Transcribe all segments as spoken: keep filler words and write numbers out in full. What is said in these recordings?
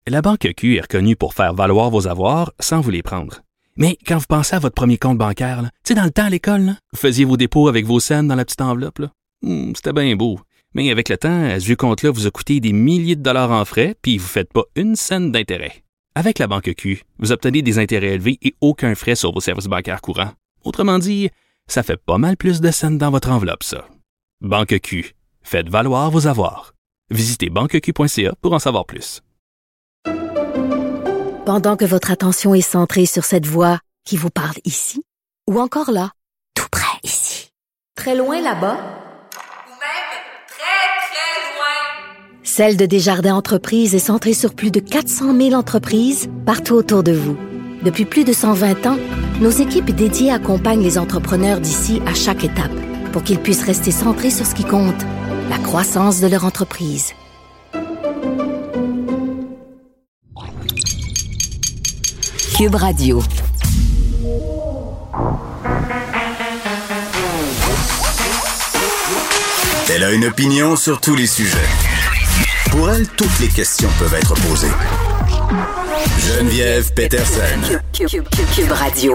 La Banque Q est reconnue pour faire valoir vos avoirs sans vous les prendre. Mais quand vous pensez à votre premier compte bancaire, tu sais, dans le temps à l'école, là, vous faisiez vos dépôts avec vos scènes dans la petite enveloppe. Là. Hum, c'était bien beau. Mais avec le temps, ce vieux compte-là vous a coûté des milliers de dollars en frais, puis vous ne faites pas une scène d'intérêt. Avec la Banque Q, vous obtenez des intérêts élevés et aucun frais sur vos services bancaires courants. Autrement dit, ça fait pas mal plus de scènes dans votre enveloppe, ça. Banque Q. Faites valoir vos avoirs. Visitez banque q point c a pour en savoir plus. Pendant que votre attention est centrée sur cette voix qui vous parle ici, ou encore là, tout près ici, très loin là-bas, ou même très, très loin, Celle de Desjardins Entreprises est centrée sur plus de quatre cent mille entreprises partout autour de vous. Depuis plus de cent vingt ans, nos équipes dédiées accompagnent les entrepreneurs d'ici à chaque étape pour qu'ils puissent rester centrés sur ce qui compte, la croissance de leur entreprise. Cube Radio. Elle a une opinion sur tous les sujets. Pour elle, toutes les questions peuvent être posées. Geneviève Peterson. Cube, Cube, Cube, Cube Radio.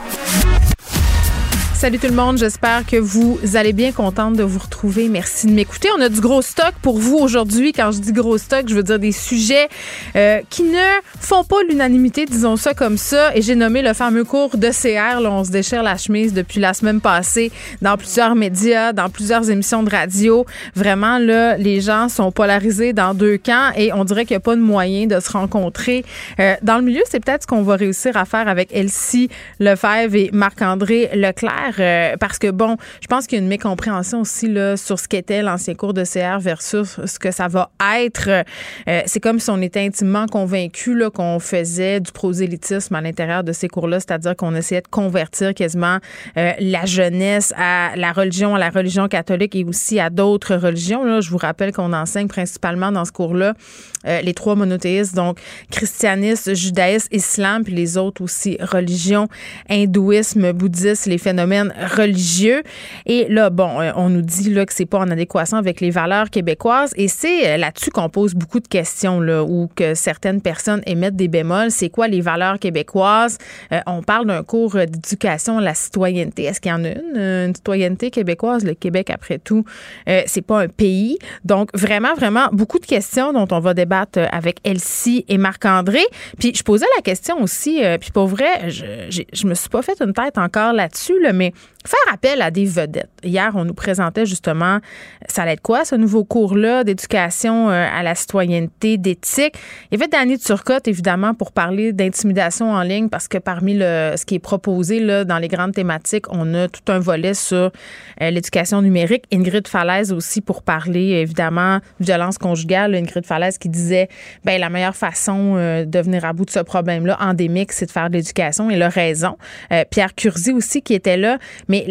Salut tout le monde, j'espère que vous allez bien, contente de vous retrouver. Merci de m'écouter. On a du gros stock pour vous aujourd'hui. Quand je dis gros stock, je veux dire des sujets euh, qui ne font pas l'unanimité, disons ça comme ça. Et j'ai nommé le fameux cours de C R. Là, on se déchire la chemise depuis la semaine passée dans plusieurs médias, dans plusieurs émissions de radio. Vraiment, là, les gens sont polarisés dans deux camps et on dirait qu'il n'y a pas de moyen de se rencontrer. Euh, dans le milieu, c'est peut-être ce qu'on va réussir à faire avec Elsie Lefebvre et Marc-André Leclerc. Euh, parce que, bon, je pense qu'il y a une mécompréhension aussi là, sur ce qu'était l'ancien cours de C R versus ce que ça va être. Euh, c'est comme si on était intimement convaincus là, qu'on faisait du prosélytisme à l'intérieur de ces cours-là, c'est-à-dire qu'on essayait de convertir quasiment euh, la jeunesse à la religion, à la religion catholique et aussi à d'autres religions. Là. Je vous rappelle qu'on enseigne principalement dans ce cours-là euh, les trois monothéistes, donc christianisme, judaïsme, islam, puis les autres aussi religions, hindouisme, bouddhisme, les phénomènes religieux. Et là, bon, on nous dit là, que c'est pas en adéquation avec les valeurs québécoises et c'est là-dessus qu'on pose beaucoup de questions là, ou que certaines personnes émettent des bémols. C'est quoi les valeurs québécoises? Euh, on parle d'un cours d'éducation à la citoyenneté. Est-ce qu'il y en a une, une citoyenneté québécoise? Le Québec, après tout, euh, c'est pas un pays. Donc, vraiment, vraiment, beaucoup de questions dont on va débattre avec Elsie et Marc-André. Puis, je posais la question aussi, euh, puis pour vrai, je, je, je me suis pas fait une tête encore là-dessus, là, mais faire appel à des vedettes. Hier, on nous présentait justement, ça allait être quoi, ce nouveau cours-là d'éducation euh, à la citoyenneté, d'éthique. Il y avait Danny Turcotte, évidemment, pour parler d'intimidation en ligne, parce que parmi le, ce qui est proposé là, dans les grandes thématiques, on a tout un volet sur euh, l'éducation numérique. Ingrid Falaise aussi pour parler, évidemment, violence conjugale. Ingrid Falaise qui disait, ben la meilleure façon euh, de venir à bout de ce problème-là endémique, c'est de faire de l'éducation. Et elle a raison. Euh, Pierre Curzi aussi qui était là. Mais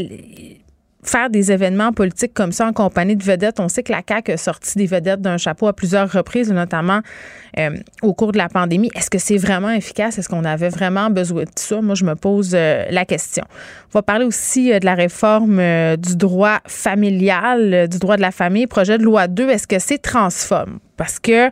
faire des événements politiques comme ça en compagnie de vedettes, on sait que la C A Q a sorti des vedettes d'un chapeau à plusieurs reprises, notamment euh, au cours de la pandémie. Est-ce que c'est vraiment efficace? Est-ce qu'on avait vraiment besoin de ça? Moi, je me pose euh, la question. On va parler aussi euh, de la réforme euh, du droit familial, euh, du droit de la famille. Projet de loi deux, est-ce que c'est transphobe? Parce que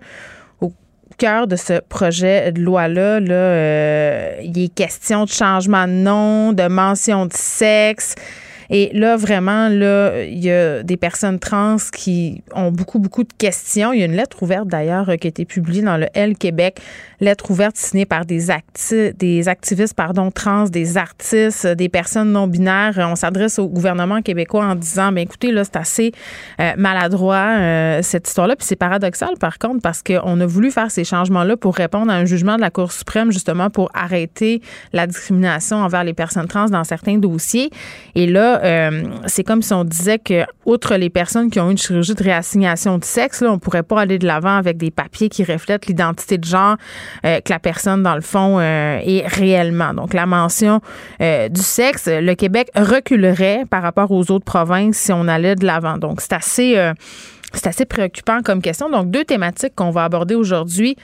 cœur de ce projet de loi-là, là, euh, il est question de changement de nom, de mention de sexe. Et là, vraiment, là, il y a des personnes trans qui ont beaucoup, beaucoup de questions. Il y a une lettre ouverte, d'ailleurs, qui a été publiée dans le Elle Québec. Lettre ouverte signée par des, acti- des activistes pardon, trans, des artistes, des personnes non-binaires. On s'adresse au gouvernement québécois en disant, bien, écoutez, là, c'est assez euh, maladroit, euh, cette histoire-là. Puis c'est paradoxal, par contre, parce qu'on a voulu faire ces changements-là pour répondre à un jugement de la Cour suprême, justement, pour arrêter la discrimination envers les personnes trans dans certains dossiers. Et là, Euh, c'est comme si on disait que, outre les personnes qui ont eu une chirurgie de réassignation de sexe, là, on pourrait pas aller de l'avant avec des papiers qui reflètent l'identité de genre euh, que la personne, dans le fond, euh, est réellement. Donc, la mention euh, du sexe, le Québec reculerait par rapport aux autres provinces si on allait de l'avant. Donc, c'est assez, euh, c'est assez préoccupant comme question. Donc, deux thématiques qu'on va aborder aujourd'hui.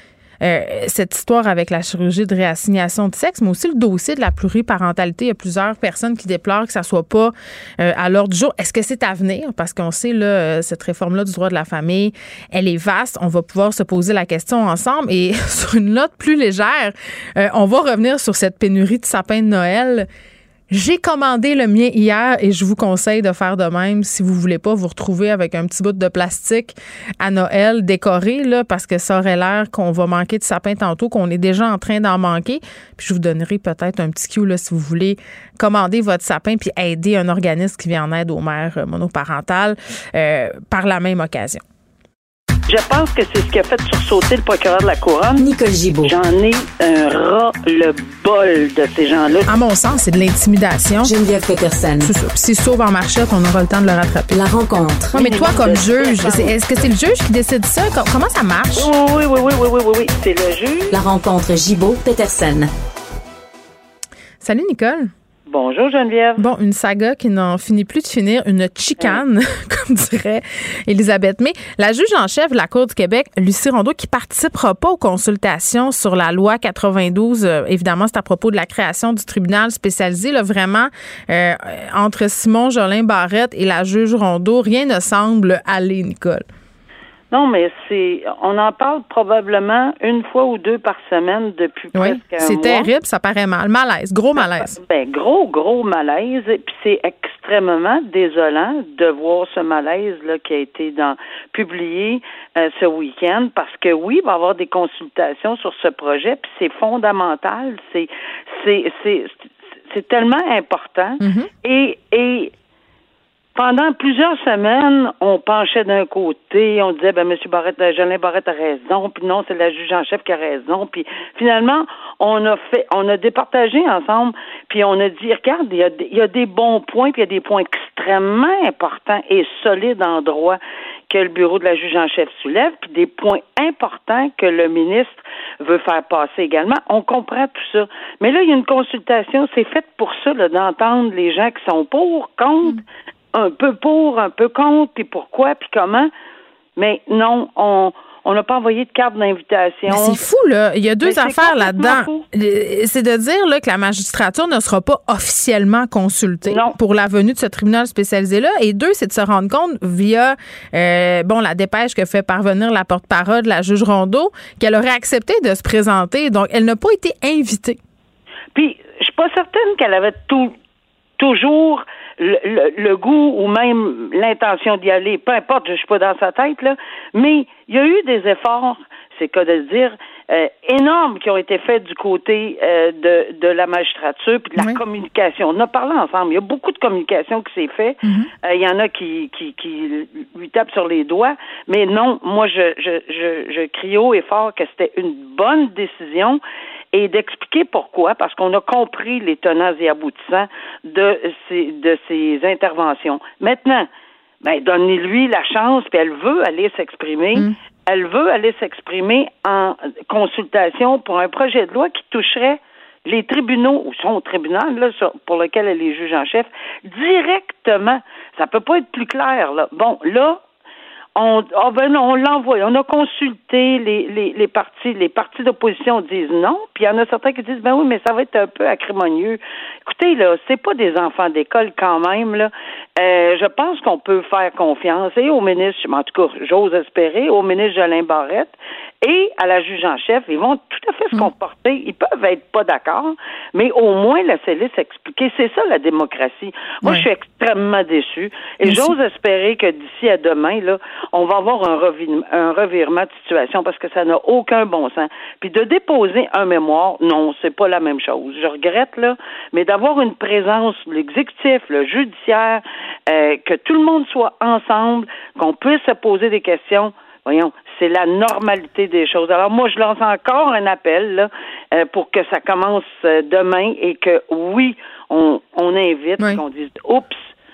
euh, cette histoire avec la chirurgie de réassignation de sexe, mais aussi le dossier de la pluriparentalité. Il y a plusieurs personnes qui déplorent que ça soit pas euh, à l'ordre du jour. Est-ce que c'est à venir? Parce qu'on sait, là, cette réforme-là du droit de la famille, elle est vaste. On va pouvoir se poser la question ensemble. Et sur une note plus légère, euh, on va revenir sur cette pénurie de sapins de Noël. J'ai commandé le mien hier et je vous conseille de faire de même si vous voulez pas vous retrouver avec un petit bout de plastique à Noël décoré, là, parce que ça aurait l'air qu'on va manquer de sapin tantôt, qu'on est déjà en train d'en manquer. Puis je vous donnerai peut-être un petit cue là, si vous voulez commander votre sapin puis aider un organisme qui vient en aide aux mères monoparentales euh, par la même occasion. Je pense que c'est ce qui a fait sursauter le procureur de la Couronne. Nicole Gibault. J'en ai un ras-le-bol de ces gens-là. À mon sens, c'est de l'intimidation. Geneviève Peterson. C'est ça. Puis s'il sauve en marchette, on aura le temps de le rattraper. La rencontre. Oui, mais toi, comme juge, c'est, est-ce que c'est le juge qui décide ça? Comment ça marche? Oui, oui, oui, oui, oui, oui, oui. C'est le juge. La rencontre Gibault-Peterson. Salut, Nicole. Bonjour Geneviève. Bon, une saga qui n'en finit plus de finir, une chicane, comme dirait Elisabeth May. La juge en chef de la Cour du Québec, Lucie Rondeau, qui participera pas aux consultations sur la loi quatre-vingt-douze, euh, évidemment, c'est à propos de la création du tribunal spécialisé, là, vraiment, euh, entre Simon Jolin Barrette et la juge Rondeau, rien ne semble aller, Nicole. Non, mais c'est, on en parle probablement une fois ou deux par semaine depuis oui, presque un c'est mois. terrible, ça paraît mal. Malaise, gros malaise. Ben, gros, gros malaise. Puis c'est extrêmement désolant de voir ce malaise-là qui a été dans, publié euh, ce week-end parce que oui, il va y avoir des consultations sur ce projet puis c'est fondamental. C'est, c'est, c'est, c'est tellement important. Mm-hmm. Et, et, pendant plusieurs semaines, on penchait d'un côté, on disait, ben, M. Barrette, Jolin Barrette a raison, puis non, c'est la juge en chef qui a raison, puis finalement, on a fait, on a départagé ensemble, puis on a dit, regarde, il y a, il y a des bons points, puis il y a des points extrêmement importants et solides en droit que le bureau de la juge en chef soulève, puis des points importants que le ministre veut faire passer également. On comprend tout ça. Mais là, il y a une consultation, c'est fait pour ça, là, d'entendre les gens qui sont pour, contre, mm. un peu pour, un peu contre, puis pourquoi, puis comment. Mais non, on on n'a pas envoyé de carte d'invitation. Mais c'est fou, là. Il y a deux Mais affaires là-dedans. Fou. C'est de dire là, que la magistrature ne sera pas officiellement consultée non. pour la venue de ce tribunal spécialisé-là. Et deux, c'est de se rendre compte via euh, bon la dépêche que fait parvenir la porte-parole de la juge Rondeau qu'elle aurait accepté de se présenter. Donc, elle n'a pas été invitée. Puis, je suis pas certaine qu'elle avait tout toujours le, le, le goût ou même l'intention d'y aller, peu importe, je suis pas dans sa tête, là, mais il y a eu des efforts, c'est cas de le dire, euh, énormes qui ont été faits du côté euh, de, de la magistrature puis de la oui. communication. On a parlé ensemble, il y a beaucoup de communication qui s'est fait, il mm-hmm. euh, y en a qui, qui, qui lui tapent sur les doigts, mais non, moi je, je, je, je crie haut et fort que c'était une bonne décision et d'expliquer pourquoi, parce qu'on a compris les tenants et aboutissants de ces, de ces interventions. Maintenant, ben, donnez-lui la chance, puis elle veut aller s'exprimer. Mm. Elle veut aller s'exprimer en consultation pour un projet de loi qui toucherait les tribunaux, ou son tribunal, là, pour lequel elle est juge en chef, directement. Ça peut pas être plus clair, là. Bon, là, On, on, ben, on l'envoie, on a consulté les, les, les partis, les partis d'opposition disent non, puis il y en a certains qui disent ben oui, mais ça va être un peu acrimonieux. Écoutez, là, c'est pas des enfants d'école quand même, là. Euh, je pense qu'on peut faire confiance et au ministre, en tout cas, j'ose espérer, au ministre Jolin Barrette et à la juge en chef, ils vont tout à fait se comporter. Ils peuvent être pas d'accord, mais au moins laissez-les s'expliquer. C'est ça la démocratie. Moi, ouais. je suis extrêmement déçue et Merci. j'ose espérer que d'ici à demain, là, on va avoir un revirement, un revirement de situation parce que ça n'a aucun bon sens. Puis de déposer un mémoire, non, c'est pas la même chose. Je regrette, là, mais d'avoir une présence, l'exécutif, le judiciaire, euh, que tout le monde soit ensemble, qu'on puisse se poser des questions, voyons, c'est la normalité des choses. Alors moi, je lance encore un appel là, euh, pour que ça commence euh, demain et que, oui, on, on invite, oui. qu'on dise « Oups »,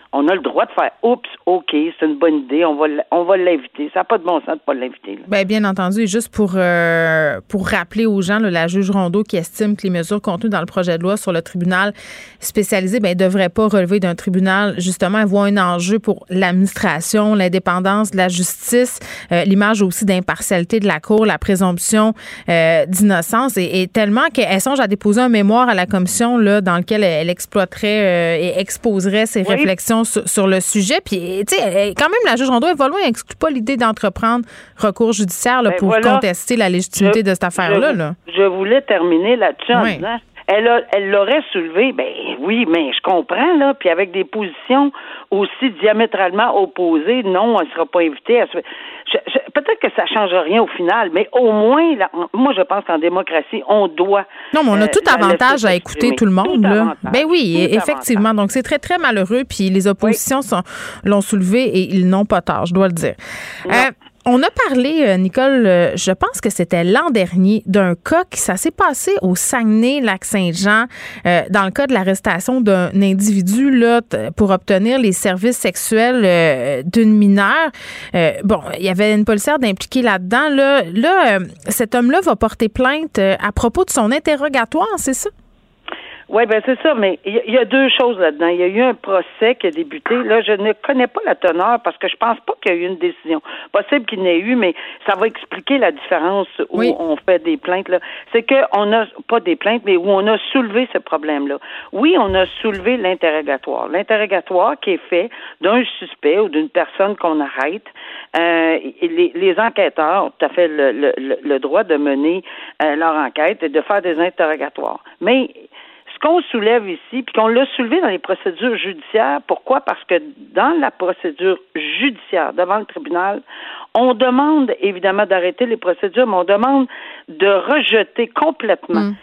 on a le droit de faire « Oups, OK, c'est une bonne idée, on va, on va l'inviter. » Ça n'a pas de bon sens de ne pas l'inviter. Là. Bien, bien entendu. Et juste pour, euh, pour rappeler aux gens, là, la juge Rondeau qui estime que les mesures contenues dans le projet de loi sur le tribunal spécialisé ne devraient pas relever d'un tribunal. Justement, elle voit un enjeu pour l'administration, l'indépendance de la justice, euh, l'image aussi d'impartialité de la Cour, la présomption euh, d'innocence. Et, et tellement qu'elle songe à déposer un mémoire à la commission là, dans lequel elle, elle exploiterait euh, et exposerait ses oui. réflexions sur, sur le sujet. Puis, tu sais, quand même, la juge Rondeau, elle va loin, elle n'exclut pas l'idée d'entreprendre recours judiciaire là, pour voilà. contester la légitimité je, de cette affaire-là. Je, là. je voulais terminer là-dessus en oui. disant, elle, a, elle l'aurait soulevé, ben oui, mais je comprends, là, puis avec des positions aussi diamétralement opposées, non, elle ne sera pas invitée. Elle se... je, je, peut-être que ça ne change rien au final, mais au moins, là, moi, je pense qu'en démocratie, on doit... Non, mais on a euh, tout avantage à écouter tout le monde, tout là. Ben oui, tout effectivement. Avantage. Donc, c'est très, très malheureux, puis les oppositions oui. sont, l'ont soulevé et ils n'ont pas tort, je dois le dire. Euh, On a parlé, Nicole, je pense que c'était l'an dernier, d'un cas qui ça s'est passé au Saguenay-Lac-Saint-Jean, euh, dans le cas de l'arrestation d'un individu là, pour obtenir les services sexuels euh, d'une mineure. Euh, bon, il y avait une policière d'impliquée là-dedans. Là, là euh, cet homme-là va porter plainte à propos de son interrogatoire, c'est ça? Oui, ben c'est ça, mais il y, y a deux choses là-dedans. Il y a eu un procès qui a débuté. Là, je ne connais pas la teneur parce que je pense pas qu'il y a eu une décision. Possible qu'il n'y ait eu, mais ça va expliquer la différence où oui. on fait des plaintes. Là, c'est que on a pas des plaintes, mais où on a soulevé ce problème-là. Oui, on a soulevé l'interrogatoire. L'interrogatoire qui est fait d'un suspect ou d'une personne qu'on arrête. Euh, les, les enquêteurs ont tout à fait le, le, le droit de mener euh, leur enquête et de faire des interrogatoires. Mais ce qu'on soulève ici, puis qu'on l'a soulevé dans les procédures judiciaires, pourquoi? Parce que dans la procédure judiciaire, devant le tribunal, on demande évidemment d'arrêter les procédures, mais on demande de rejeter complètement mm.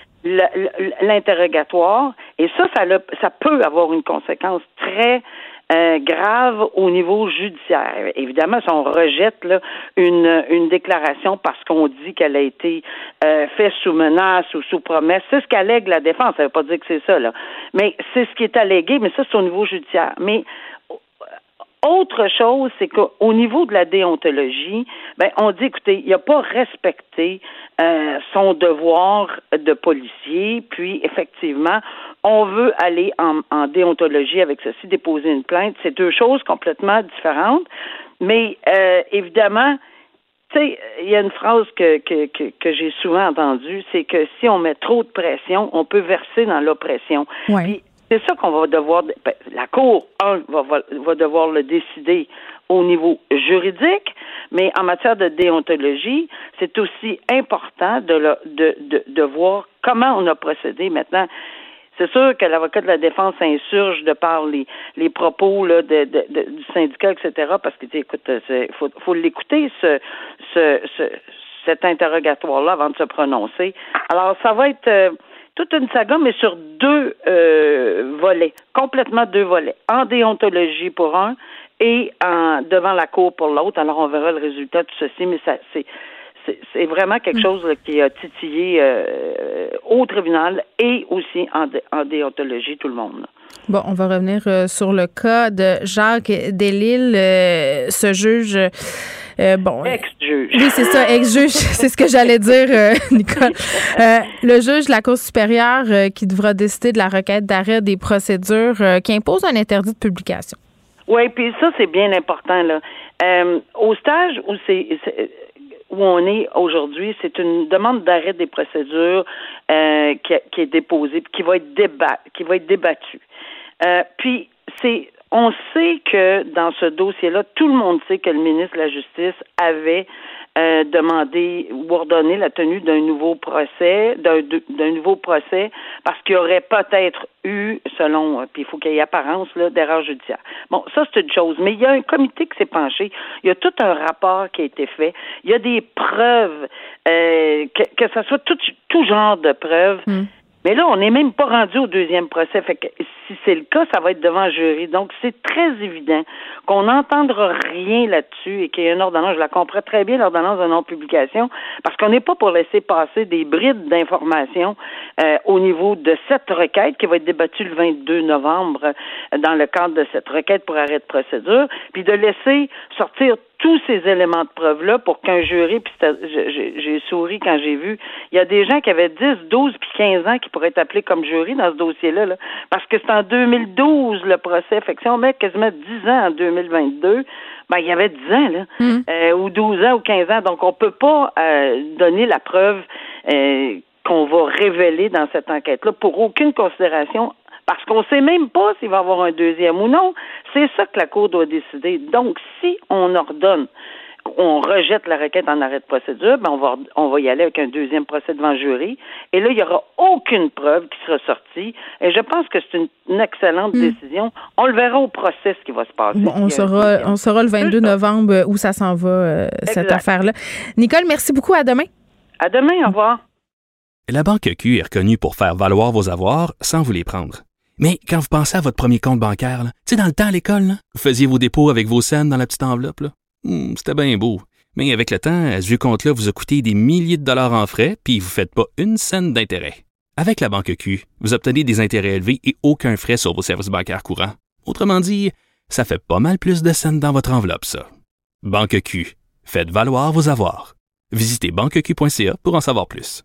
l'interrogatoire. Et ça, ça, ça peut avoir une conséquence très Euh, grave au niveau judiciaire. Évidemment, si on rejette là, une, une déclaration parce qu'on dit qu'elle a été euh, faite sous menace ou sous promesse, c'est ce qu'allègue la défense. Ça ne veut pas dire que c'est ça, là. Mais c'est ce qui est allégué, mais ça, c'est au niveau judiciaire. Mais autre chose, c'est qu'au niveau de la déontologie, ben on dit, écoutez, il n'a pas respecté euh, son devoir de policier, puis effectivement, on veut aller en, en déontologie avec ceci, déposer une plainte. C'est deux choses complètement différentes. Mais euh, évidemment, tu sais, il y a une phrase que, que, que, que j'ai souvent entendue, c'est que si on met trop de pression, on peut verser dans l'oppression. Ouais. Puis, c'est ça qu'on va devoir... Ben, la Cour, un, va, va, va devoir le décider au niveau juridique, mais en matière de déontologie, c'est aussi important de, le, de, de, de voir comment on a procédé maintenant. C'est sûr que l'avocat de la défense s'insurge de par les, les propos là, de, de, de, du syndicat, et cetera, parce que, écoute, il faut, faut l'écouter, ce, ce, ce, cet interrogatoire-là, avant de se prononcer. Alors, ça va être... Euh, toute une saga, mais sur deux euh, volets, complètement deux volets, en déontologie pour un et en devant la Cour pour l'autre. Alors, on verra le résultat de ceci, mais ça, c'est, c'est, c'est vraiment quelque chose là, qui a titillé euh, au tribunal et aussi en, dé, en déontologie, tout le monde. Là. Bon, on va revenir euh, sur le cas de Jacques Delisle, euh, ce juge... Euh, bon, ex-juge. Oui, c'est ça, ex-juge. C'est ce que j'allais dire, euh, Nicole. Euh, le juge de la Cour supérieure euh, qui devra décider de la requête d'arrêt des procédures euh, qui impose un interdit de publication. Oui, puis ça, c'est bien important, là. Euh, au stage où c'est, c'est où on est aujourd'hui, c'est une demande d'arrêt des procédures euh, qui, qui est déposée, qui va être débat, qui va être débattue. Euh, puis c'est On sait que dans ce dossier-là, tout le monde sait que le ministre de la Justice avait euh, demandé ou ordonné la tenue d'un nouveau procès, d'un, d'un nouveau procès, parce qu'il y aurait peut-être eu, selon, euh, puis il faut qu'il y ait apparence là, d'erreur judiciaire. Bon, ça c'est une chose, mais il y a un comité qui s'est penché, il y a tout un rapport qui a été fait, il y a des preuves, euh, que, que ce soit tout, tout genre de preuves. Mm. Mais là, on n'est même pas rendu au deuxième procès. Fait que si c'est le cas, ça va être devant le jury. Donc, c'est très évident qu'on n'entendra rien là-dessus et qu'il y a une ordonnance. Je la comprends très bien, l'ordonnance de non-publication, parce qu'on n'est pas pour laisser passer des brides d'informations euh, au niveau de cette requête qui va être débattue le vingt-deux novembre euh, dans le cadre de cette requête pour arrêt de procédure, puis de laisser sortir tous ces éléments de preuve-là pour qu'un jury, puis j'ai, j'ai souri quand j'ai vu, il y a des gens qui avaient dix, douze puis quinze ans qui pourraient être appelés comme jury dans ce dossier-là, là, parce que c'est en deux mille douze le procès. Fait que si on met quasiment dix ans en deux mille vingt-deux, ben il y avait dix ans, là, mmh. euh, ou douze ans ou quinze ans. Donc, on peut pas euh, donner la preuve euh, qu'on va révéler dans cette enquête-là pour aucune considération, parce qu'on sait même pas s'il va y avoir un deuxième ou non. C'est ça que la Cour doit décider. Donc, si on ordonne, on rejette la requête en arrêt de procédure, ben on va on va y aller avec un deuxième procès devant le jury. Et là, il n'y aura aucune preuve qui sera sortie. Et je pense que c'est une, une excellente mmh. décision. On le verra au procès ce qui va se passer. Bon, on saura on saura le vingt-deux novembre où ça s'en va, euh, cette affaire-là. Nicole, merci beaucoup. À demain. À demain. Au revoir. La Banque Q est reconnue pour faire valoir vos avoirs sans vous les prendre. Mais quand vous pensez à votre premier compte bancaire, tu sais, dans le temps à l'école, là, vous faisiez vos dépôts avec vos scènes dans la petite enveloppe, là. Hum, c'était bien beau. Mais avec le temps, ce vieux compte-là vous a coûté des milliers de dollars en frais, puis vous ne faites pas une scène d'intérêt. Avec la Banque Q, vous obtenez des intérêts élevés et aucun frais sur vos services bancaires courants. Autrement dit, ça fait pas mal plus de scènes dans votre enveloppe, ça. Banque Q. Faites valoir vos avoirs. Visitez banque q point c a pour en savoir plus.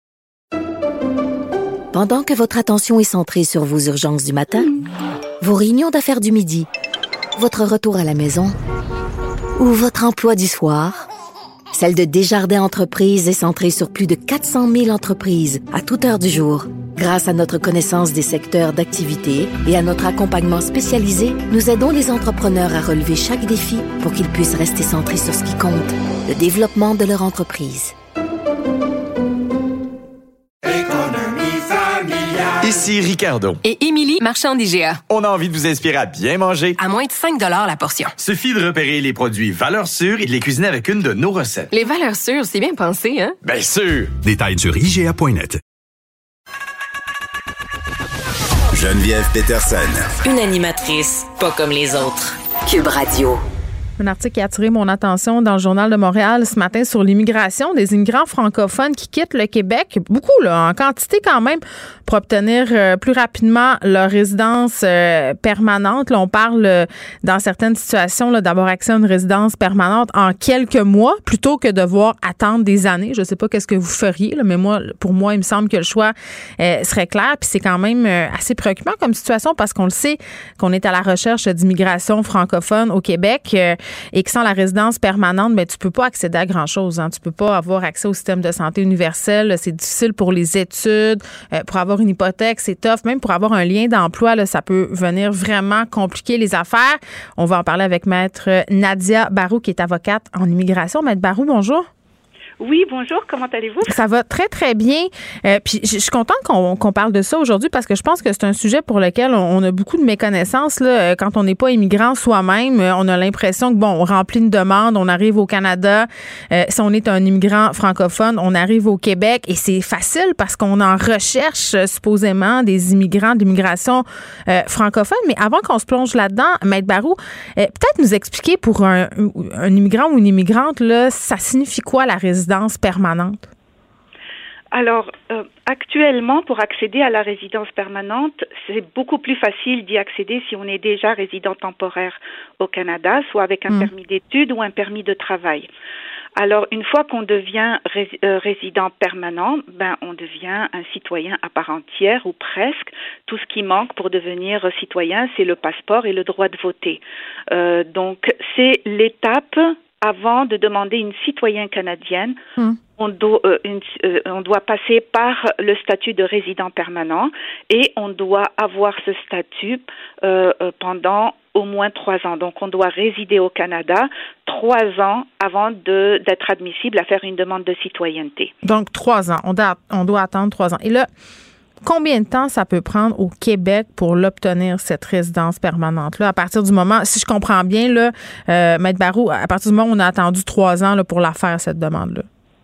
Pendant que votre attention est centrée sur vos urgences du matin, vos réunions d'affaires du midi, votre retour à la maison ou votre emploi du soir, celle de Desjardins Entreprises est centrée sur plus de quatre cent mille entreprises à toute heure du jour. Grâce à notre connaissance des secteurs d'activité et à notre accompagnement spécialisé, nous aidons les entrepreneurs à relever chaque défi pour qu'ils puissent rester centrés sur ce qui compte, le développement de leur entreprise. Ici Ricardo. Et Émilie, marchand d'I G A. On a envie de vous inspirer à bien manger. À moins de cinq dollars la portion. Suffit de repérer les produits valeurs sûres et de les cuisiner avec une de nos recettes. Les valeurs sûres, c'est bien pensé, hein? Bien sûr! Détails sur I G A point net. Geneviève Peterson. Une animatrice pas comme les autres. Cube Radio. Un article qui a attiré mon attention dans le Journal de Montréal ce matin sur l'immigration des immigrants francophones qui quittent le Québec, beaucoup là, en quantité quand même, pour obtenir euh, plus rapidement leur résidence euh, permanente. Là, on parle euh, dans certaines situations là, d'avoir accès à une résidence permanente en quelques mois plutôt que de devoir attendre des années. Je ne sais pas qu'est-ce que vous feriez, là, mais moi, pour moi, il me semble que le choix euh, serait clair. Puis c'est quand même euh, assez préoccupant comme situation parce qu'on le sait qu'on est à la recherche d'immigration francophone au Québec. Euh, et que sans la résidence permanente, ben, tu peux pas accéder à grand-chose. Hein. Tu peux pas avoir accès au système de santé universel. Là, c'est difficile pour les études. Euh, pour avoir une hypothèque, c'est tough. Même pour avoir un lien d'emploi, là, ça peut venir vraiment compliquer les affaires. On va en parler avec Maître Nadia Barou, qui est avocate en immigration. Maître Barou, bonjour. Oui, bonjour, comment allez-vous? Ça va très, très bien. Euh, puis je suis contente qu'on, qu'on parle de ça aujourd'hui parce que je pense que c'est un sujet pour lequel on, on a beaucoup de méconnaissances. Là, quand on n'est pas immigrant soi-même, on a l'impression que, bon, on remplit une demande, on arrive au Canada. Euh, si on est un immigrant francophone, on arrive au Québec et c'est facile parce qu'on en recherche euh, supposément des immigrants d'immigration euh, francophone. Mais avant qu'on se plonge là-dedans, Maître Barou, euh, peut-être nous expliquer pour un, un immigrant ou une immigrante, là, ça signifie quoi la résidence permanente? Alors, euh, actuellement, pour accéder à la résidence permanente, c'est beaucoup plus facile d'y accéder si on est déjà résident temporaire au Canada, soit avec un mmh. permis d'études ou un permis de travail. Alors, une fois qu'on devient rés- euh, résident permanent, ben, on devient un citoyen à part entière ou presque. Tout ce qui manque pour devenir citoyen, c'est le passeport et le droit de voter. Euh, donc, c'est l'étape avant de demander une citoyenne canadienne, mmh. on, doit, euh, une, euh, on doit passer par le statut de résident permanent et on doit avoir ce statut euh, euh, pendant au moins trois ans. Donc, on doit résider au Canada trois ans avant de, d'être admissible à faire une demande de citoyenneté. Donc, trois ans. On doit, on doit attendre trois ans. Et là, combien de temps ça peut prendre au Québec pour l'obtenir, cette résidence permanente-là? À partir du moment, si je comprends bien, là, euh, Maître Barou, à partir du moment où on a attendu trois ans là, pour la faire, cette demande-là.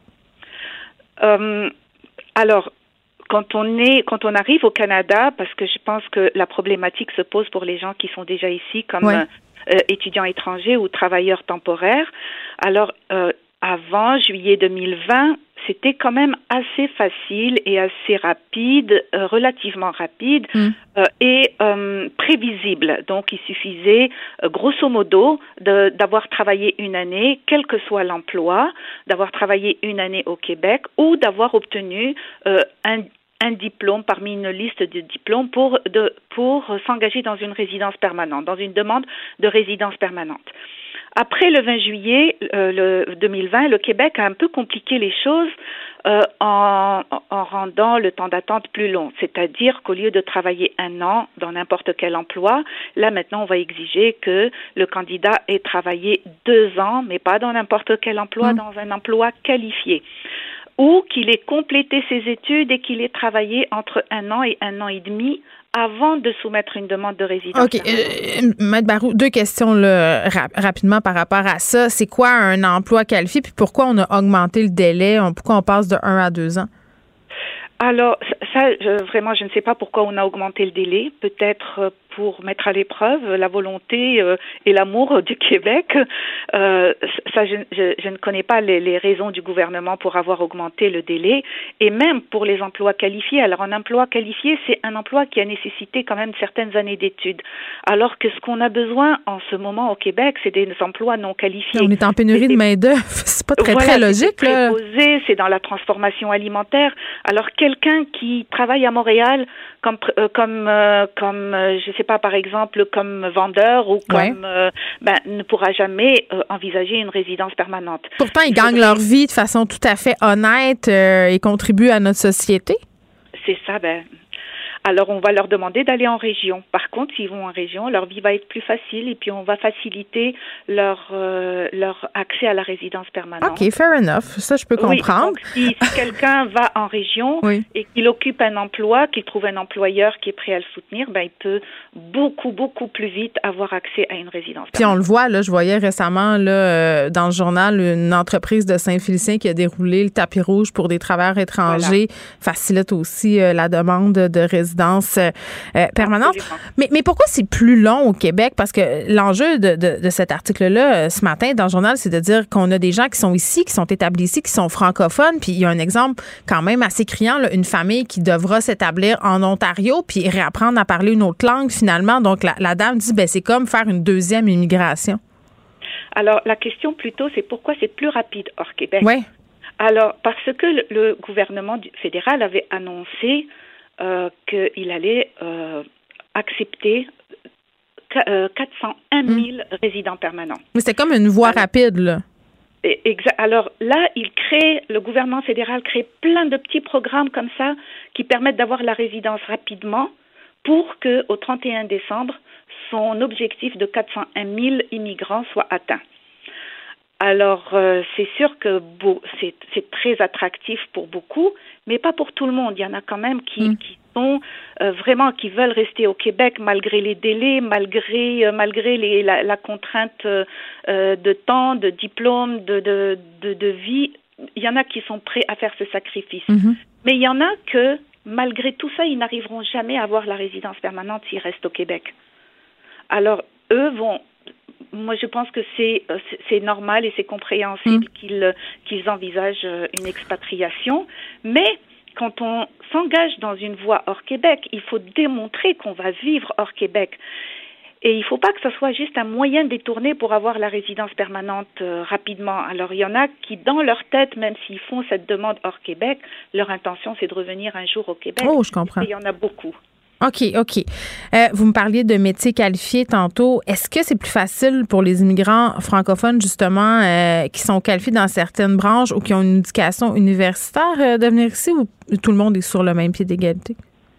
Euh, alors, quand on est, quand on arrive au Canada, parce que je pense que la problématique se pose pour les gens qui sont déjà ici, comme ouais. euh, étudiants étrangers ou travailleurs temporaires. Alors, euh, avant juillet deux mille vingt, c'était quand même assez facile et assez rapide, euh, relativement rapide mm. euh, et euh, prévisible. Donc, il suffisait, euh, grosso modo, de, d'avoir travaillé une année, quel que soit l'emploi, d'avoir travaillé une année au Québec ou d'avoir obtenu euh, un un diplôme parmi une liste de diplômes pour, de, pour s'engager dans une résidence permanente, dans une demande de résidence permanente. Après le vingt juillet euh, le deux mille vingt, le Québec a un peu compliqué les choses euh, en, en rendant le temps d'attente plus long. C'est-à-dire qu'au lieu de travailler un an dans n'importe quel emploi, là maintenant on va exiger que le candidat ait travaillé deux ans, mais pas dans n'importe quel emploi, mmh. dans un emploi qualifié. Ou qu'il ait complété ses études et qu'il ait travaillé entre un an et un an et demi avant de soumettre une demande de résidence. OK. Euh, Maître Barou, deux questions là, rap- rapidement par rapport à ça. C'est quoi un emploi qualifié? Puis pourquoi on a augmenté le délai? Pourquoi on passe de un à deux ans? Alors, ça, je, vraiment, je ne sais pas pourquoi on a augmenté le délai. Peut-être pour mettre à l'épreuve la volonté euh, et l'amour du Québec. Euh, ça, je, je, je ne connais pas les, les raisons du gouvernement pour avoir augmenté le délai. Et même pour les emplois qualifiés. Alors, un emploi qualifié, c'est un emploi qui a nécessité quand même certaines années d'études. Alors que ce qu'on a besoin en ce moment au Québec, c'est des emplois non qualifiés. On est en pénurie de main-d'œuvre. C'est pas très, voilà, très logique. C'est là. préposé, c'est dans la transformation alimentaire. Alors, quelqu'un qui travaille à Montréal comme, euh, comme, euh, comme euh, je sais pas, par exemple, comme vendeur ou comme, ouais. euh, ben, ne pourra jamais euh, envisager une résidence permanente. Pourtant, ils gagnent leur vie de façon tout à fait honnête euh, et contribuent à notre société. C'est ça, ben... Alors, on va leur demander d'aller en région. Par contre, s'ils vont en région, leur vie va être plus facile et puis on va faciliter leur euh, leur accès à la résidence permanente. OK, fair enough. Ça, je peux comprendre. Oui, donc, si, si quelqu'un va en région oui. et qu'il occupe un emploi, qu'il trouve un employeur qui est prêt à le soutenir, ben, il peut beaucoup, beaucoup plus vite avoir accès à une résidence permanente. Puis on le voit, là, je voyais récemment là, euh, dans le journal une entreprise de Saint-Félicien qui a déroulé le tapis rouge pour des travailleurs étrangers, voilà. facilite aussi euh, la demande de résidence Euh, permanente. Mais, mais pourquoi c'est plus long au Québec? Parce que l'enjeu de, de, de cet article-là, euh, ce matin, dans le journal, c'est de dire qu'on a des gens qui sont ici, qui sont établis ici, qui sont francophones. Puis il y a un exemple quand même assez criant, là, une famille qui devra s'établir en Ontario puis réapprendre à parler une autre langue, finalement. Donc, la, la dame dit, ben c'est comme faire une deuxième immigration. Alors, la question plutôt, c'est pourquoi c'est plus rapide hors Québec? Oui. Alors, parce que le, le gouvernement fédéral avait annoncé Euh, qu'il allait euh, accepter euh, quatre cent un mille mmh. résidents permanents. Mais c'était comme une voie Alors, rapide, là. Exa- Alors là, il crée, le gouvernement fédéral crée plein de petits programmes comme ça qui permettent d'avoir la résidence rapidement pour qu'au trente et un décembre, son objectif de quatre cent un mille immigrants soit atteint. Alors, euh, c'est sûr que beau, c'est, c'est très attractif pour beaucoup, mais pas pour tout le monde. Il y en a quand même qui, mmh. qui sont euh, vraiment, qui veulent rester au Québec malgré les délais, malgré, euh, malgré les, la, la contrainte euh, de temps, de diplôme, de, de, de, de vie. Il y en a qui sont prêts à faire ce sacrifice. Mmh. Mais il y en a que, malgré tout ça, ils n'arriveront jamais à avoir la résidence permanente s'ils restent au Québec. Alors, eux vont... Moi, je pense que c'est c'est normal et c'est compréhensible mmh. qu'ils qu'ils envisagent une expatriation. Mais quand on s'engage dans une voie hors Québec, il faut démontrer qu'on va vivre hors Québec. Et il ne faut pas que ce soit juste un moyen détourné pour avoir la résidence permanente euh, rapidement. Alors, il y en a qui, dans leur tête, même s'ils font cette demande hors Québec, leur intention, c'est de revenir un jour au Québec. Oh, je comprends. Et il y en a beaucoup. OK, OK. Euh, vous me parliez de métiers qualifiés tantôt. Est-ce que c'est plus facile pour les immigrants francophones, justement, euh, qui sont qualifiés dans certaines branches ou qui ont une éducation universitaire euh, de venir ici, ou tout le monde est sur le même pied d'égalité?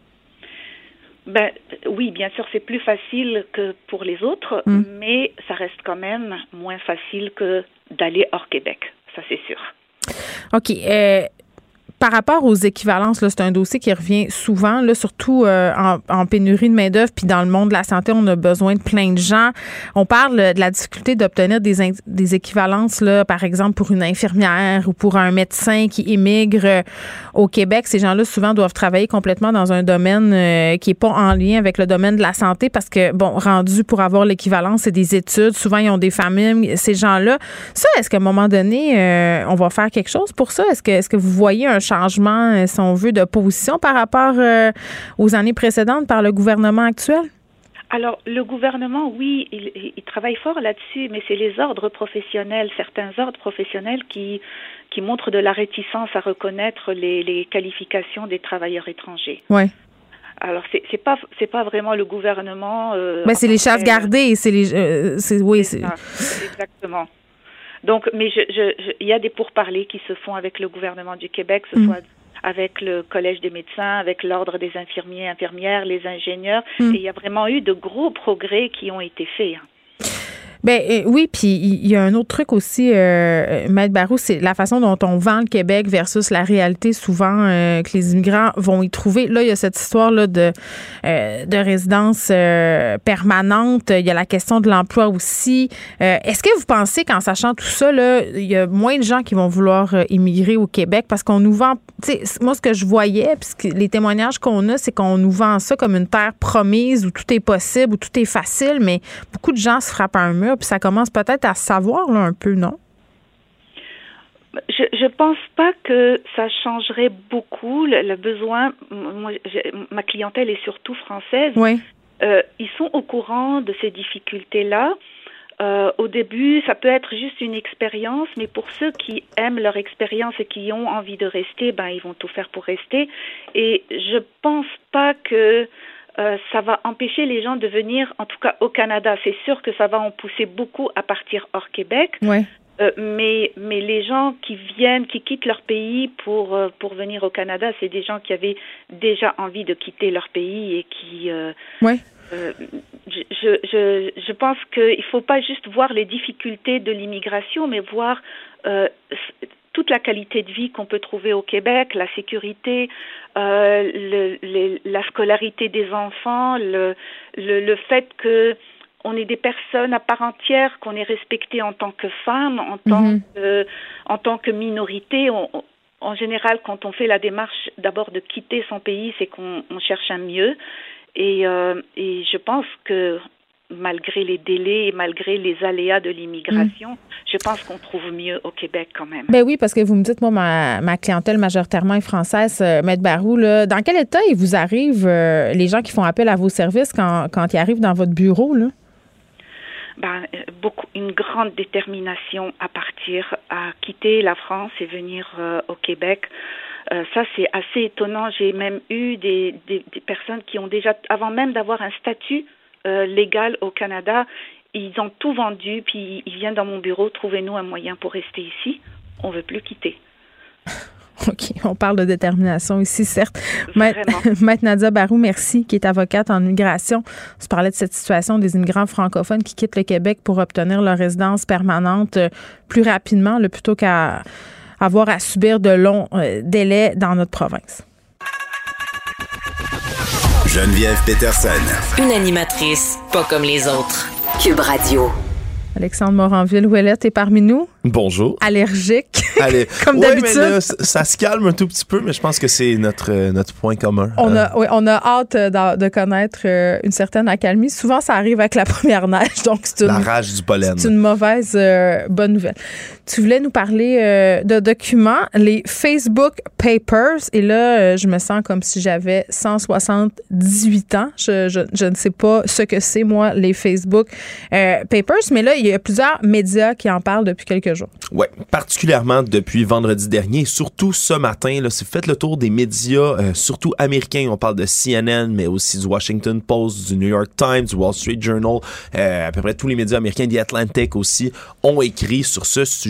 Ben, oui, bien sûr, c'est plus facile que pour les autres, mmh. mais ça reste quand même moins facile que d'aller hors Québec. Ça, c'est sûr. OK. Euh, par rapport aux équivalences, là, c'est un dossier qui revient souvent, là, surtout euh, en, en pénurie de main-d'œuvre, puis dans le monde de la santé, on a besoin de plein de gens. On parle de la difficulté d'obtenir des, in- des équivalences, là, par exemple, pour une infirmière ou pour un médecin qui émigre euh, au Québec. Ces gens-là, souvent, doivent travailler complètement dans un domaine euh, qui n'est pas en lien avec le domaine de la santé parce que, bon, rendu pour avoir l'équivalence, c'est des études. Souvent, ils ont des familles, ces gens-là. Ça, est-ce qu'à un moment donné, euh, on va faire quelque chose pour ça? Est-ce que, est-ce que vous voyez un changement, si on veut, de position par rapport euh, aux années précédentes par le gouvernement actuel? Alors, le gouvernement, oui, il, il travaille fort là-dessus, mais c'est les ordres professionnels, certains ordres professionnels qui, qui montrent de la réticence à reconnaître les, les qualifications des travailleurs étrangers. Oui. Alors, c'est, c'est pas, c'est pas vraiment le gouvernement. Euh, ben, c'est les chasses gardées, c'est les, euh, c'est, oui, c'est. c'est... Exactement. Donc, mais je, je, je, il y a des pourparlers qui se font avec le gouvernement du Québec, que ce mmh. soit avec le Collège des médecins, avec l'Ordre des infirmiers, infirmières, les ingénieurs. Mmh. Et il y a vraiment eu de gros progrès qui ont été faits. Ben euh, oui, puis il y a un autre truc aussi, euh, Maître Baroux, c'est la façon dont on vend le Québec versus la réalité souvent euh, que les immigrants vont y trouver. Là, il y a cette histoire-là de, euh, de résidence euh, permanente. Il y a la question de l'emploi aussi. Euh, est-ce que vous pensez qu'en sachant tout ça, là, il y a moins de gens qui vont vouloir euh, immigrer au Québec parce qu'on nous vend, tu sais, moi, ce que je voyais, puis les témoignages qu'on a, c'est qu'on nous vend ça comme une terre promise où tout est possible, où tout est facile, mais beaucoup de gens se frappent à un mur. Puis ça commence peut-être à se savoir là, un peu, non? Je je pense pas que ça changerait beaucoup le, le besoin. Moi, ma clientèle est surtout française. Oui. Euh, ils sont au courant de ces difficultés-là. Euh, au début, ça peut être juste une expérience, mais pour ceux qui aiment leur expérience et qui ont envie de rester, ben ils vont tout faire pour rester. Et je pense pas que Euh, ça va empêcher les gens de venir, en tout cas au Canada. C'est sûr que ça va en pousser beaucoup à partir hors Québec. Ouais. Euh, mais mais les gens qui viennent, qui quittent leur pays pour euh, pour venir au Canada, c'est des gens qui avaient déjà envie de quitter leur pays et qui. Euh, ouais. Euh, je je je pense qu'il faut pas juste voir les difficultés de l'immigration, mais voir euh, toute la qualité de vie qu'on peut trouver au Québec, la sécurité, euh, le, le, la scolarité des enfants, le, le, le fait que on est des personnes à part entière, qu'on est respecté en tant que femme, en tant mm-hmm. que en tant que minorité. On, en général, quand on fait la démarche d'abord de quitter son pays, c'est qu'on on cherche un mieux. Et, euh, et je pense que malgré les délais et malgré les aléas de l'immigration, mmh. je pense qu'on trouve mieux au Québec quand même. Ben oui, parce que vous me dites, moi, ma, ma clientèle majoritairement est française. Euh, Maître Baroux, là, dans quel état il vous arrive euh, les gens qui font appel à vos services quand, quand ils arrivent dans votre bureau, là? Ben, beaucoup, une grande détermination à partir, à quitter la France et venir euh, au Québec. Euh, ça, c'est assez étonnant. J'ai même eu des, des, des personnes qui ont déjà, avant même d'avoir un statut Euh, légal au Canada, ils ont tout vendu, puis ils viennent dans mon bureau, trouvez-nous un moyen pour rester ici, on veut plus quitter. OK, on parle de détermination ici, certes. Maître, Maître Nadia Baroux, merci, qui est avocate en immigration. On se parlait de cette situation des immigrants francophones qui quittent le Québec pour obtenir leur résidence permanente plus rapidement, là, plutôt qu'à avoir à subir de longs euh, délais dans notre province. Geneviève Peterson. Une animatrice pas comme les autres. Cube Radio. Alexandre Moranville-Ouellette est parmi nous. Bonjour. Allergique, Allez. comme ouais, d'habitude. Mais là, ça se calme un tout petit peu, mais je pense que c'est notre, notre point commun. On euh. a, oui, on a hâte de, de connaître une certaine accalmie. Souvent, ça arrive avec la première neige, donc c'est une, la rage du pollen. C'est une mauvaise euh, bonne nouvelle. Tu voulais nous parler euh, de documents, les Facebook Papers, et là, euh, je me sens comme si j'avais cent soixante-dix-huit ans. Je, je, je ne sais pas ce que c'est, moi, les Facebook euh, Papers, mais là, il y a plusieurs médias qui en parlent depuis quelques jours. Oui, particulièrement depuis vendredi dernier, surtout ce matin. Là, si vous faites le tour des médias, euh, surtout américains, on parle de C N N, mais aussi du Washington Post, du New York Times, du Wall Street Journal, euh, à peu près tous les médias américains, The Atlantic aussi, ont écrit sur ce sujet.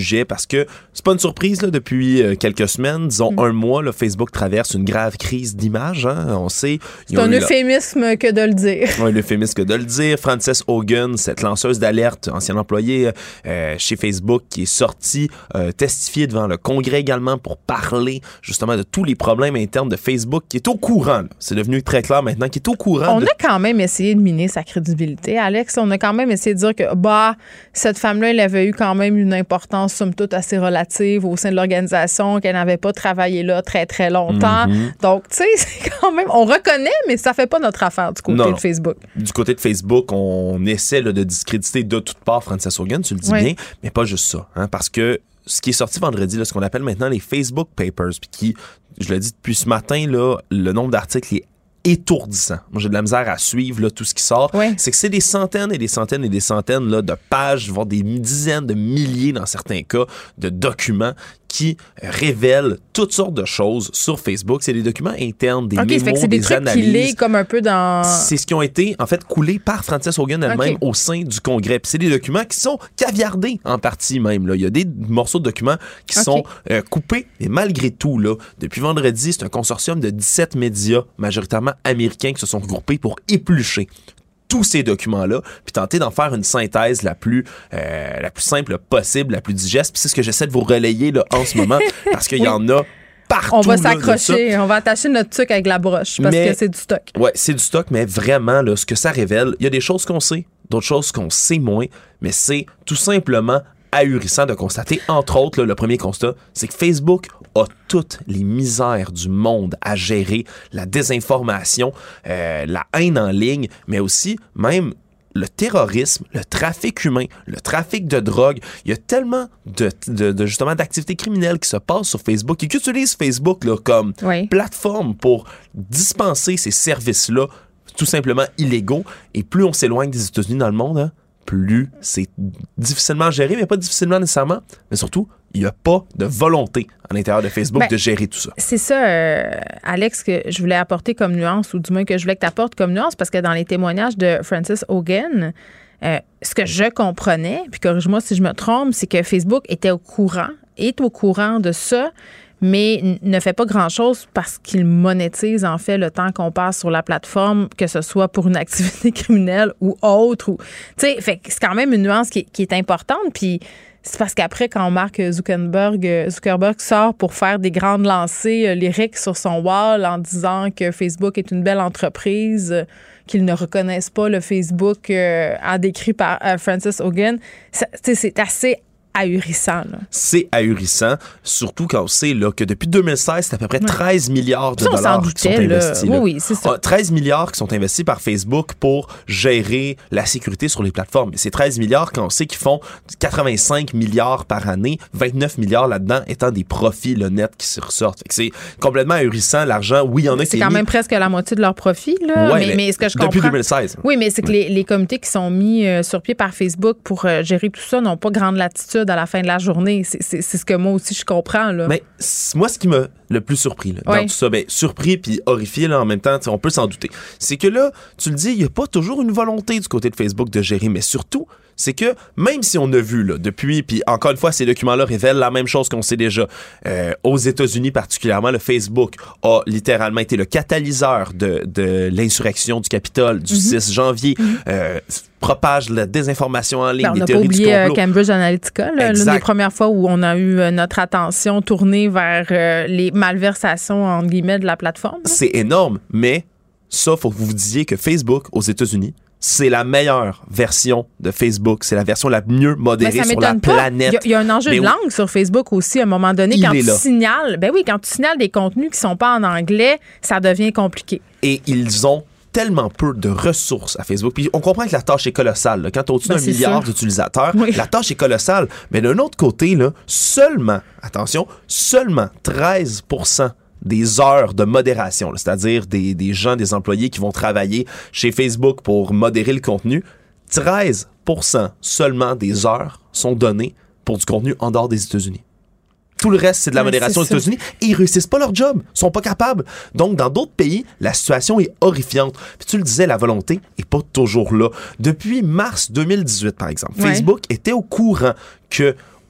sujet parce que c'est pas une surprise là, depuis euh, quelques semaines, disons mm. un mois, là, Facebook traverse une grave crise d'image. Hein, on sait. C'est un euphémisme la... que de le dire. Oui, un euphémisme que de le dire. Frances Haugen, cette lanceuse d'alerte, ancienne employée euh, chez Facebook, qui est sortie euh, testifier devant le Congrès également pour parler justement de tous les problèmes internes de Facebook, qui est au courant. Là. C'est devenu très clair maintenant, qui est au courant. On de... a quand même essayé de miner sa crédibilité, Alex. On a quand même essayé de dire que bah cette femme-là, elle avait eu quand même une importance, somme toute, assez relative au sein de l'organisation, qu'elle n'avait pas travaillé là très, très longtemps. Mm-hmm. Donc, tu sais, c'est quand même... On reconnaît, mais ça fait pas notre affaire du côté non, de Facebook. Du côté de Facebook, on essaie là, de discréditer de toutes parts Frances Haugen, tu le dis oui. bien, mais pas juste ça. Hein, parce que ce qui est sorti vendredi, là, ce qu'on appelle maintenant les Facebook Papers, puis qui, je l'ai dit depuis ce matin, là, le nombre d'articles est étourdissant. Moi, j'ai de la misère à suivre là, tout ce qui sort. Oui. C'est que c'est des centaines et des centaines et des centaines là, de pages, voire des dizaines de milliers, dans certains cas, de documents qui révèlent toutes sortes de choses sur Facebook. C'est des documents internes, des okay, mémos, c'est des, des trucs analyses. Qui lient comme un peu dans... C'est ce qui ont été, en fait, coulés par Frances Haugen elle-même okay. au sein du Congrès. Puis c'est des documents qui sont caviardés en partie même. Là. Il y a des morceaux de documents qui okay. sont euh, coupés. Et malgré tout, là, depuis vendredi, c'est un consortium de dix-sept médias, majoritairement américains, qui se sont regroupés pour éplucher tous ces documents-là, puis tenter d'en faire une synthèse la plus, euh, la plus simple possible, la plus digeste. Puis c'est ce que j'essaie de vous relayer là, en ce moment, parce qu'il oui. y en a partout. On va là, s'accrocher, on va attacher notre truc avec la broche, parce mais, que c'est du stock. Oui, c'est du stock, mais vraiment, là, ce que ça révèle, il y a des choses qu'on sait, d'autres choses qu'on sait moins, mais c'est tout simplement ahurissant de constater, entre autres, là, le premier constat, c'est que Facebook a toutes les misères du monde à gérer, la désinformation, euh, la haine en ligne, mais aussi même le terrorisme, le trafic humain, le trafic de drogue. Il y a tellement de, de, de justement d'activités criminelles qui se passent sur Facebook et qui utilisent Facebook là, comme oui. plateforme pour dispenser ces services-là tout simplement illégaux. Et plus on s'éloigne des États-Unis dans le monde, hein, plus c'est difficilement géré, mais pas difficilement nécessairement, mais surtout, il n'y a pas de volonté à l'intérieur de Facebook ben, de gérer tout ça. C'est ça, euh, Alex, que je voulais apporter comme nuance, ou du moins que je voulais que tu apportes comme nuance, parce que dans les témoignages de Frances Haugen, euh, ce que je comprenais, puis corrige-moi si je me trompe, c'est que Facebook était au courant, est au courant de ça, mais ne fait pas grand-chose parce qu'il monétise, en fait, le temps qu'on passe sur la plateforme, que ce soit pour une activité criminelle ou autre. Ou, tu sais, fait que c'est quand même une nuance qui, qui est importante. Puis c'est parce qu'après, quand Mark Zuckerberg, Zuckerberg sort pour faire des grandes lancées euh, lyriques sur son wall en disant que Facebook est une belle entreprise, euh, qu'ils ne reconnaissent pas le Facebook euh, a décrit par euh, Frances Haugen, ça, c'est assez ahurissant. Là. C'est ahurissant, surtout quand on sait là, que depuis deux mille seize, c'est à peu près treize milliards de dollars doutait, qui sont investis. Là. Oui, oui, c'est ça. Ah, treize milliards qui sont investis par Facebook pour gérer la sécurité sur les plateformes. Et c'est treize milliards quand on sait qu'ils font quatre-vingt-cinq milliards par année, vingt-neuf milliards là-dedans étant des profits là, nets qui se ressortent. Fait que c'est complètement ahurissant, l'argent. Oui, il y en a c'est qui quand mis... même presque la moitié de leurs profits. Là. Ouais, mais, mais, mais ce que je comprends... Depuis deux mille seize. Oui, mais c'est que ouais. les, les comités qui sont mis euh, sur pied par Facebook pour euh, gérer tout ça n'ont pas grande latitude à la fin de la journée. C'est, c'est, c'est ce que moi aussi je comprends. Là. Mais moi, ce qui m'a le plus surpris là, dans oui. tout ça, ben, surpris puis horrifié là, en même temps, on peut s'en douter, c'est que là, tu le dis, il n'y a pas toujours une volonté du côté de Facebook de gérer, mais surtout, c'est que même si on a vu là, depuis, puis encore une fois, ces documents-là révèlent la même chose qu'on sait déjà, euh, aux États-Unis particulièrement, le Facebook a littéralement été le catalyseur de, de l'insurrection du Capitole du mm-hmm. six janvier, mm-hmm. euh, propage la désinformation en ligne, ben, des théories du complot. On n'a pas oublié Cambridge Analytica, là, l'une des premières fois où on a eu euh, notre attention tournée vers euh, les malversations, entre guillemets, de la plateforme. Là. C'est énorme, mais ça, il faut que vous vous disiez que Facebook, aux États-Unis, c'est la meilleure version de Facebook. C'est la version la mieux modérée sur la pas. planète. Il y, y a un enjeu mais de langue sur Facebook aussi, à un moment donné. Quand tu là. signales, ben oui, quand tu signales des contenus qui sont pas en anglais, ça devient compliqué. Et ils ont tellement peu de ressources à Facebook. Puis on comprend que la tâche est colossale. Là. Quand tu as au-dessus ben, d'un milliard sûr. d'utilisateurs, oui. la tâche est colossale. Mais d'un autre côté, là, seulement, attention, seulement treize pour cent des heures de modération, là, c'est-à-dire des, des gens, des employés qui vont travailler chez Facebook pour modérer le contenu, treize pour cent seulement des heures sont données pour du contenu en dehors des États-Unis. Tout le reste, c'est de la ouais, modération aux États-Unis et ils réussissent pas leur job. Ils sont pas capables. Donc, dans d'autres pays, la situation est horrifiante. Puis tu le disais, la volonté est pas toujours là. Depuis mars deux mille dix-huit, par exemple, ouais. Facebook était au courant que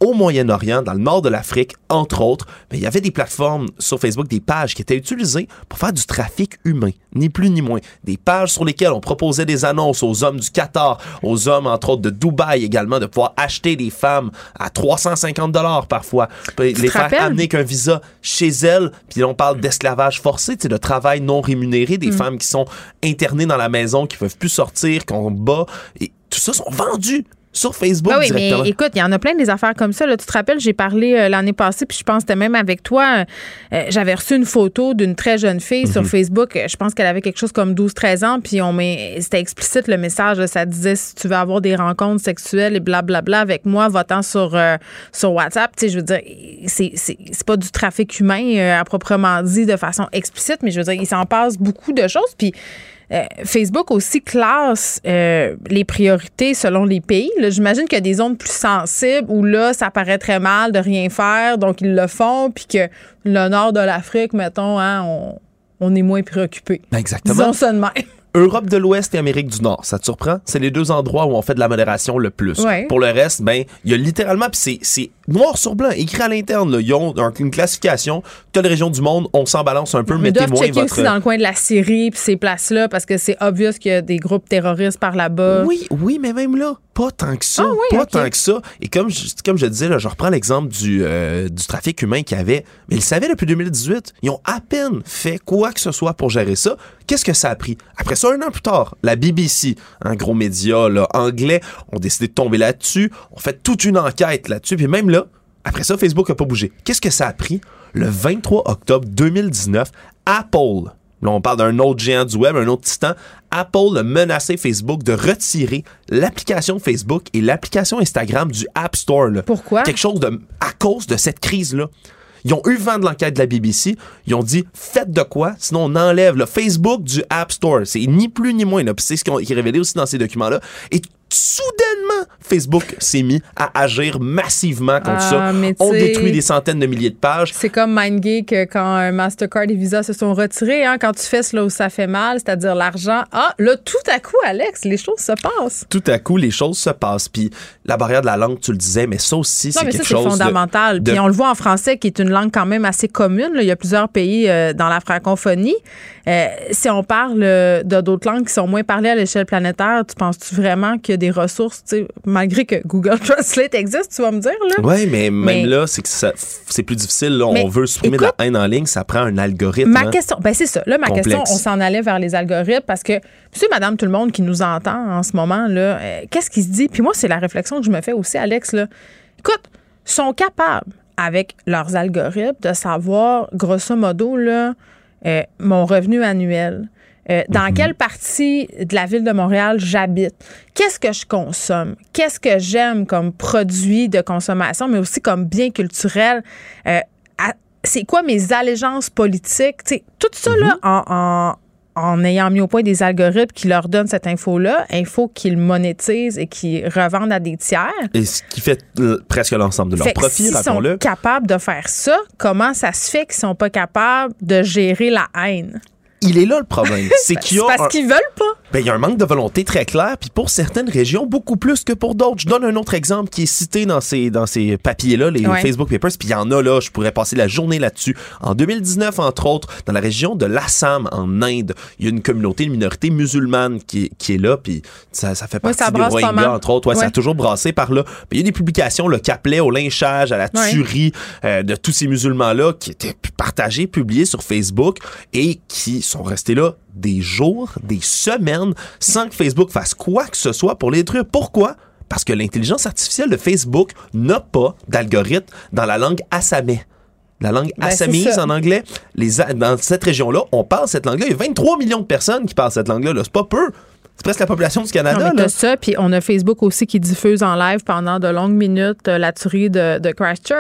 au Moyen-Orient, dans le nord de l'Afrique, entre autres, mais il y avait des plateformes sur Facebook, des pages qui étaient utilisées pour faire du trafic humain, ni plus ni moins. Des pages sur lesquelles on proposait des annonces aux hommes du Qatar, aux hommes, entre autres, de Dubaï également, de pouvoir acheter des femmes à trois cent cinquante dollars parfois, les faire rappelles? amener qu'un visa chez elles, puis on parle d'esclavage forcé, de travail non rémunéré, des mm. femmes qui sont internées dans la maison, qui peuvent plus sortir, qu'on bat, et tout ça sont vendus sur Facebook ben oui, directement. Mais écoute, il y en a plein des affaires comme ça. Là. Tu te rappelles, j'ai parlé euh, l'année passée, puis je pense que c'était même avec toi. Euh, j'avais reçu une photo d'une très jeune fille mm-hmm. sur Facebook. Je pense qu'elle avait quelque chose comme douze treize ans, puis on met, c'était explicite le message. Là, ça disait, si tu veux avoir des rencontres sexuelles et blablabla avec moi, va-t'en sur, euh, sur WhatsApp. Tu sais, je veux dire, c'est, c'est, c'est pas du trafic humain euh, à proprement dit de façon explicite, mais je veux dire, il s'en passe beaucoup de choses, puis Euh, Facebook aussi classe euh, les priorités selon les pays. Là, j'imagine qu'il y a des zones plus sensibles où là, ça paraît très mal de rien faire, donc ils le font, puis que le nord de l'Afrique, mettons, hein, on, on est moins préoccupé. Exactement. Disons ça de même. Europe de l'Ouest et Amérique du Nord, ça te surprend? C'est les deux endroits où on fait de la modération le plus. Ouais. Pour le reste, ben, il y a littéralement, puis c'est, c'est noir sur blanc, écrit à l'interne, là. Ils ont une classification. Telle région du monde, on s'en balance un peu, mais mettez moins checker votre... aussi dans le coin de la Syrie puis ces places-là, parce que c'est obvious qu'il y a des groupes terroristes par là-bas. Oui, oui, mais même là, pas tant que ça. Ah oui, pas okay. tant que ça. Et comme je, comme je disais, là, je reprends l'exemple du, euh, du trafic humain qu'il y avait, mais ils le savaient depuis deux mille dix-huit. Ils ont à peine fait quoi que ce soit pour gérer ça. Qu'est-ce que ça a pris? Après ça, un an plus tard, la B B C, un gros média là, anglais, ont décidé de tomber là-dessus, ont fait toute une enquête là-dessus, puis même là, après ça, Facebook n'a pas bougé. Qu'est-ce que ça a pris? Le vingt-trois octobre deux mille dix-neuf, Apple, là on parle d'un autre géant du web, un autre titan, Apple a menacé Facebook de retirer l'application Facebook et l'application Instagram du App Store. Là. Pourquoi? Quelque chose de... à cause de cette crise-là. Ils ont eu vent de l'enquête de la B B C. Ils ont dit, faites de quoi, sinon on enlève le Facebook du App Store. C'est ni plus ni moins. Là. Puis c'est ce qui est révélé aussi dans ces documents-là. Et soudainement, Facebook s'est mis à agir massivement contre ah, ça. On t'sais, détruit des centaines de milliers de pages. C'est comme MindGeek quand Mastercard et Visa se sont retirés. Hein, quand tu fais là où ça fait mal, c'est-à-dire l'argent. Ah, là, tout à coup, Alex, les choses se passent. Tout à coup, les choses se passent. Puis la barrière de la langue, tu le disais, mais ça aussi, non, c'est mais quelque ça, c'est chose fondamental. de... Puis on le voit en français, qui est une langue quand même assez commune. Là. Il y a plusieurs pays euh, dans la francophonie. Euh, si on parle euh, de d'autres langues qui sont moins parlées à l'échelle planétaire, tu penses-tu vraiment qu'il y a des ressources, tu sais, malgré que Google Translate existe, tu vas me dire, là? Oui, mais même mais, là, c'est que ça, c'est plus difficile. Là. On veut supprimer écoute, de la haine en ligne, ça prend un algorithme. Ma hein, question, ben c'est ça. Là, ma complexe. question, on s'en allait vers les algorithmes parce que monsieur, madame, tout le monde qui nous entend en ce moment, là, euh, qu'est-ce qui se dit? Puis moi, c'est la réflexion que je me fais aussi, Alex, là. Écoute, sont capables, avec leurs algorithmes, de savoir, grosso modo, là, euh, mon revenu annuel. Euh, dans mm-hmm. quelle partie de la ville de Montréal j'habite? Qu'est-ce que je consomme? Qu'est-ce que j'aime comme produit de consommation, mais aussi comme bien culturel? Euh, à, c'est quoi mes allégeances politiques? T'sais, tout ça, mm-hmm. là, en, en, en ayant mis au point des algorithmes qui leur donnent cette info-là, info qu'ils monétisent et qu'ils revendent à des tiers. Et ce qui fait euh, presque l'ensemble de leur fait profit, s'ils rappelons-le. Sont capables de faire ça, comment ça se fait qu'ils sont pas capables de gérer la haine? Il est là le problème. C'est qu'il y a c'est parce un... qu'ils veulent pas. Ben, il y a un manque de volonté très clair, puis pour certaines régions, beaucoup plus que pour d'autres. Je donne un autre exemple qui est cité dans ces, dans ces papiers-là, les ouais. Facebook Papers, puis il y en a là, je pourrais passer la journée là-dessus. En deux mille dix-neuf, entre autres, dans la région de l'Assam, en Inde, il y a une communauté, une minorité musulmane qui, qui est là, puis ça, ça fait partie ouais, ça des Rohingyas, entre autres. Ouais, ouais. Ça a toujours brassé par là. Puis il y a des publications là, qui appelaient au lynchage, à la tuerie ouais. euh, de tous ces musulmans-là qui étaient partagés, publiés sur Facebook et qui sont restés là des jours, des semaines, sans que Facebook fasse quoi que ce soit pour les détruire. Pourquoi? Parce que l'intelligence artificielle de Facebook n'a pas d'algorithme dans la langue assamais. La langue ben, assamese en anglais, les, dans cette région-là, on parle cette langue-là. Il y a vingt-trois millions de personnes qui parlent cette langue-là. Là. C'est pas peu. C'est presque la population du Canada. Non, mais t'as ça, puis on a Facebook aussi qui diffuse en live pendant de longues minutes euh, la tuerie de, de Christchurch.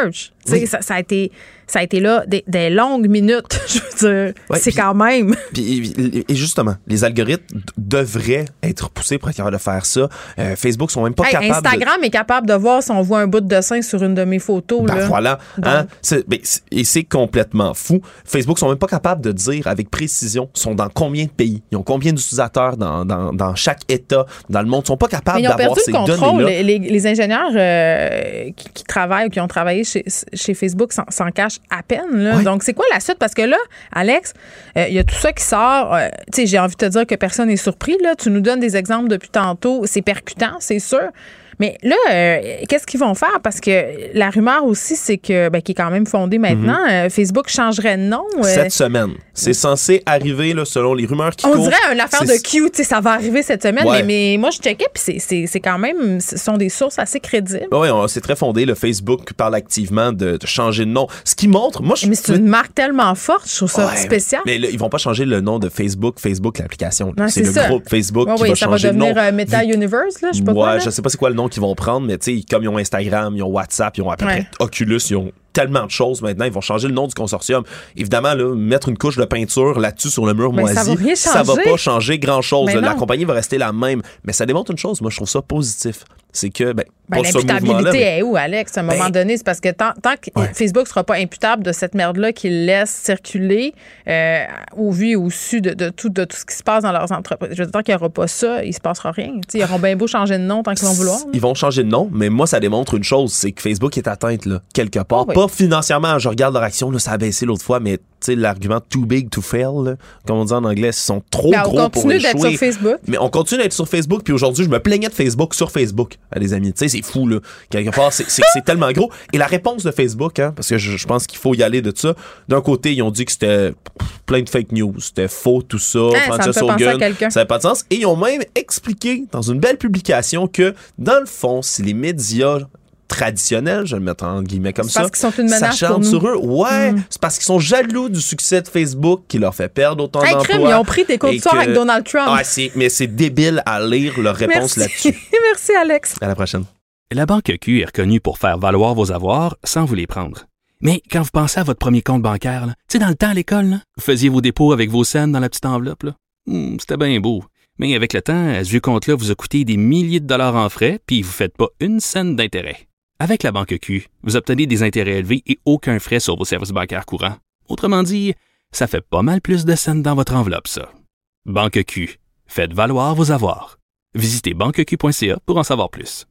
Tu sais, Oui. ça, ça a été... Ça a été là des, des longues minutes, je veux dire. Ouais, c'est puis, quand même. Puis, et justement, les algorithmes d- devraient être poussés pour être capables de faire ça. Euh, Facebook sont même pas Hey, capables Instagram de... est capable de voir si on voit un bout de dessin sur une de mes photos. Ben là. voilà. Donc. Hein? C'est, ben, c'est, et c'est complètement fou. Facebook sont même pas capables de dire avec précision sont dans combien de pays. Ils ont combien d'utilisateurs dans, dans, dans chaque État dans le monde. Ils sont pas capables Mais ils ont d'avoir perdu ces le contrôle. données-là. Les, les, les ingénieurs euh, qui, qui travaillent ou qui ont travaillé chez, chez Facebook s'en, s'en cachent à peine. Là. Ouais. Donc, c'est quoi la suite? Parce que là, Alex, il euh, y a tout ça qui sort. Euh, tu sais, j'ai envie de te dire que personne n'est surpris. Là. Tu nous donnes des exemples depuis tantôt. C'est percutant, c'est sûr. Mais là, euh, qu'est-ce qu'ils vont faire? Parce que la rumeur aussi, c'est que, ben, qui est quand même fondée maintenant, mm-hmm. euh, Facebook changerait de nom. Euh, cette semaine. C'est censé arriver, là, selon les rumeurs qui on courent. On dirait une affaire c'est... de Q, tu sais, ça va arriver cette semaine. Ouais. Mais, mais moi, je checkais, puis c'est, c'est, c'est quand même, ce sont des sources assez crédibles. Oui, c'est très fondé. Le Facebook parle activement de, de changer de nom. Ce qui montre, moi, je... Mais c'est une marque tellement forte, je trouve ça ouais, spécial. Mais là, ils vont pas changer le nom de Facebook, Facebook, l'application. Non, c'est, c'est le ça. groupe Facebook ouais, qui oui, va ça changer va devenir de nom. Euh, Meta Universe, là, je sais pas ouais, quoi. Là. Je sais pas c'est quoi le nom qu'ils vont prendre, mais tu sais, comme ils ont Instagram, ils ont WhatsApp, ils ont à peu près ouais. Oculus, ils ont tellement de choses maintenant, ils vont changer le nom du consortium. Évidemment, là, mettre une couche de peinture là-dessus sur le mur ben, moisi, ça va rien ça va pas changer grand-chose. Ben la compagnie va rester la même. Mais ça démontre une chose, moi je trouve ça positif. C'est que, ben, ben pas ce mouvement-là. L'imputabilité mais... est où, Alex? À un ben, moment donné, c'est parce que tant, tant que ouais. Facebook sera pas imputable de cette merde-là qu'ils laissent circuler euh, au vu et au su de, de, tout, de tout ce qui se passe dans leurs entreprises. Je veux dire, tant qu'il n'y aura pas ça, il se passera rien. T'sais, ils auront bien beau changer de nom tant qu'ils vont vouloir. Là. Ils vont changer de nom, mais moi, ça démontre une chose, c'est que Facebook est atteinte, là, quelque part. Oh, oui. Pas financièrement, je regarde leur action, là, ça a baissé l'autre fois, mais tu sais, l'argument too big to fail, là, comme on dit en anglais, ils sont trop ben, gros pour échouer. On continue d'être sur Facebook. Mais on continue d'être sur Facebook, puis aujourd'hui, je me plaignais de Facebook sur Facebook, à des amis. Tu sais, c'est fou, là. Quelque part, c'est, c'est, c'est tellement gros. Et la réponse de Facebook, hein, parce que je, je pense qu'il faut y aller de ça, d'un côté, ils ont dit que c'était plein de fake news, c'était faux, tout ça, hein, Frances ça Hogan, ça n'avait pas de sens. Et ils ont même expliqué dans une belle publication que, dans le fond, si les médias traditionnels, je vais le mettre en guillemets comme c'est ça, parce qu'ils sont une menace s'acharnent pour nous. sur eux. Ouais, mm. c'est parce qu'ils sont jaloux du succès de Facebook qui leur fait perdre autant hey, d'emplois. Crime, ils ont pris des cours de soir avec Donald Trump. Ah, c'est, mais c'est débile à lire leur réponse Merci. là-dessus. Merci, Alex. À la prochaine. La Banque Q est reconnue pour faire valoir vos avoirs sans vous les prendre. Mais quand vous pensez à votre premier compte bancaire, tu sais, dans le temps à l'école, là, vous faisiez vos dépôts avec vos scènes dans la petite enveloppe. Là. Hum, c'était bien beau. Mais avec le temps, ce vieux compte-là vous a coûté des milliers de dollars en frais, puis vous ne faites pas une scène d'intérêt. Avec la Banque Q, vous obtenez des intérêts élevés et aucun frais sur vos services bancaires courants. Autrement dit, ça fait pas mal plus de scènes dans votre enveloppe, ça. Banque Q. Faites valoir vos avoirs. Visitez banque q point c a pour en savoir plus.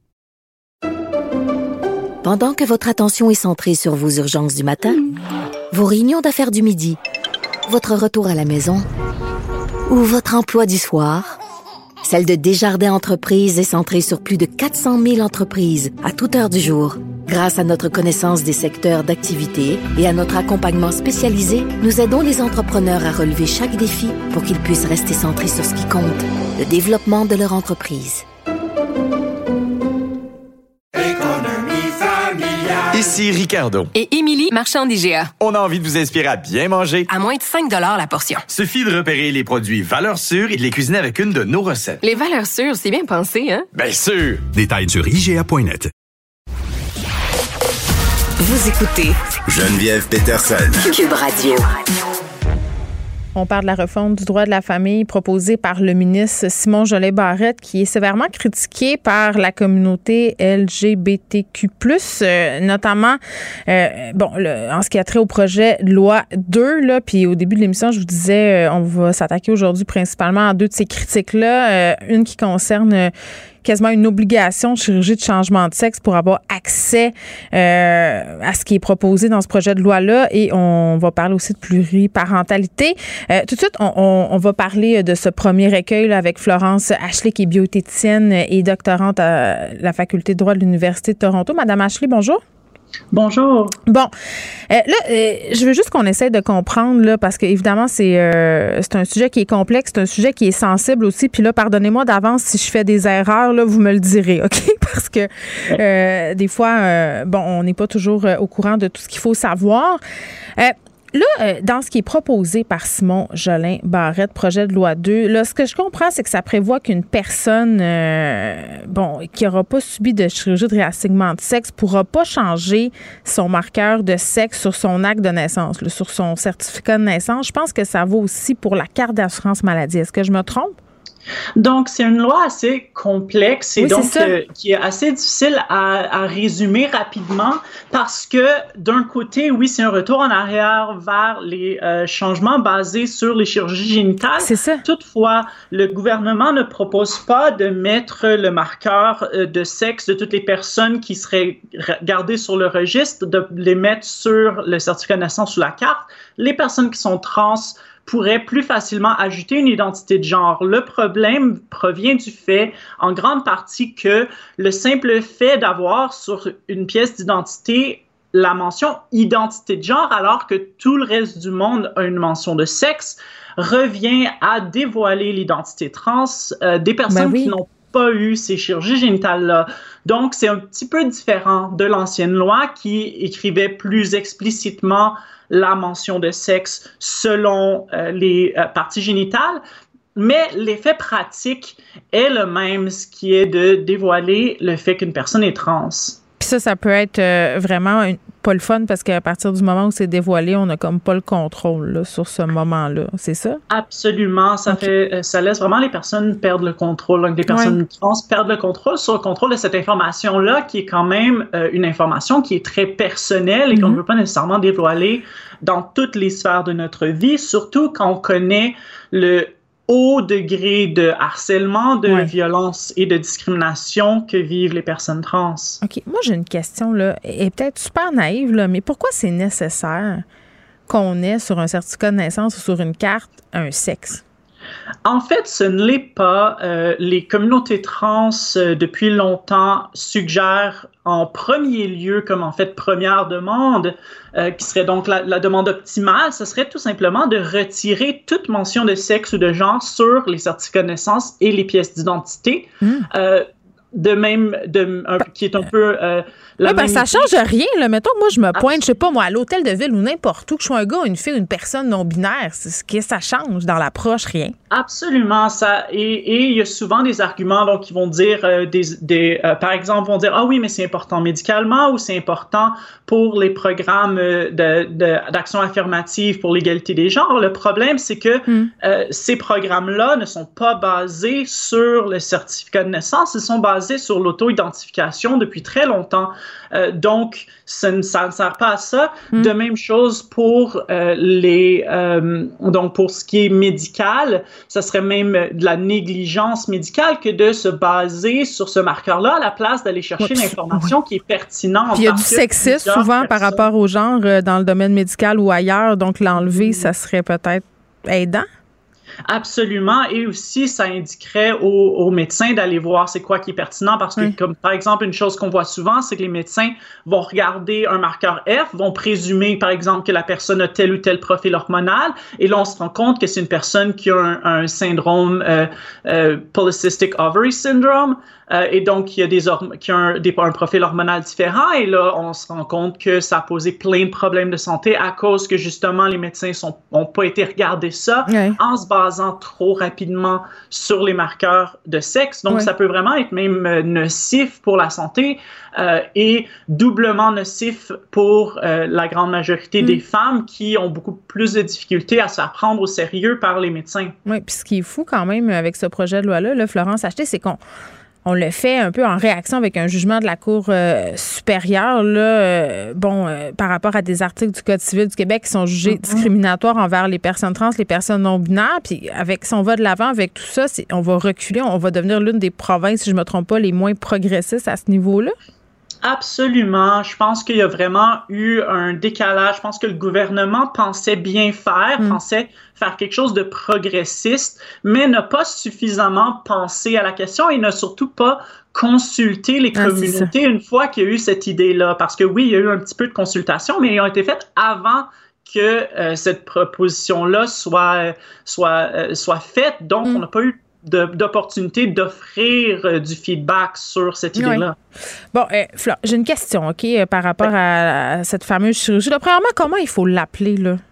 Pendant que votre attention est centrée sur vos urgences du matin, vos réunions d'affaires du midi, votre retour à la maison ou votre emploi du soir, celle de Desjardins Entreprises est centrée sur plus de quatre cent mille entreprises à toute heure du jour. Grâce à notre connaissance des secteurs d'activité et à notre accompagnement spécialisé, nous aidons les entrepreneurs à relever chaque défi pour qu'ils puissent rester centrés sur ce qui compte, le développement de leur entreprise. Ici Ricardo. Et Émilie, marchand d'I G A. On a envie de vous inspirer à bien manger. À moins de cinq dollars la portion. Suffit de repérer les produits valeurs sûres et de les cuisiner avec une de nos recettes. Les valeurs sûres, c'est bien pensé, hein? Bien sûr! Détails sur I G A point net. Vous écoutez Geneviève Peterson. Cube Radio. On parle de la refonte du droit de la famille proposée par le ministre Simon Joly-Barrette, qui est sévèrement critiqué par la communauté L G B T Q plus, euh, notamment euh, bon, le, en ce qui a trait au projet de loi deux. Là, puis au début de l'émission, je vous disais, euh, on va s'attaquer aujourd'hui principalement à deux de ces critiques-là. Euh, une qui concerne euh, quasiment une obligation de chirurgie de changement de sexe pour avoir accès euh, à ce qui est proposé dans ce projet de loi-là. Et on va parler aussi de pluriparentalité. Euh, tout de suite, on, on, on va parler de ce premier recueil là, avec Florence Ashley, qui est bioéthicienne et doctorante à la faculté de droit de l'Université de Toronto. Madame Ashley, bonjour. Bonjour. Bon, euh, là, euh, je veux juste qu'on essaie de comprendre, là, parce que évidemment, c'est, euh, c'est un sujet qui est complexe, c'est un sujet qui est sensible aussi. Puis là, pardonnez-moi d'avance si je fais des erreurs, là, vous me le direz, OK? Parce que euh, des fois, euh, bon, on n'est pas toujours euh, au courant de tout ce qu'il faut savoir. Euh, là, euh, dans ce qui est proposé par Simon Jolin Barrette, projet de loi deux, là, ce que je comprends, c'est que ça prévoit qu'une personne euh, bon, qui n'aura pas subi de chirurgie de réassignement de sexe ne pourra pas changer son marqueur de sexe sur son acte de naissance, là, sur son certificat de naissance. Je pense que ça vaut aussi pour la carte d'assurance maladie. Est-ce que je me trompe? Donc, c'est une loi assez complexe et oui, donc euh, qui est assez difficile à, à résumer rapidement parce que d'un côté, oui, c'est un retour en arrière vers les euh, changements basés sur les chirurgies génitales. C'est ça. Toutefois, le gouvernement ne propose pas de mettre le marqueur euh, de sexe de toutes les personnes qui seraient gardées sur le registre, de les mettre sur le certificat de naissance ou la carte. Les personnes qui sont trans pourrait plus facilement ajouter une identité de genre. Le problème provient du fait, en grande partie, que le simple fait d'avoir sur une pièce d'identité la mention identité de genre, alors que tout le reste du monde a une mention de sexe, revient à dévoiler l'identité trans euh, des personnes ben oui. qui n'ont pas eu ces chirurgies génitales-là. Donc, c'est un petit peu différent de l'ancienne loi qui écrivait plus explicitement la mention de sexe selon euh, les euh, parties génitales, mais l'effet pratique est le même, ce qui est de dévoiler le fait qu'une personne est trans. Puis ça, ça peut être euh, vraiment une, pas le fun parce qu'à partir du moment où c'est dévoilé, on n'a comme pas le contrôle là, sur ce moment-là. C'est ça? Absolument. Ça okay. fait, ça laisse vraiment les personnes perdre le contrôle. Donc, les personnes ouais. trans perdent le contrôle sur le contrôle de cette information-là, qui est quand même euh, une information qui est très personnelle et mm-hmm. qu'on ne veut pas nécessairement dévoiler dans toutes les sphères de notre vie, surtout quand on connaît le haut degré de harcèlement, de ouais. violence et de discrimination que vivent les personnes trans. OK. Moi, j'ai une question, là, et peut-être super naïve, là, mais pourquoi c'est nécessaire qu'on ait sur un certificat de naissance ou sur une carte un sexe? En fait, ce ne l'est pas. Euh, les communautés trans, euh, depuis longtemps, suggèrent en premier lieu, comme en fait première demande, euh, qui serait donc la, la demande optimale, ce serait tout simplement de retirer toute mention de sexe ou de genre sur les certificats de naissance et les pièces d'identité. Mmh. Euh, de même, de, un, qui est un peu euh, la oui, même... ça change rien. Là. Mettons que moi, je me pointe, je sais pas, moi, à l'hôtel de ville ou n'importe où, que je sois un gars, une fille, une personne non-binaire. C'est ce que ça change dans l'approche, rien. Absolument. Ça, et il y a souvent des arguments donc, qui vont dire, euh, des, des, euh, par exemple, vont dire, ah oui, mais c'est important médicalement ou c'est important pour les programmes de, de, d'action affirmative pour l'égalité des genres. Le problème, c'est que mm. euh, ces programmes-là ne sont pas basés sur le certificat de naissance, ils sont basés sur l'auto-identification depuis très longtemps. Euh, donc, ça ne, ça ne sert pas à ça. Mm. De même chose pour euh, les... Euh, donc, pour ce qui est médical, ça serait même de la négligence médicale que de se baser sur ce marqueur-là à la place d'aller chercher ouais, l'information ouais. qui est pertinente. Puis il y a du sexisme souvent personnes. Par rapport au genre euh, dans le domaine médical ou ailleurs. Donc, l'enlever, mm. ça serait peut-être aidant? Absolument. Et aussi, ça indiquerait aux, aux médecins d'aller voir c'est quoi qui est pertinent parce que, oui. comme par exemple, une chose qu'on voit souvent, c'est que les médecins vont regarder un marqueur F, vont présumer, par exemple, que la personne a tel ou tel profil hormonal. Et là, on se rend compte que c'est une personne qui a un, un syndrome euh, euh, polycystic ovary syndrome. Euh, et donc, il y a des horm- qui ont un, des, un profil hormonal différent. Et là, on se rend compte que ça a posé plein de problèmes de santé à cause que, justement, les médecins n'ont pas été regarder ça oui. en se basant trop rapidement sur les marqueurs de sexe. Donc, oui. ça peut vraiment être même euh, nocif pour la santé euh, et doublement nocif pour euh, la grande majorité mm. des femmes qui ont beaucoup plus de difficultés à se faire prendre au sérieux par les médecins. Oui, puis ce qui est fou quand même avec ce projet de loi-là, là, Florence Acheté, c'est qu'on On le fait un peu en réaction avec un jugement de la Cour euh, supérieure, là, euh, bon, euh, par rapport à des articles du Code civil du Québec qui sont jugés mm-hmm. discriminatoires envers les personnes trans, les personnes non-binaires. Puis, avec, si on va de l'avant avec tout ça, c'est, on va reculer, on va devenir l'une des provinces, si je ne me trompe pas, les moins progressistes à ce niveau-là. Absolument. Je pense qu'il y a vraiment eu un décalage. Je pense que le gouvernement pensait bien faire, mm. pensait faire quelque chose de progressiste, mais n'a pas suffisamment pensé à la question et n'a surtout pas consulté les ah, communautés une fois qu'il y a eu cette idée-là. Parce que oui, il y a eu un petit peu de consultation, mais elles ont été faites avant que euh, cette proposition-là soit, soit, euh, soit faite. Donc, mm. on n'a pas eu De, d'opportunité d'offrir euh, du feedback sur cette idée-là. Oui. Bon, euh, Flore, j'ai une question, OK, euh, par rapport oui. à, à cette fameuse chirurgie. Là, premièrement, comment il faut l'appeler, là?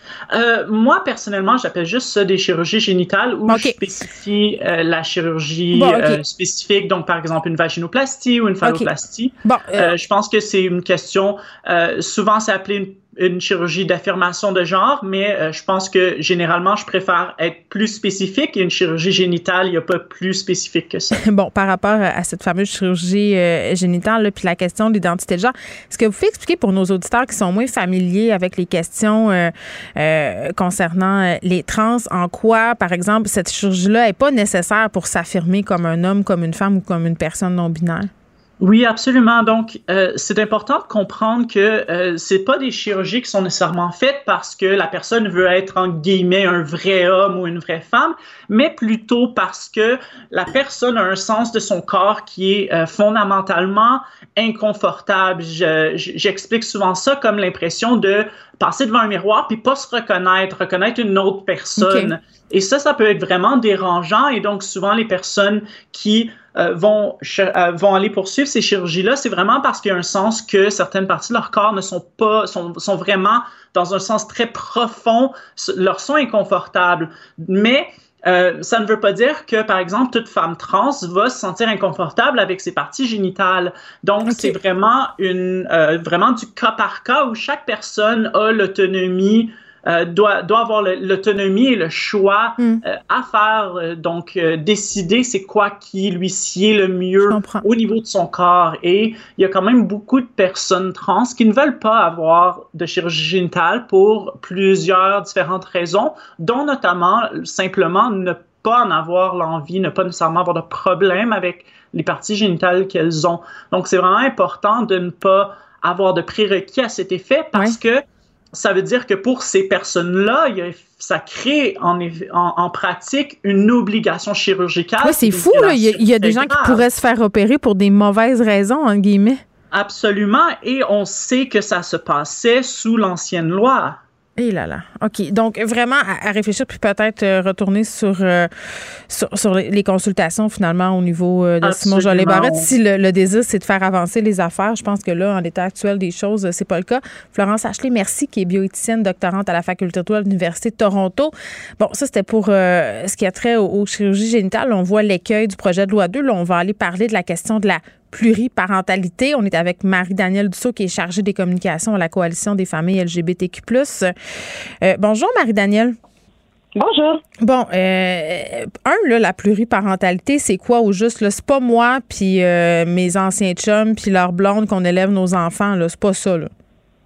Euh, moi, personnellement, j'appelle juste ça des chirurgies génitales où okay. je spécifie euh, la chirurgie bon, okay. euh, spécifique, donc par exemple une vaginoplastie ou une phalloplastie. Okay. Bon, euh... Euh, je pense que c'est une question, euh, souvent c'est appelé une une chirurgie d'affirmation de genre, mais euh, je pense que généralement, je préfère être plus spécifique et une chirurgie génitale, il n'y a pas plus spécifique que ça. Bon, par rapport à cette fameuse chirurgie euh, génitale, puis la question de l'identité de genre, est-ce que vous pouvez expliquer pour nos auditeurs qui sont moins familiers avec les questions euh, euh, concernant euh, les trans, en quoi, par exemple, cette chirurgie-là n'est pas nécessaire pour s'affirmer comme un homme, comme une femme ou comme une personne non-binaire? Oui, absolument. Donc, euh, c'est important de comprendre que euh, c'est pas des chirurgies qui sont nécessairement faites parce que la personne veut être, en guillemets, un vrai homme ou une vraie femme, mais plutôt parce que la personne a un sens de son corps qui est euh, fondamentalement inconfortable. Je, j'explique souvent ça comme l'impression de passer devant un miroir puis pas se reconnaître, reconnaître une autre personne. Okay. Et ça, ça peut être vraiment dérangeant. Et donc, souvent, les personnes qui euh, vont, euh, vont aller poursuivre ces chirurgies-là, c'est vraiment parce qu'il y a un sens que certaines parties de leur corps ne sont pas, sont, sont vraiment dans un sens très profond, leur sont inconfortables. Mais euh, ça ne veut pas dire que, par exemple, toute femme trans va se sentir inconfortable avec ses parties génitales. Donc, okay. c'est vraiment, une, euh, vraiment du cas par cas où chaque personne a l'autonomie Euh, doit, doit avoir le, l'autonomie et le choix mm. euh, à faire, euh, donc euh, décider c'est quoi qui lui sied le mieux au niveau de son corps. Et il y a quand même beaucoup de personnes trans qui ne veulent pas avoir de chirurgie génitale pour plusieurs différentes raisons, dont notamment simplement ne pas en avoir l'envie, ne pas nécessairement avoir de problème avec les parties génitales qu'elles ont. Donc, c'est vraiment important de ne pas avoir de prérequis à cet effet parce ouais. que ça veut dire que pour ces personnes-là, il y a, ça crée en, en, en pratique une obligation chirurgicale. Oui, c'est fou, là. Il y a, il y a des gens grave. qui pourraient se faire opérer pour des mauvaises raisons, entre guillemets. Absolument. Et on sait que ça se passait sous l'ancienne loi. Et là là. OK. Donc, vraiment à, à réfléchir puis peut-être euh, retourner sur, euh, sur, sur les, les consultations, finalement, au niveau euh, de Simon Joly Barrette. Si le, le désir, c'est de faire avancer les affaires, je pense que là, en l'état actuel des choses, c'est pas le cas. Florence Ashley, merci, qui est bioéthicienne, doctorante à la Faculté de droit de l'Université de Toronto. Bon, ça, c'était pour euh, ce qui a trait aux, aux chirurgies génitales. On voit l'écueil du projet de loi deux. Là, on va aller parler de la question de la pluriparentalité. On est avec Marie-Danielle Dussault, qui est chargée des communications à la Coalition des familles L G B T Q plus. Euh, bonjour, Marie-Danielle. Bonjour. Bon, euh, un, là, la pluriparentalité, c'est quoi au juste? Là, c'est pas moi puis euh, mes anciens chums puis leurs blondes qu'on élève nos enfants. Là, c'est pas ça, là.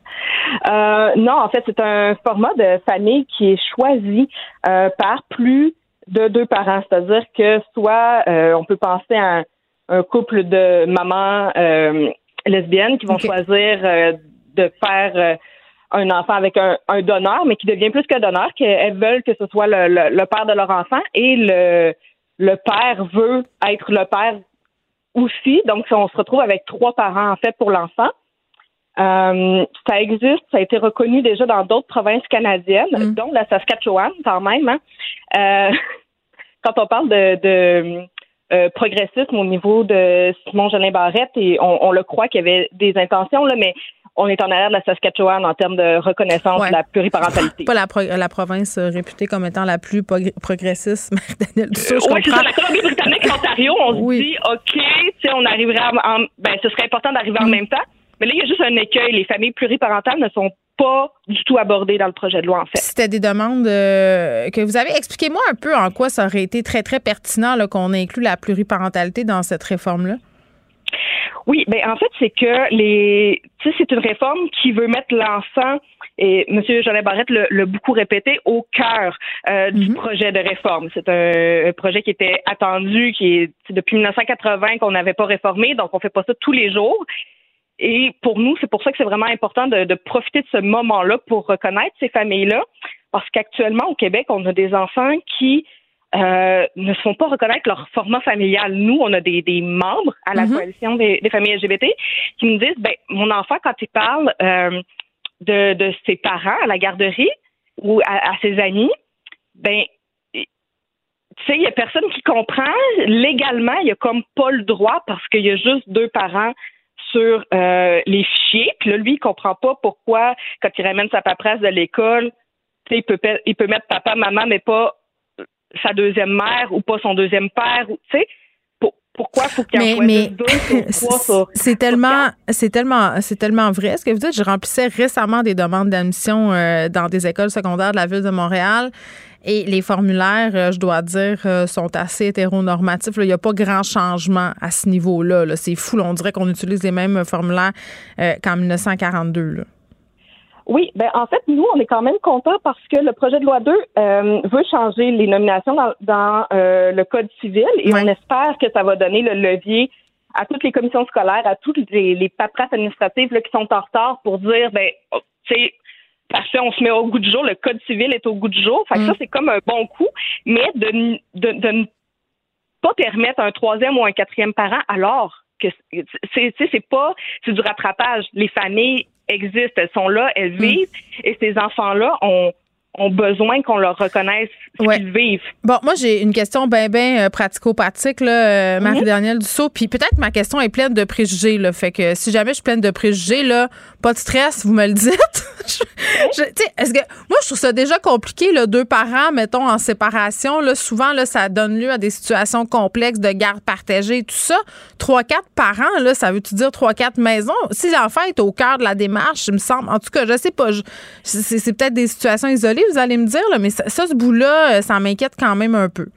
Euh, non, en fait, c'est un format de famille qui est choisi euh, par plus de deux parents. C'est-à-dire que soit euh, on peut penser à un un couple de mamans euh, lesbiennes qui vont okay. choisir euh, de faire euh, un enfant avec un, un donneur, mais qui devient plus qu'un donneur, qu'elles veulent que ce soit le, le, le père de leur enfant et le, le père veut être le père aussi. Donc, on se retrouve avec trois parents, en fait, pour l'enfant. Euh, ça existe, ça a été reconnu déjà dans d'autres provinces canadiennes, mm. dont la Saskatchewan, quand même. Hein. Euh, quand on parle de... de Euh, progressisme au niveau de Simon Joly Barrette et on, on le croit qu'il y avait des intentions, là, mais on est en arrière de la Saskatchewan en termes de reconnaissance ouais. de la pluriparentalité. Pas la, pro- la province réputée comme étant la plus pro- progressiste, Marie-Danielle Dussault, je euh, oui, comprends. Oui, c'est ça, la Colombie-Britannique, l'Ontario, on se oui. dit, OK, tu sais, on arriverait en, ben, ce serait important d'arriver mm. en même temps, mais là, il y a juste un écueil. Les familles pluriparentales ne sont pas du tout abordées dans le projet de loi, en fait. C'était des demandes euh, que vous avez. Expliquez-moi un peu en quoi ça aurait été très, très pertinent là, qu'on inclue la pluriparentalité dans cette réforme-là. Oui, ben en fait, c'est que les, tu sais, c'est une réforme qui veut mettre l'enfant, et M. Joly Barrette l'a, l'a beaucoup répété, au cœur euh, du mm-hmm. projet de réforme. C'est un, un projet qui était attendu, qui est depuis dix-neuf cent quatre-vingts qu'on n'avait pas réformé, donc on fait pas ça tous les jours. Et pour nous, c'est pour ça que c'est vraiment important de, de profiter de ce moment-là pour reconnaître ces familles-là, parce qu'actuellement, au Québec, on a des enfants qui euh, ne se font pas reconnaître leur format familial. Nous, on a des, des membres à la mm-hmm. Coalition des, des familles L G B T qui nous disent, ben mon enfant, quand il parle euh, de, de ses parents à la garderie ou à, à ses amis, ben tu sais, il y a personne qui comprend. Légalement, il y a comme pas le droit parce qu'il y a juste deux parents sur euh, les fichiers. Puis là, lui, il comprend pas pourquoi, quand il ramène sa paperasse de l'école, il peut, il peut mettre papa, maman, mais pas sa deuxième mère ou pas son deuxième père. Tu sais, pour, pourquoi faut qu'il y en choisisse deux sur trois sur, c'est tellement, c'est tellement, c'est tellement vrai. Ce que vous dites, je remplissais récemment des demandes d'admission euh, dans des écoles secondaires de la ville de Montréal. Et les formulaires, euh, je dois dire, euh, sont assez hétéronormatifs. Il n'y a pas grand changement à ce niveau-là. Là. C'est fou. Là. On dirait qu'on utilise les mêmes formulaires euh, qu'en dix-neuf cent quarante-deux. Là. Oui, ben en fait, nous, on est quand même contents parce que le projet de loi deux euh, veut changer les nominations dans, dans euh, le Code civil et ouais. on espère que ça va donner le levier à toutes les commissions scolaires, à toutes les, les paperasses administratives là, qui sont en retard pour dire, ben, tu sais, parfait, on se met au goût du jour, le Code civil est au goût du jour. Fait que mm. ça, c'est comme un bon coup, mais de, de, de ne pas permettre un troisième ou un quatrième parent alors que c'est, c'est, c'est pas, c'est du rattrapage. Les familles existent, elles sont là, elles vivent, mmh. et ces enfants-là ont, ont besoin qu'on leur reconnaisse ce ouais. qu'ils vivent. Bon, moi, j'ai une question bien, bien euh, pratico-pratique, là, euh, Marie-Danielle mmh. Dussault, puis peut-être ma question est pleine de préjugés, là, fait que si jamais je suis pleine de préjugés, là, pas de stress, vous me le dites. je, je, t'sais, est-ce que, moi, je trouve ça déjà compliqué, là, deux parents, mettons, en séparation, là, souvent, là, ça donne lieu à des situations complexes de garde partagée et tout ça. Trois, quatre parents, là, ça veut-tu dire trois, quatre maisons? Si l'enfant est au cœur de la démarche, il me semble, en tout cas, je sais pas, je, c'est, c'est peut-être des situations isolées, vous allez me dire, là, mais ça, ça ce bout-là, ça m'inquiète quand même un peu.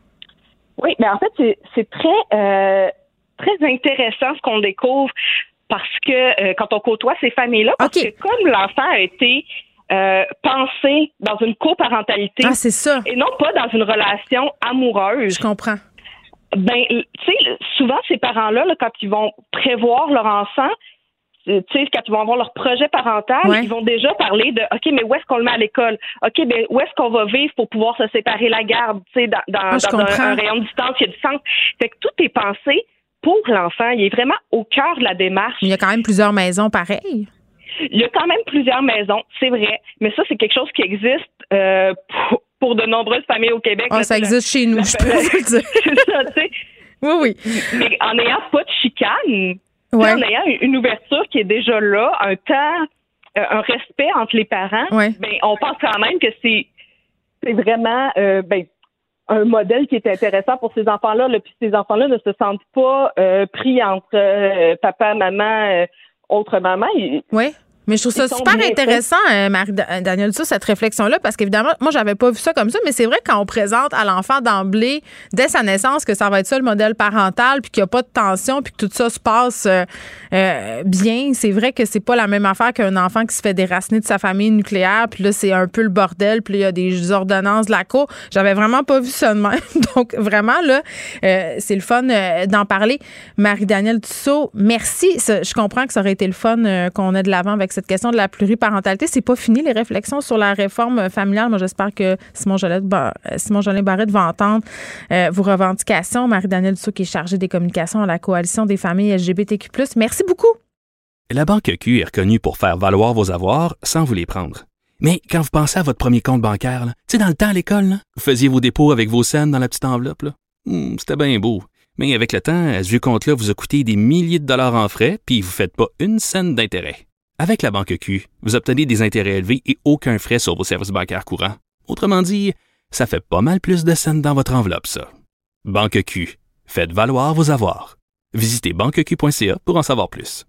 Oui, mais en fait, c'est, c'est très, euh, très intéressant ce qu'on découvre parce que euh, quand on côtoie ces familles-là, parce okay. que comme l'enfant a été euh, pensé dans une coparentalité ah, c'est ça. et non pas dans une relation amoureuse. Je comprends. Ben, tu sais, souvent, ces parents-là, là, quand ils vont prévoir leur enfant, tu sais, quand ils vont avoir leur projet parental, ouais. ils vont déjà parler de, OK, mais où est-ce qu'on le met à l'école? OK, mais où est-ce qu'on va vivre pour pouvoir se séparer la garde, tu sais, dans, dans, ah, dans un, un rayon de distance qui a du sens. Fait que tout est pensé pour l'enfant. Il est vraiment au cœur de la démarche. Mais il y a quand même plusieurs maisons pareilles. Il y a quand même plusieurs maisons, c'est vrai. Mais ça, c'est quelque chose qui existe euh, pour, pour de nombreuses familles au Québec. Ah, là, ça existe la, chez nous, la, je peux vous le dire. C'est ça, tu sais. Oui, oui. Mais en n'ayant pas de chicane, ouais. en ayant une ouverture qui est déjà là, un temps, euh, un respect entre les parents, ouais. ben on pense quand même que c'est c'est vraiment euh, ben un modèle qui est intéressant pour ces enfants-là. Là, puis ces enfants-là ne se sentent pas euh, pris entre euh, papa, maman, euh, autre maman. Ils, oui. Mais je trouve ça super intéressant, euh, Marie-Danielle Dussault, cette réflexion-là, parce qu'évidemment, moi, j'avais pas vu ça comme ça, mais c'est vrai que quand on présente à l'enfant d'emblée, dès sa naissance, que ça va être ça le modèle parental, puis qu'il n'y a pas de tension, puis que tout ça se passe euh, euh, bien, c'est vrai que c'est pas la même affaire qu'un enfant qui se fait déraciner de sa famille nucléaire, puis là, c'est un peu le bordel, puis il y a des ordonnances de la cour. J'avais vraiment pas vu ça de même. Donc, vraiment, là, euh, c'est le fun euh, d'en parler. Marie-Danielle Dussault, merci. Ça, je comprends que ça aurait été le fun euh, qu'on ait de l'avant avec cette question de la pluriparentalité. C'est pas fini, les réflexions sur la réforme familiale. Moi, j'espère que Simon Jolin, Simon Jolin Barrette va entendre euh, vos revendications. Marie-Danielle Dussault, qui est chargée des communications à la Coalition des familles L G B T Q plus. Merci beaucoup. La Banque Q est reconnue pour faire valoir vos avoirs sans vous les prendre. Mais quand vous pensez à votre premier compte bancaire, tu sais, dans le temps à l'école, là, vous faisiez vos dépôts avec vos scènes dans la petite enveloppe. Là. Hum, c'était bien beau. Mais avec le temps, ce vieux compte-là vous a coûté des milliers de dollars en frais, puis vous ne faites pas une scène d'intérêt. Avec la Banque Q, vous obtenez des intérêts élevés et aucun frais sur vos services bancaires courants. Autrement dit, ça fait pas mal plus de scènes dans votre enveloppe, ça. Banque Q, faites valoir vos avoirs. Visitez banque q point c a pour en savoir plus.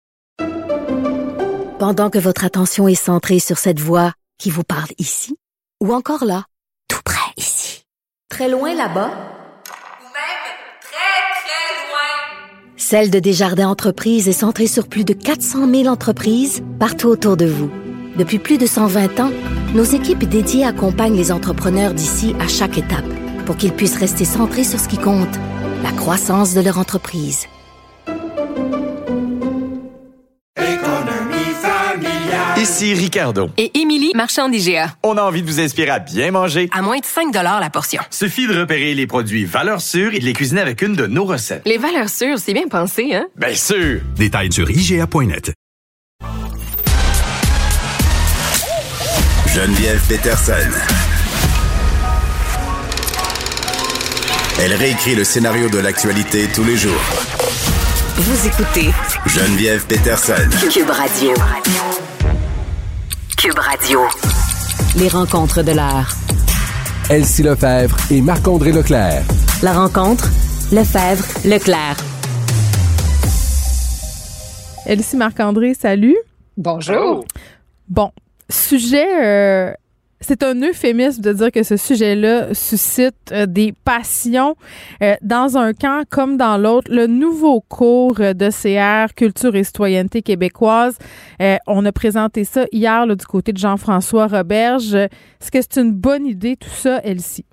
Pendant que votre attention est centrée sur cette voix qui vous parle ici, ou encore là, tout près ici, très loin là-bas, Celle de Desjardins Entreprises est centrée sur plus de quatre cent mille entreprises partout autour de vous. Depuis plus de cent vingt ans, nos équipes dédiées accompagnent les entrepreneurs d'ici à chaque étape pour qu'ils puissent rester centrés sur ce qui compte, la croissance de leur entreprise. Ici Ricardo. Et Émilie, marchand d'I G A. On a envie de vous inspirer à bien manger. À moins de cinq dollars la portion. Suffit de repérer les produits valeurs sûres et de les cuisiner avec une de nos recettes. Les valeurs sûres, c'est bien pensé, hein? Bien sûr! Détails sur I G A point net. Geneviève Peterson. Elle réécrit le scénario de l'actualité tous les jours. Vous écoutez Geneviève Peterson. Cube Radio. Cube Radio. Les rencontres de l'heure. Elsie Lefebvre et Marc-André Leclerc. La rencontre, Lefebvre, Leclerc. Elsie, Marc-André, salut. Bonjour. Bon, sujet, euh, c'est un euphémisme de dire que ce sujet-là suscite euh, des passions euh, dans un camp comme dans l'autre. Le nouveau cours de C R, Culture et citoyenneté québécoise, euh, on a présenté ça hier là, du côté de Jean-François Roberge. Est-ce que c'est une bonne idée tout ça, Elsie?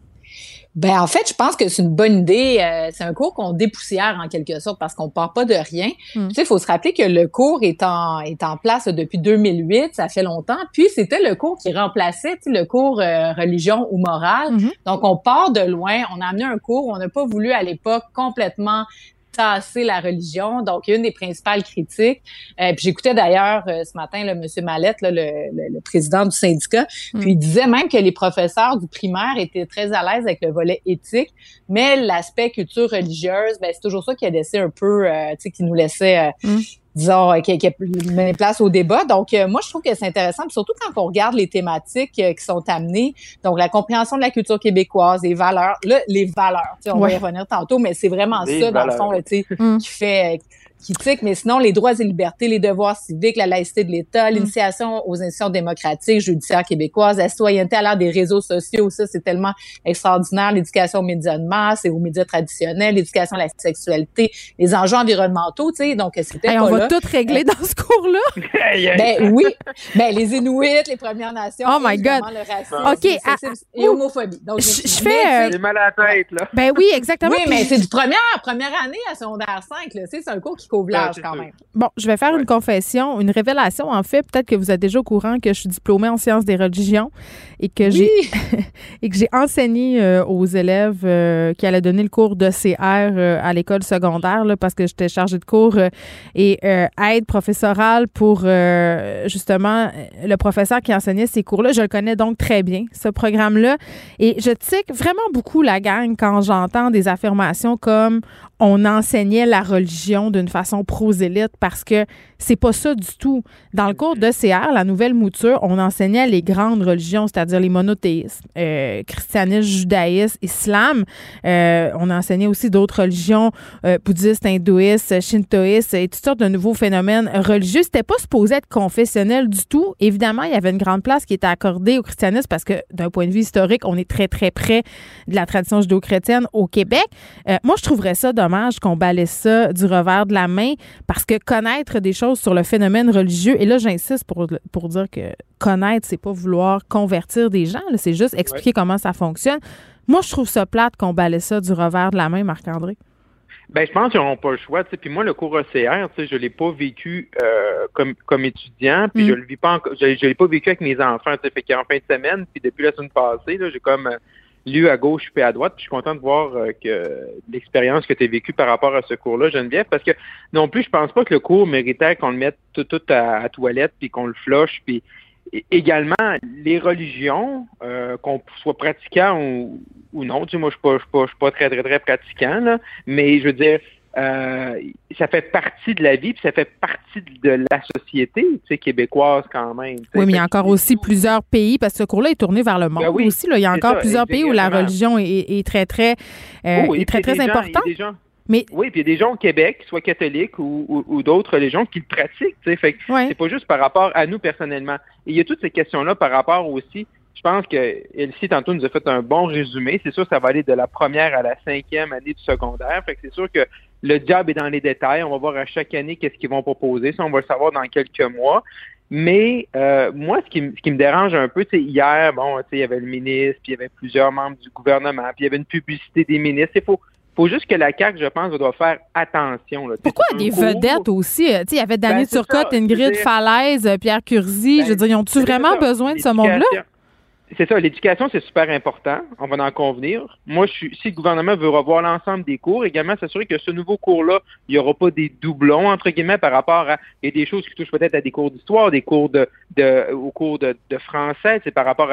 Ben en fait, je pense que c'est une bonne idée. Euh, c'est un cours qu'on dépoussière en quelque sorte parce qu'on part pas de rien. Mm. Tu sais, il faut se rappeler que le cours est en est en place depuis deux mille huit, ça fait longtemps. Puis c'était le cours qui remplaçait, tu sais, le cours euh, religion ou morale. Mm-hmm. Donc on part de loin. On a amené un cours. On n'a pas voulu à l'époque complètement tasser la religion. Donc, il y a une des principales critiques. Euh, puis j'écoutais d'ailleurs euh, ce matin là, M. Mallette, là, le, le, le président du syndicat, mm. puis il disait même que les professeurs du primaire étaient très à l'aise avec le volet éthique, mais l'aspect culture religieuse, ben c'est toujours ça qui a laissé un peu, euh, tu sais, qui nous laissait... Euh, mm. disons, euh, qui, qui met place au débat. Donc, euh, moi, je trouve que c'est intéressant, puis surtout quand on regarde les thématiques euh, qui sont amenées, donc la compréhension de la culture québécoise, les valeurs, là, les valeurs, tu sais, on ouais. va y revenir tantôt, mais c'est vraiment les ça, valeurs. Dans le fond, là, tu sais, mm. qui fait... Euh, qui tique, mais sinon, les droits et libertés, les devoirs civiques, la laïcité de l'État, mm. l'initiation aux institutions démocratiques, judiciaires québécoises, la citoyenneté à l'ère des réseaux sociaux, ça, c'est tellement extraordinaire, l'éducation aux médias de masse et aux médias traditionnels, l'éducation à la sexualité, les enjeux environnementaux, tu sais, donc c'était hey, pas on là. va tout régler dans ce cours-là? Ben oui, ben les Inuits, les Premières Nations, oh my God. Le racisme, okay, ah, et l'homophobie. Donc, je, je fais... J'ai mal à la tête, là. Ben oui, exactement. Oui, mais c'est du première, première année à secondaire cinq, là, tu sais, c'est un cours qui couvre l'âge quand même. Bon, je vais faire ouais. une confession, une révélation en fait. Peut-être que vous êtes déjà au courant que je suis diplômée en sciences des religions et que oui. j'ai et que j'ai enseigné euh, aux élèves euh, qui allaient donner le cours de C R euh, à l'école secondaire là, parce que j'étais chargée de cours euh, et euh, aide professorale pour euh, justement le professeur qui enseignait ces cours-là. Je le connais donc très bien, ce programme-là. Et je tique vraiment beaucoup la gang quand j'entends des affirmations comme on enseignait la religion d'une façon prosélyte parce que c'est pas ça du tout. Dans le cours de C R, la nouvelle mouture, on enseignait les grandes religions, c'est-à-dire les monothéismes, euh, christianisme, judaïsme, islam. Euh, on enseignait aussi d'autres religions, euh, bouddhistes, hindouistes, shintoïstes et toutes sortes de nouveaux phénomènes religieux. C'était pas supposé être confessionnel du tout. Évidemment, il y avait une grande place qui était accordée au christianisme parce que d'un point de vue historique, on est très, très près de la tradition judéo-chrétienne au Québec. Euh, moi, je trouverais ça dommage qu'on balaie ça du revers de la main parce que connaître des choses sur le phénomène religieux, et là, j'insiste pour, pour dire que connaître, c'est pas vouloir convertir des gens, là, c'est juste expliquer ouais. comment ça fonctionne. Moi, je trouve ça plate qu'on balaie ça du revers de la main, Marc-André. Ben, je pense qu'ils n'auront pas le choix. T'sais. Puis moi, le cours E C R, je ne l'ai pas vécu euh, comme, comme étudiant, puis mm. je le vis pas encore, je, je l'ai pas vécu avec mes enfants. Fait qu'en fin de semaine, puis depuis la semaine passée, là, j'ai comme... Euh, lu à gauche puis à droite. Puis je suis content de voir euh, que l'expérience que tu as vécue par rapport à ce cours-là, Geneviève, parce que non plus, je pense pas que le cours méritait qu'on le mette tout, tout à, à toilette puis qu'on le flush. Puis également, les religions, euh, qu'on soit pratiquant ou, ou non, tu sais, moi, je suis pas, je suis pas, je suis pas très, très, très pratiquant, là, mais je veux dire, Euh, ça fait partie de la vie, puis ça fait partie de la société, tu sais, québécoise quand même. Oui, mais il y a encore aussi plusieurs pays, parce que ce cours-là est tourné vers le monde ben oui, aussi. Là. Il y a encore ça, plusieurs pays où la religion est, est très, très, euh, oh, est très, très importante. Mais... Oui, puis il y a des gens au Québec, soit catholiques ou, ou, ou d'autres religions, qui le pratiquent, tu sais. Fait que ouais. c'est pas juste par rapport à nous personnellement. Et il y a toutes ces questions-là par rapport aussi. Je pense que Elsie, tantôt, nous a fait un bon résumé. C'est sûr que ça va aller de la première à la cinquième année du secondaire. Fait que c'est sûr que le diable est dans les détails. On va voir à chaque année qu'est-ce qu'ils vont proposer. Ça, on va le savoir dans quelques mois. Mais euh, moi, ce qui, m- ce qui me dérange un peu, c'est hier, bon, tu sais, il y avait le ministre, puis il y avait plusieurs membres du gouvernement, puis il y avait une publicité des ministres. Il faut, faut juste que la C A Q, je pense, doit faire attention. Là. Pourquoi des cours... vedettes aussi? Tu sais, il y avait Danny ben, Turcotte, Ingrid dire... Falaise, Pierre Curzi. Ben, je veux dire, ils ont-tu vraiment ça. besoin de ce monde-là? C'est ça, l'éducation, c'est super important. On va en convenir. Moi, je suis, si le gouvernement veut revoir l'ensemble des cours, également s'assurer que ce nouveau cours-là, il n'y aura pas des doublons, entre guillemets, par rapport à il y a des choses qui touchent peut-être à des cours d'histoire, des cours de, de aux cours de, de français, c'est par rapport à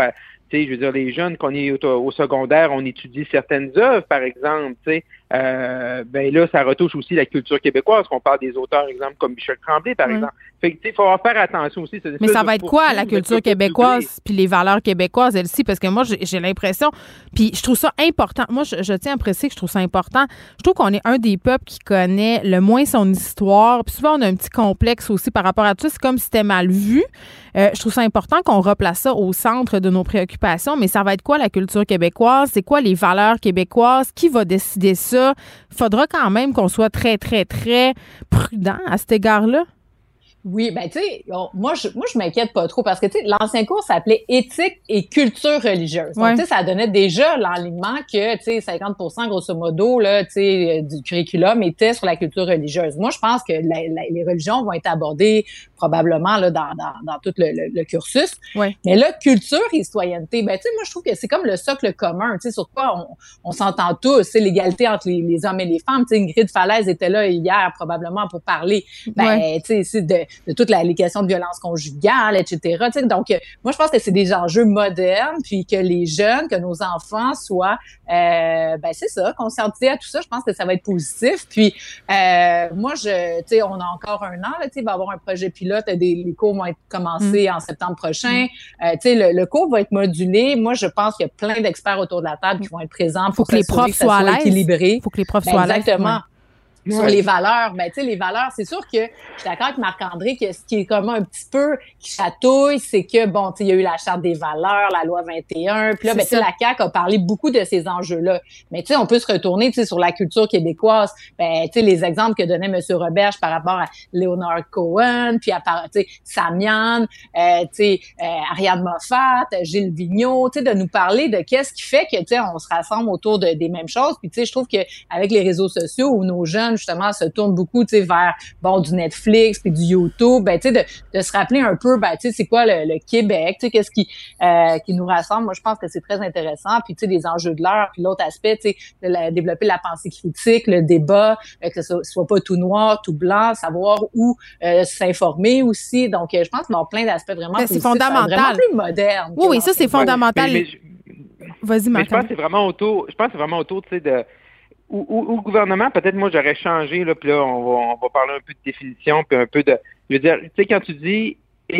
Tu sais, je veux dire, les jeunes, qu'on est au, au secondaire, on étudie certaines œuvres, par exemple, tu sais, euh, ben là, ça retouche aussi la culture québécoise, qu'on parle des auteurs, exemple, comme Michel Tremblay, par oui. exemple. Fait que, tu sais, il faut faire attention aussi. Mais ça va être quoi, la culture québécoise, puis les valeurs québécoises, elles-ci? Parce que moi, j'ai, j'ai l'impression, puis je trouve ça important. Moi, je, je tiens à préciser que je trouve ça important. Je trouve qu'on est un des peuples qui connaît le moins son histoire, puis souvent, on a un petit complexe aussi par rapport à tout ça. C'est comme si c'était mal vu. Euh, je trouve ça important qu'on replace ça au centre de nos préoccupations, mais ça va être quoi la culture québécoise? C'est quoi les valeurs québécoises? Qui va décider ça? Il faudra quand même qu'on soit très, très, très prudent à cet égard-là. Oui, ben tu sais, moi je moi je m'inquiète pas trop parce que tu sais l'ancien cours s'appelait éthique et culture religieuse. Donc ouais. tu sais ça donnait déjà l'enlignement que tu sais cinquante pour cent grosso modo là, tu sais du curriculum était sur la culture religieuse. Moi je pense que la, la, les religions vont être abordées probablement là dans dans, dans tout le, le, le cursus. Ouais. Mais là culture et citoyenneté, ben tu sais moi je trouve que c'est comme le socle commun, tu sais sur quoi on, on s'entend tous, c'est l'égalité entre les, les hommes et les femmes. Tu sais Ingrid Falaise était là hier probablement pour parler. Ben ouais. tu sais c'est de de toutes la, les questions de violence conjugale, et cetera. Tu sais, donc, euh, moi, je pense que c'est des enjeux modernes, puis que les jeunes, que nos enfants soient, euh, ben c'est ça, conscientisés à tout ça. Je pense que ça va être positif. Puis, euh, moi, je, tu sais, on a encore un an, là, tu sais, il va y avoir un projet pilote, des, les cours vont être commencés mmh. en septembre prochain. Mmh. Euh, tu sais, le, le cours va être modulé. Moi, je pense qu'il y a plein d'experts autour de la table qui vont être présents pour faut que les profs que ça soient soit à l'aise. équilibré. Faut que les profs ben, soient à l'aise. Exactement. Ouais. Sur ouais. les valeurs, ben tu sais les valeurs, c'est sûr que je suis d'accord avec Marc-André que ce qui est comme un petit peu qui chatouille, c'est que bon, tu sais il y a eu la charte des valeurs, la loi vingt et un, puis là ben tu sais la C A Q a parlé beaucoup de ces enjeux-là. Mais tu sais on peut se retourner tu sais sur la culture québécoise, ben tu sais les exemples que donnait monsieur Roberge par rapport à Leonard Cohen, puis à tu sais Samian, euh, tu sais euh, Ariane Moffat, Gilles Vigneault, tu sais de nous parler de qu'est-ce qui fait que tu sais on se rassemble autour de des mêmes choses. Puis tu sais je trouve que avec les réseaux sociaux où nos jeunes justement se tournent beaucoup tu sais vers bon du Netflix puis du YouTube, ben tu sais de, de se rappeler un peu ben tu sais c'est quoi le, le Québec, tu sais qu'est-ce qui euh, qui nous rassemble. Moi je pense que c'est très intéressant, puis tu sais les enjeux de l'heure, puis l'autre aspect tu sais de la, développer la pensée critique, le débat, euh, que ce soit pas tout noir tout blanc, savoir où euh, s'informer aussi. Donc euh, je pense qu'il va y avoir plein d'aspects vraiment ben, c'est fondamental, vraiment plus moderne. Oui oui ça c'est fondamental. Mais, mais, Vas-y Marc. Je pense que c'est vraiment autour je pense que c'est vraiment autour tu sais de Ou, ou, ou le gouvernement, peut-être moi j'aurais changé, là, puis là, on va, on va parler un peu de définition, puis un peu de. Je veux dire, tu sais, quand tu dis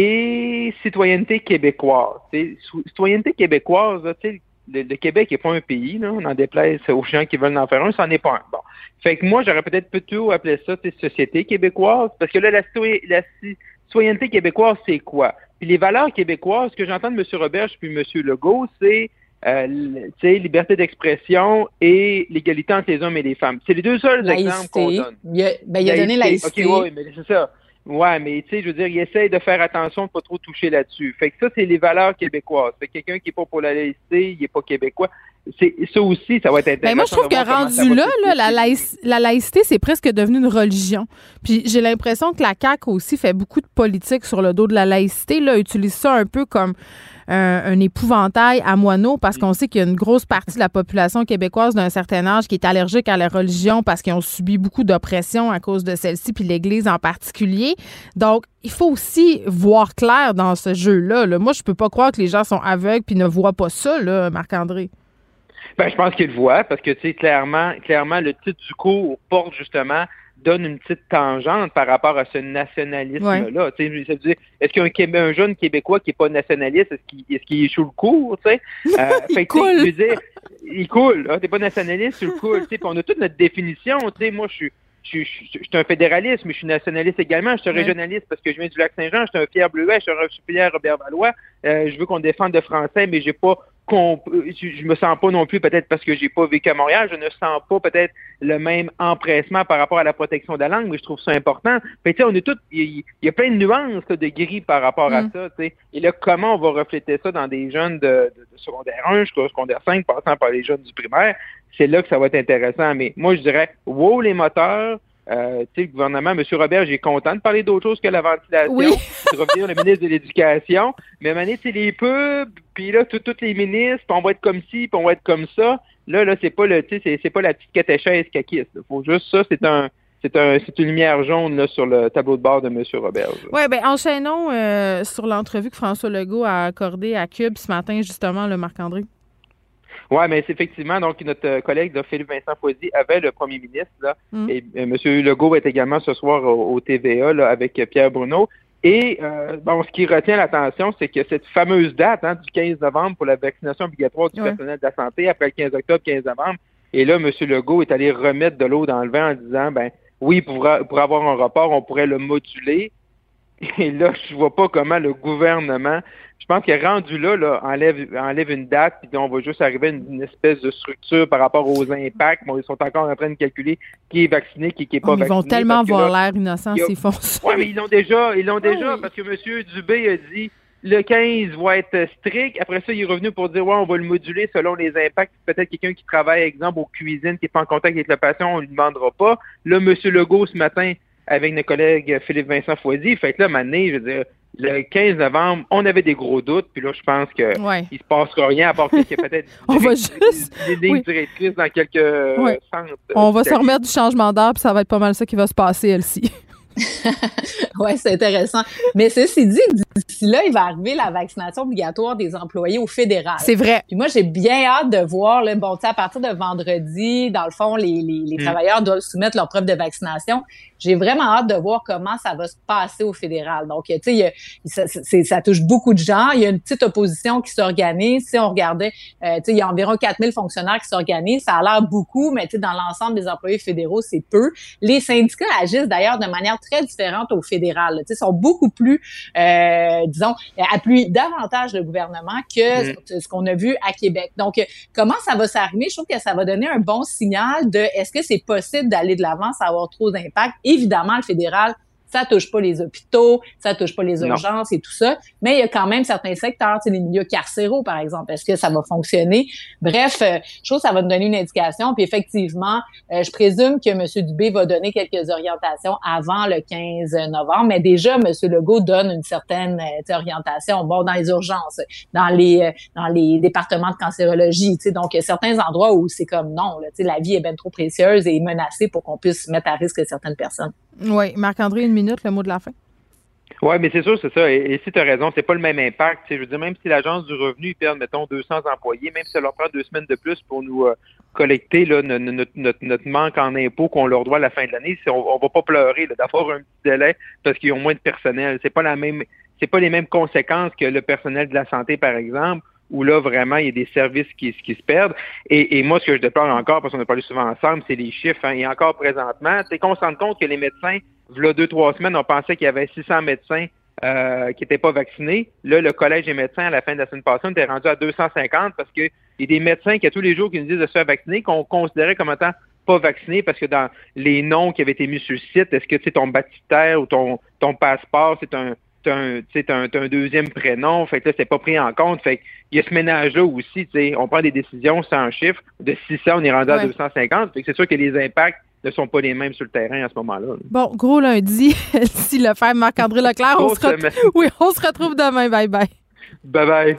et citoyenneté québécoise, tu sais, citoyenneté québécoise, tu sais, le, le Québec n'est pas un pays, là, on en déplaise aux gens qui veulent en faire un, ça n'en est pas un. Bon. Fait que moi, j'aurais peut-être plutôt appelé ça, tu sais, société québécoise, parce que là, la, la citoyenneté québécoise, c'est quoi? Puis les valeurs québécoises, ce que j'entends de M. Roberge puis M. Legault, c'est Euh, tu sais, liberté d'expression et l'égalité entre les hommes et les femmes. C'est les deux seuls laïcité. exemples qu'on donne. Il a, ben, il a donné laïcité. OK, oui, mais c'est ça. Ouais, mais tu sais, je veux dire, il essaye de faire attention de pas trop toucher là-dessus. Fait que ça, c'est les valeurs québécoises. Fait que quelqu'un qui est pas pour la laïcité, il est pas québécois. C'est, ça aussi, ça va être intéressant. Ben moi, je trouve que rendu là, là la, laïc, la laïcité, c'est presque devenu une religion. Puis j'ai l'impression que la C A Q aussi fait beaucoup de politique sur le dos de la laïcité, là, utilise ça un peu comme un, un épouvantail à moineaux, parce qu'on sait qu'il y a une grosse partie de la population québécoise d'un certain âge qui est allergique à la religion parce qu'ils ont subi beaucoup d'oppression à cause de celle-ci, puis l'Église en particulier. Donc, il faut aussi voir clair dans ce jeu-là. Là. Moi, je peux pas croire que les gens sont aveugles puis ne voient pas ça, là, Marc-André. Ben, je pense qu'il le voit, parce que, tu sais, clairement, clairement, le titre du cours porte justement, donne une petite tangente par rapport à ce nationalisme-là. Ouais. Tu sais, ça veut dire, est-ce qu'un Québé, un jeune Québécois qui est pas nationaliste, est-ce qu'il, est-ce qu'il échoue le cours, tu sais? Euh, il fait coule! Je veux dire, il coule, hein, t'es pas nationaliste, tu le coules, tu sais, puis on a toute notre définition, tu sais, moi, je suis, je suis, je suis un fédéraliste, mais je suis nationaliste également, je suis un ouais. régionaliste parce que je viens du Lac-Saint-Jean, je suis un fier bleuet, je suis un fier Robert Valois, euh, je veux qu'on défende le français, mais j'ai pas qu'on, je me sens pas non plus, peut-être parce que j'ai pas vécu à Montréal, je ne sens pas peut-être le même empressement par rapport à la protection de la langue, mais je trouve ça important. Fait tu sais, on est tous, il y, y a plein de nuances là, de gris par rapport mm. à ça, tu sais. Et là, comment on va refléter ça dans des jeunes de, de, de secondaire un jusqu'au secondaire cinq, passant par les jeunes du primaire, c'est là que ça va être intéressant. Mais moi, je dirais, wow, les moteurs. Euh, tu sais, le gouvernement, M. Robert, j'ai content de parler d'autre chose que la ventilation, oui. de revenir le ministre de l'Éducation, mais à un moment donné, c'est les pubs, puis là, tous les ministres, puis on va être comme ci, puis on va être comme ça. Là, là, c'est pas le, tu sais, c'est, c'est pas la petite catéchèse caquiste. Faut juste ça, c'est un, c'est un, c'est une lumière jaune là, sur le tableau de bord de M. Roberge. Oui, bien, enchaînons euh, sur l'entrevue que François Legault a accordée à Cube ce matin, justement, le Marc-André. Oui, mais c'est effectivement, donc notre collègue là, Philippe Vincent Foisy avait le premier ministre, là, mm. et euh, M. Legault est également ce soir au, au T V A là, avec Pierre Bruno. Et euh, bon, ce qui retient l'attention, c'est que cette fameuse date hein, du quinze novembre pour la vaccination obligatoire du ouais. personnel de la santé, après le quinze octobre, quinze novembre, et là, M. Legault est allé remettre de l'eau dans le vin en disant, ben oui, pour, pour avoir un report, on pourrait le moduler. Et là, je vois pas comment le gouvernement, je pense qu'il est rendu là, là enlève, enlève une date, puis on va juste arriver à une, une espèce de structure par rapport aux impacts. Bon, ils sont encore en train de calculer qui est vacciné, qui n'est pas oh, vacciné. Ils vont tellement avoir l'air innocents s'ils font ça. Oui, mais ils l'ont déjà, ils l'ont déjà, oui. Parce que M. Dubé a dit le quinze va être strict. Après ça, il est revenu pour dire ouais, on va le moduler selon les impacts. Peut-être quelqu'un qui travaille, exemple, aux cuisines, qui n'est pas en contact avec le patient, on ne lui demandera pas. Là, M. Legault, ce matin, avec notre collègue Philippe Vincent Foisy, fait que là, maintenant, je veux dire, le quinze novembre, on avait des gros doutes, puis là, je pense que ouais. il se passera rien, à part qu'il y a peut-être on va juste... des, des lignes oui. directrices dans quelques oui. centres. On va se remettre du changement d'heure, puis ça va être pas mal ça qui va se passer, elle-ci. Oui, c'est intéressant. Mais ceci dit, d'ici là, il va arriver la vaccination obligatoire des employés au fédéral. C'est vrai. Puis moi, j'ai bien hâte de voir, là, bon, tu sais, à partir de vendredi, dans le fond, les, les, les mmh. travailleurs doivent soumettre leur preuve de vaccination. J'ai vraiment hâte de voir comment ça va se passer au fédéral. Donc, tu sais, ça, ça touche beaucoup de gens. Il y a une petite opposition qui s'organise. Si on regardait, euh, tu sais, il y a environ quatre mille fonctionnaires qui s'organisent. Ça a l'air beaucoup, mais tu sais, dans l'ensemble des employés fédéraux, c'est peu. Les syndicats agissent d'ailleurs de manière très différente au fédéral. Tu sais, sont beaucoup plus, euh, disons, appuient davantage le gouvernement que mmh. ce qu'on a vu à Québec. Donc, comment ça va s'arrimer? Je trouve que ça va donner un bon signal de est-ce que c'est possible d'aller de l'avant sans avoir trop d'impact? Évidemment, le fédéral, ça touche pas les hôpitaux, ça touche pas les urgences non. et tout ça, mais il y a quand même certains secteurs, tu sais, les milieux carcéraux, par exemple. Est-ce que ça va fonctionner? Bref, euh, je trouve que ça va nous donner une indication. Puis effectivement, euh, je présume que M. Dubé va donner quelques orientations avant le quinze novembre, mais déjà, M. Legault donne une certaine euh, orientation. Bon, dans les urgences, dans les euh, dans les départements de cancérologie, tu sais, donc il y a certains endroits où c'est comme non, là, tu sais, la vie est bien trop précieuse et menacée pour qu'on puisse mettre à risque certaines personnes. Oui, Marc-André, une minute, le mot de la fin. Oui, mais c'est sûr, c'est ça. Et, et si tu as raison, c'est pas le même impact. Je veux dire, même si l'Agence du revenu perd, mettons, deux cents employés, même si ça leur prend deux semaines de plus pour nous euh, collecter là, notre, notre, notre, notre manque en impôts qu'on leur doit à la fin de l'année, si on, on va pas pleurer là, d'avoir un petit délai parce qu'ils ont moins de personnel. C'est pas la même, c'est pas les mêmes conséquences que le personnel de la santé, par exemple, où là, vraiment, il y a des services qui, qui se perdent. Et, et moi, ce que je déplore encore, parce qu'on a parlé souvent ensemble, c'est les chiffres. Hein, et encore présentement, c'est qu'on se rende compte que les médecins, v'là deux, trois semaines, on pensait qu'il y avait six cents médecins euh, qui n'étaient pas vaccinés. Là, le Collège des médecins, à la fin de la semaine passée, on était rendu à deux cent cinquante parce qu'il y a des médecins qui, à tous les jours, qui nous disent de se faire vacciner, qu'on considérait comme étant pas vaccinés parce que dans les noms qui avaient été mis sur le site, est-ce que, tu sais, ton baptistère ou ton, ton passeport, c'est un... un, un, un deuxième prénom, fait que là, c'est pas pris en compte. Fait qu'il y a ce ménage-là aussi, tu sais, on prend des décisions sans chiffre. De six cents, on est rendu ouais. à deux cent cinquante. Fait que c'est sûr que les impacts ne sont pas les mêmes sur le terrain à ce moment-là. Là. Bon, gros lundi, si le faire Marc-André Leclerc, on se, ret- oui, on se retrouve demain. Bye-bye. Bye-bye.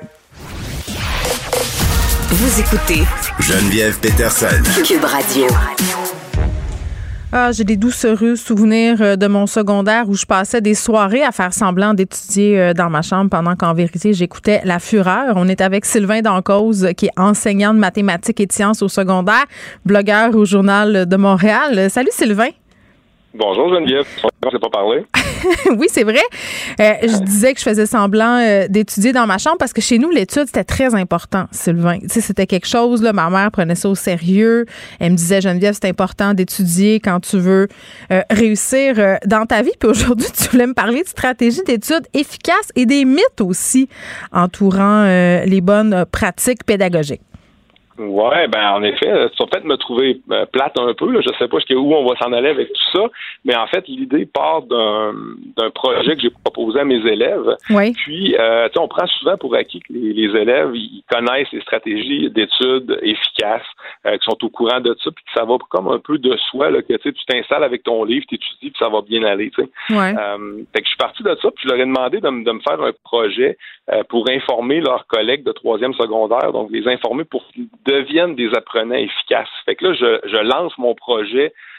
Vous écoutez Geneviève Peterson. Cube Radio. Ah, j'ai des doucereux souvenirs de mon secondaire où je passais des soirées à faire semblant d'étudier dans ma chambre pendant qu'en vérité, j'écoutais La Fureur. On est avec Sylvain Dancause, qui est enseignant de mathématiques et de sciences au secondaire, blogueur au Journal de Montréal. Salut Sylvain. Bonjour Geneviève, on ne s'est pas parlé. Oui, c'est vrai. Euh, je disais que je faisais semblant euh, d'étudier dans ma chambre parce que chez nous, l'étude, c'était très important, Sylvain. Tu sais, c'était quelque chose, là, ma mère prenait ça au sérieux. Elle me disait, Geneviève, c'est important d'étudier quand tu veux euh, réussir euh, dans ta vie. Puis aujourd'hui, tu voulais me parler de stratégies d'études efficaces et des mythes aussi entourant euh, les bonnes pratiques pédagogiques. Ouais, ben en effet, tu vas peut-être me trouver euh, plate un peu, là, je sais pas jusqu'à où on va s'en aller avec tout ça, mais en fait, l'idée part d'un, d'un projet que j'ai proposé à mes élèves. Oui. Puis, euh, tu sais, on prend souvent pour acquis que les, les élèves, ils connaissent les stratégies d'études efficaces, euh, qui sont au courant de ça, puis que ça va comme un peu de soi, là, que tu sais, tu t'installes avec ton livre, tu étudies, puis ça va bien aller, tu sais. Ouais. Euh, fait que je suis parti de ça, puis je leur ai demandé de, de me faire un projet euh, pour informer leurs collègues de troisième secondaire, donc les informer pour deviennent des apprenants efficaces. Fait que là, je, je lance mon projet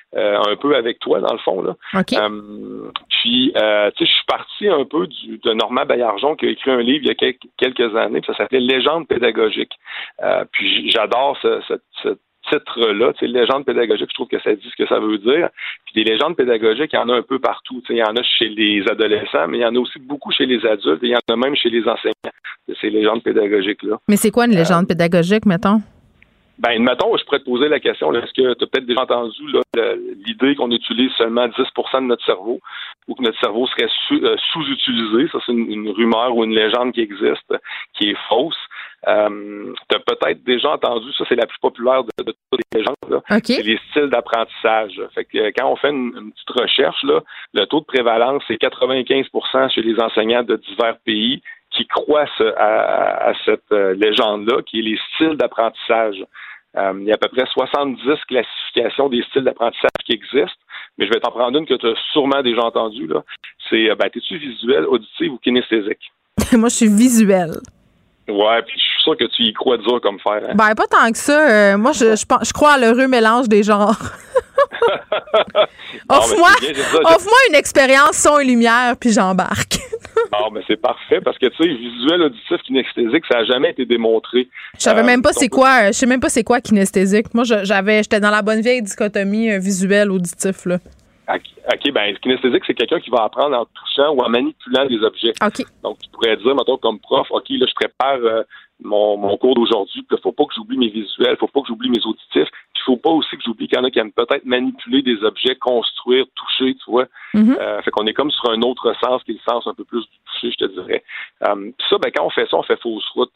euh, un peu avec toi, dans le fond. Là. Okay. Euh, puis, euh, tu sais, je suis parti un peu du, de Normand Baillargeon qui a écrit un livre il y a quelques, quelques années, puis ça s'appelait Légende pédagogique. Euh, puis j'adore ce, ce, ce titre-là, tu sais, légende pédagogique, je trouve que ça dit ce que ça veut dire. Puis des légendes pédagogiques, il y en a un peu partout. Tu sais, il y en a chez les adolescents, mais il y en a aussi beaucoup chez les adultes et il y en a même chez les enseignants de ces légendes pédagogiques-là. Mais c'est quoi une légende euh, pédagogique, mettons? Ben, mettons, je pourrais te poser la question, là, est-ce que tu as peut-être déjà entendu là, l'idée qu'on utilise seulement dix pour cent de notre cerveau ou que notre cerveau serait sous, euh, sous-utilisé? Ça, c'est une, une rumeur ou une légende qui existe, qui est fausse. Euh, tu as peut-être déjà entendu, ça, c'est la plus populaire de, de toutes les légendes, là. Okay. C'est les styles d'apprentissage. Fait que quand on fait une, une petite recherche, là, le taux de prévalence, c'est quatre-vingt-quinze pour cent chez les enseignants de divers pays qui croient à, à cette euh, légende-là, qui est les styles d'apprentissage. Euh, il y a à peu près soixante-dix classifications des styles d'apprentissage qui existent, mais je vais t'en prendre une que tu as sûrement déjà entendue, là. C'est, ben, t'es-tu visuel, auditif ou kinesthésique? Moi, je suis visuel. Ouais, puis je suis sûr que tu y crois dur comme fer. Hein? Ben, pas tant que ça. Euh, moi, je, je, je crois à l'heureux mélange des genres. Offre-moi, offre-moi une expérience son et lumière, puis j'embarque. Non, mais c'est parfait parce que, tu sais, visuel, auditif, kinesthésique, ça n'a jamais été démontré. Je savais euh, même pas donc, c'est quoi, je sais même pas c'est quoi kinesthésique. Moi, j'avais, j'étais dans la bonne vieille dichotomie euh, visuel, auditif, là. OK, ben, le kinesthésique, c'est quelqu'un qui va apprendre en touchant ou en manipulant des objets. OK. Donc, tu pourrais dire, mettons, comme prof, OK, là, je prépare euh, mon, mon cours d'aujourd'hui, puis il faut pas que j'oublie mes visuels, il faut pas que j'oublie mes auditifs, puis il faut pas aussi que j'oublie qu'il y en a qui aiment peut-être manipuler des objets, construire, toucher, tu vois. Mm-hmm. Euh, fait qu'on est comme sur un autre sens qui est le sens un peu plus du toucher, je te dirais. Euh, puis ça, ben, quand on fait ça, on fait fausse route.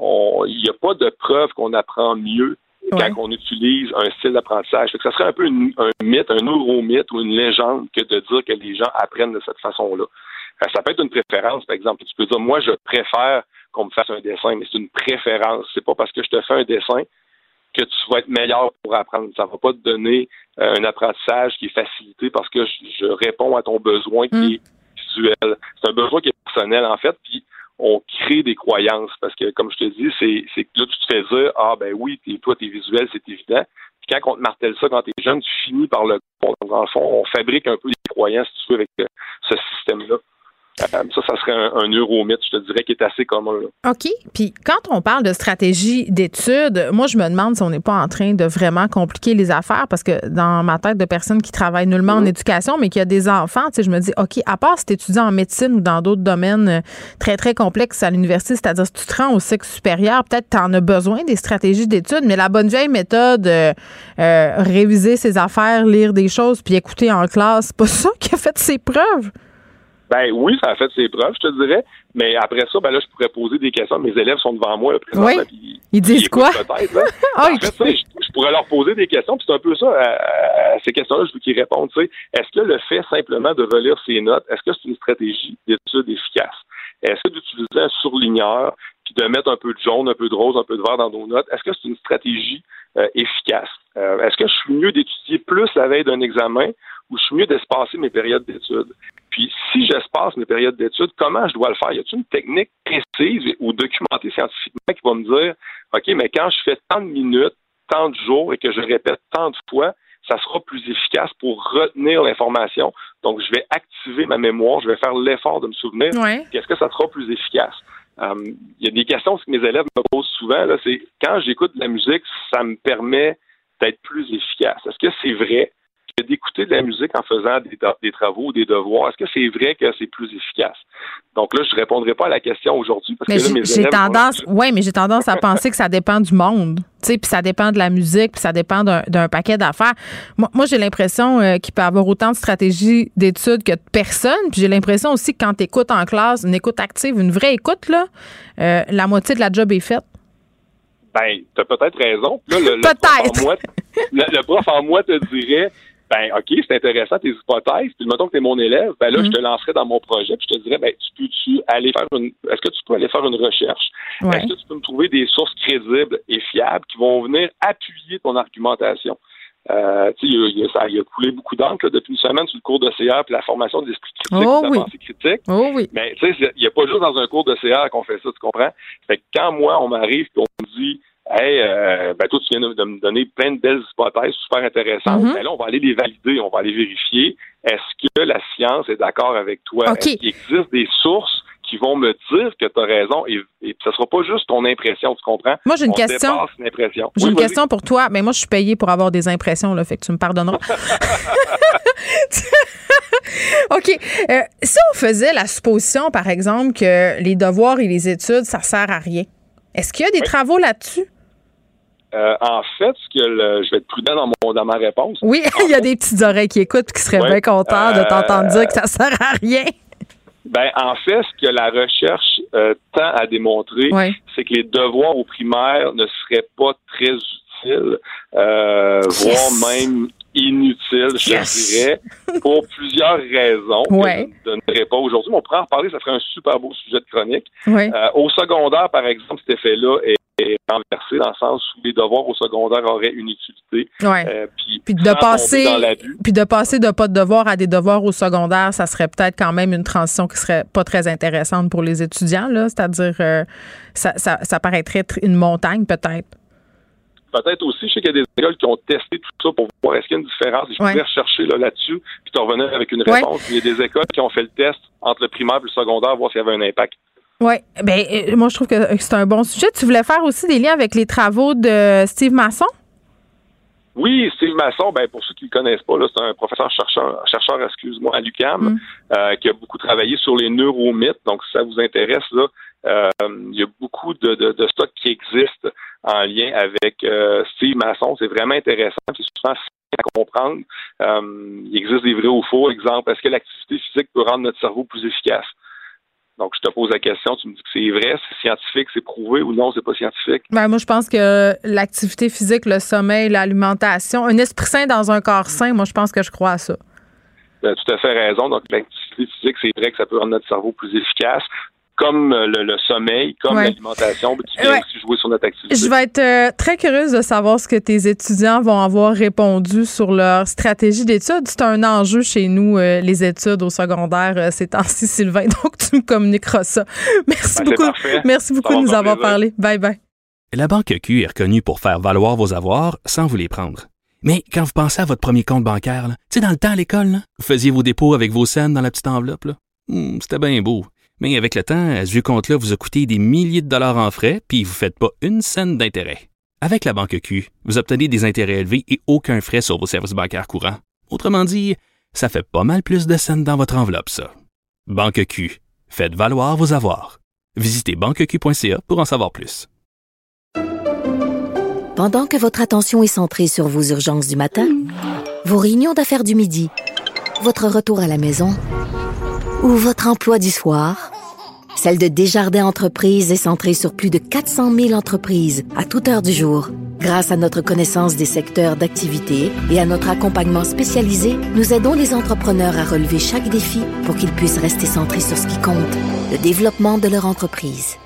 Il n'y a pas de preuve qu'on apprend mieux quand ouais. on utilise un style d'apprentissage. Fait que ça serait un peu une, un mythe, un neuromythe ou une légende que de dire que les gens apprennent de cette façon-là. Euh, ça peut être une préférence, par exemple. Tu peux dire, moi, je préfère qu'on me fasse un dessin, mais c'est une préférence. C'est pas parce que je te fais un dessin que tu vas être meilleur pour apprendre. Ça va pas te donner euh, un apprentissage qui est facilité parce que je, je réponds à ton besoin qui mm. est visuel. C'est un besoin qui est personnel, en fait, puis on crée des croyances parce que, comme je te dis, c'est, c'est que là, tu te fais dire, ah, ben oui, t'es, toi, t'es visuel, c'est évident. Puis quand on te martèle ça quand t'es jeune, tu finis par le... Dans le fond, on fabrique un peu des croyances, si tu veux, avec euh, ce système-là. Euh, ça, ça serait un, un neuromythe, je te dirais, qui est assez commun. Là. OK. Puis quand on parle de stratégie d'études, moi, je me demande si on n'est pas en train de vraiment compliquer les affaires parce que dans ma tête de personne qui travaille nullement mmh. en éducation, mais qui a des enfants, tu sais, je me dis, OK, à part si tu étudies en médecine ou dans d'autres domaines très, très complexes à l'université, c'est-à-dire si tu te rends au cycle supérieur, peut-être tu en as besoin des stratégies d'études, mais la bonne vieille méthode, euh, euh, réviser ses affaires, lire des choses, puis écouter en classe, c'est pas ça qui a fait ses preuves. Ben oui, ça a fait ses preuves, je te dirais. Mais après ça, ben là, je pourrais poser des questions. Mes élèves sont devant moi, là, présentement. Oui. Puis, ils disent ils quoi? Peut-être, là. oh, en fait, je, je pourrais leur poser des questions, puis c'est un peu ça, à, à ces questions-là, je veux qu'ils répondent, tu sais. Est-ce que le fait simplement de relire ses notes, est-ce que c'est une stratégie d'étude efficace? Est-ce que d'utiliser un surligneur, puis de mettre un peu de jaune, un peu de rose, un peu de vert dans nos notes, est-ce que c'est une stratégie euh, efficace? Euh, est-ce que je suis mieux d'étudier plus la veille d'un examen ou je suis mieux d'espacer mes périodes d'études? Puis, si j'espace mes périodes d'études, comment je dois le faire? Y a-t-il une technique précise ou documentée scientifiquement qui va me dire, OK, mais quand je fais tant de minutes, tant de jours et que je répète tant de fois, ça sera plus efficace pour retenir l'information. Donc, je vais activer ma mémoire, je vais faire l'effort de me souvenir. Ouais. Est-ce que ça sera plus efficace? Il um, y a des questions que mes élèves me posent souvent, là, c'est quand j'écoute de la musique, ça me permet d'être plus efficace. Est-ce que c'est vrai? D'écouter de la musique en faisant des, des travaux ou des devoirs, est-ce que c'est vrai que c'est plus efficace? Donc là, je ne répondrai pas à la question aujourd'hui parce mais que là, mes j'ai élèves... tendance, oui, mais j'ai tendance à penser que ça dépend du monde, tu sais, puis ça dépend de la musique, puis ça dépend d'un, d'un paquet d'affaires. Moi, moi j'ai l'impression euh, qu'il peut y avoir autant de stratégies d'études que de personnes, puis j'ai l'impression aussi que quand tu écoutes en classe, une écoute active, une vraie écoute, là, euh, la moitié de la job est faite. Ben, t'as peut-être raison. Là, le, peut-être. Le prof, en moi, le, le prof en moi te dirait... Ben, OK, c'est intéressant tes hypothèses. Puis, mettons que t'es mon élève, ben là, mm-hmm. je te lancerai dans mon projet, puis je te dirais, ben, tu peux-tu aller faire une, est-ce que tu peux aller faire une recherche? Ouais. Est-ce que tu peux me trouver des sources crédibles et fiables qui vont venir appuyer ton argumentation? Euh, tu sais, il, il, ça, il a coulé beaucoup d'encre, là, depuis une semaine sur le cours de C R puis la formation de l'esprit critique, oh, de la oui. pensée critique. Oh oui. Mais, tu sais, il n'y a pas juste dans un cours de C R qu'on fait ça, tu comprends? Fait que quand moi, on m'arrive et on me dit, hey, euh, ben toi, tu viens de, de me donner plein de belles hypothèses super intéressantes. Mm-hmm. Ben là, on va aller les valider, on va aller vérifier. Est-ce que la science est d'accord avec toi? Okay. Est-ce qu'il existe des sources qui vont me dire que tu as raison et, et ça sera pas juste ton impression, tu comprends? Moi, j'ai une on question. Une impression. J'ai oui, une vas-y. question pour toi. Mais moi, je suis payée pour avoir des impressions, là, fait que tu me pardonneras. OK. Euh, si on faisait la supposition, par exemple, que les devoirs et les études, ça sert à rien, est-ce qu'il y a des oui. travaux là-dessus? Euh, en fait, ce que le, je vais être prudent dans, mon, dans ma réponse. Oui, il y a des petites oreilles qui écoutent et qui seraient ouais, bien contents euh, de t'entendre dire que ça sert à rien. Ben, en fait, ce que la recherche euh, tend à démontrer, ouais. c'est que les devoirs au primaire ne seraient pas très utiles, euh, yes. voire même inutiles, je yes. dirais, pour plusieurs raisons ouais. que je ne donnerai pas aujourd'hui. Mais on pourrait en reparler, ça ferait un super beau sujet de chronique. Ouais. Euh, au secondaire, par exemple, cet effet-là est est renversé dans le sens où les devoirs au secondaire auraient une utilité. Ouais. Euh, puis, puis de passer puis de passer de pas de devoirs à des devoirs au secondaire, ça serait peut-être quand même une transition qui serait pas très intéressante pour les étudiants, là, c'est-à-dire euh, ça, ça, ça paraîtrait une montagne peut-être. Peut-être aussi, je sais qu'il y a des écoles qui ont testé tout ça pour voir est-ce qu'il y a une différence. Et je ouais. pouvais rechercher là, là-dessus, puis tu revenais avec une réponse. Ouais. Il y a des écoles qui ont fait le test entre le primaire et le secondaire, voir s'il y avait un impact. Oui, bien, euh, moi, je trouve que c'est un bon sujet. Tu voulais faire aussi des liens avec les travaux de Steve Masson? Oui, Steve Masson, ben, pour ceux qui ne le connaissent pas, là, c'est un professeur chercheur, chercheur excuse-moi, à l'U Q A M, mm. euh, qui a beaucoup travaillé sur les neuromythes. Donc, si ça vous intéresse, là, euh, il y a beaucoup de, de, de stocks qui existent en lien avec euh, Steve Masson. C'est vraiment intéressant. C'est souvent à comprendre. Euh, il existe des vrais ou faux. Exemple, est-ce que l'activité physique peut rendre notre cerveau plus efficace? Donc, je te pose la question, tu me dis que c'est vrai, c'est scientifique, c'est prouvé ou non, c'est pas scientifique? Ben, moi, je pense que l'activité physique, le sommeil, l'alimentation, un esprit sain dans un corps sain, moi, je pense que je crois à ça. Tu as tout à fait raison. Donc, l'activité physique, c'est vrai que ça peut rendre notre cerveau plus efficace. Comme le, le sommeil, comme ouais. l'alimentation, qui vient ouais. aussi jouer sur notre activité. Je vais être euh, très curieuse de savoir ce que tes étudiants vont avoir répondu sur leur stratégie d'études. C'est un enjeu chez nous, euh, les études au secondaire euh, ces temps-ci, Sylvain, donc tu me communiqueras ça. Merci ben, beaucoup. Merci beaucoup de nous avoir plaisir. Parlé. Bye bye. La Banque Q est reconnue pour faire valoir vos avoirs sans vous les prendre. Mais quand vous pensez à votre premier compte bancaire, tu sais, dans le temps à l'école, là, vous faisiez vos dépôts avec vos scènes dans la petite enveloppe. Là. Hum, c'était bien beau. Mais avec le temps, ce vieux compte-là vous a coûté des milliers de dollars en frais, puis vous ne faites pas une scène d'intérêt. Avec la Banque Q, vous obtenez des intérêts élevés et aucun frais sur vos services bancaires courants. Autrement dit, ça fait pas mal plus de scènes dans votre enveloppe, ça. Banque Q, faites valoir vos avoirs. Visitez banque q point c a pour en savoir plus. Pendant que votre attention est centrée sur vos urgences du matin, vos réunions d'affaires du midi, votre retour à la maison ou votre emploi du soir, celle de Desjardins Entreprises est centrée sur plus de quatre cent mille entreprises à toute heure du jour. Grâce à notre connaissance des secteurs d'activité et à notre accompagnement spécialisé, nous aidons les entrepreneurs à relever chaque défi pour qu'ils puissent rester centrés sur ce qui compte, le développement de leur entreprise.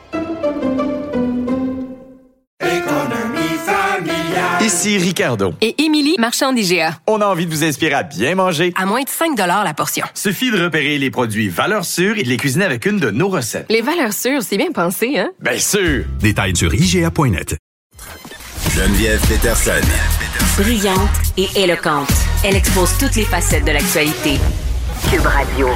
Ici Ricardo. Et Émilie, marchand d'I G A. On a envie de vous inspirer à bien manger. À moins de cinq dollars la portion. Suffit de repérer les produits valeurs sûres et de les cuisiner avec une de nos recettes. Les valeurs sûres, c'est bien pensé, hein? Bien sûr! Détails sur I G A point net. Geneviève Peterson. Brillante et éloquente. Elle expose toutes les facettes de l'actualité. Cube Radio.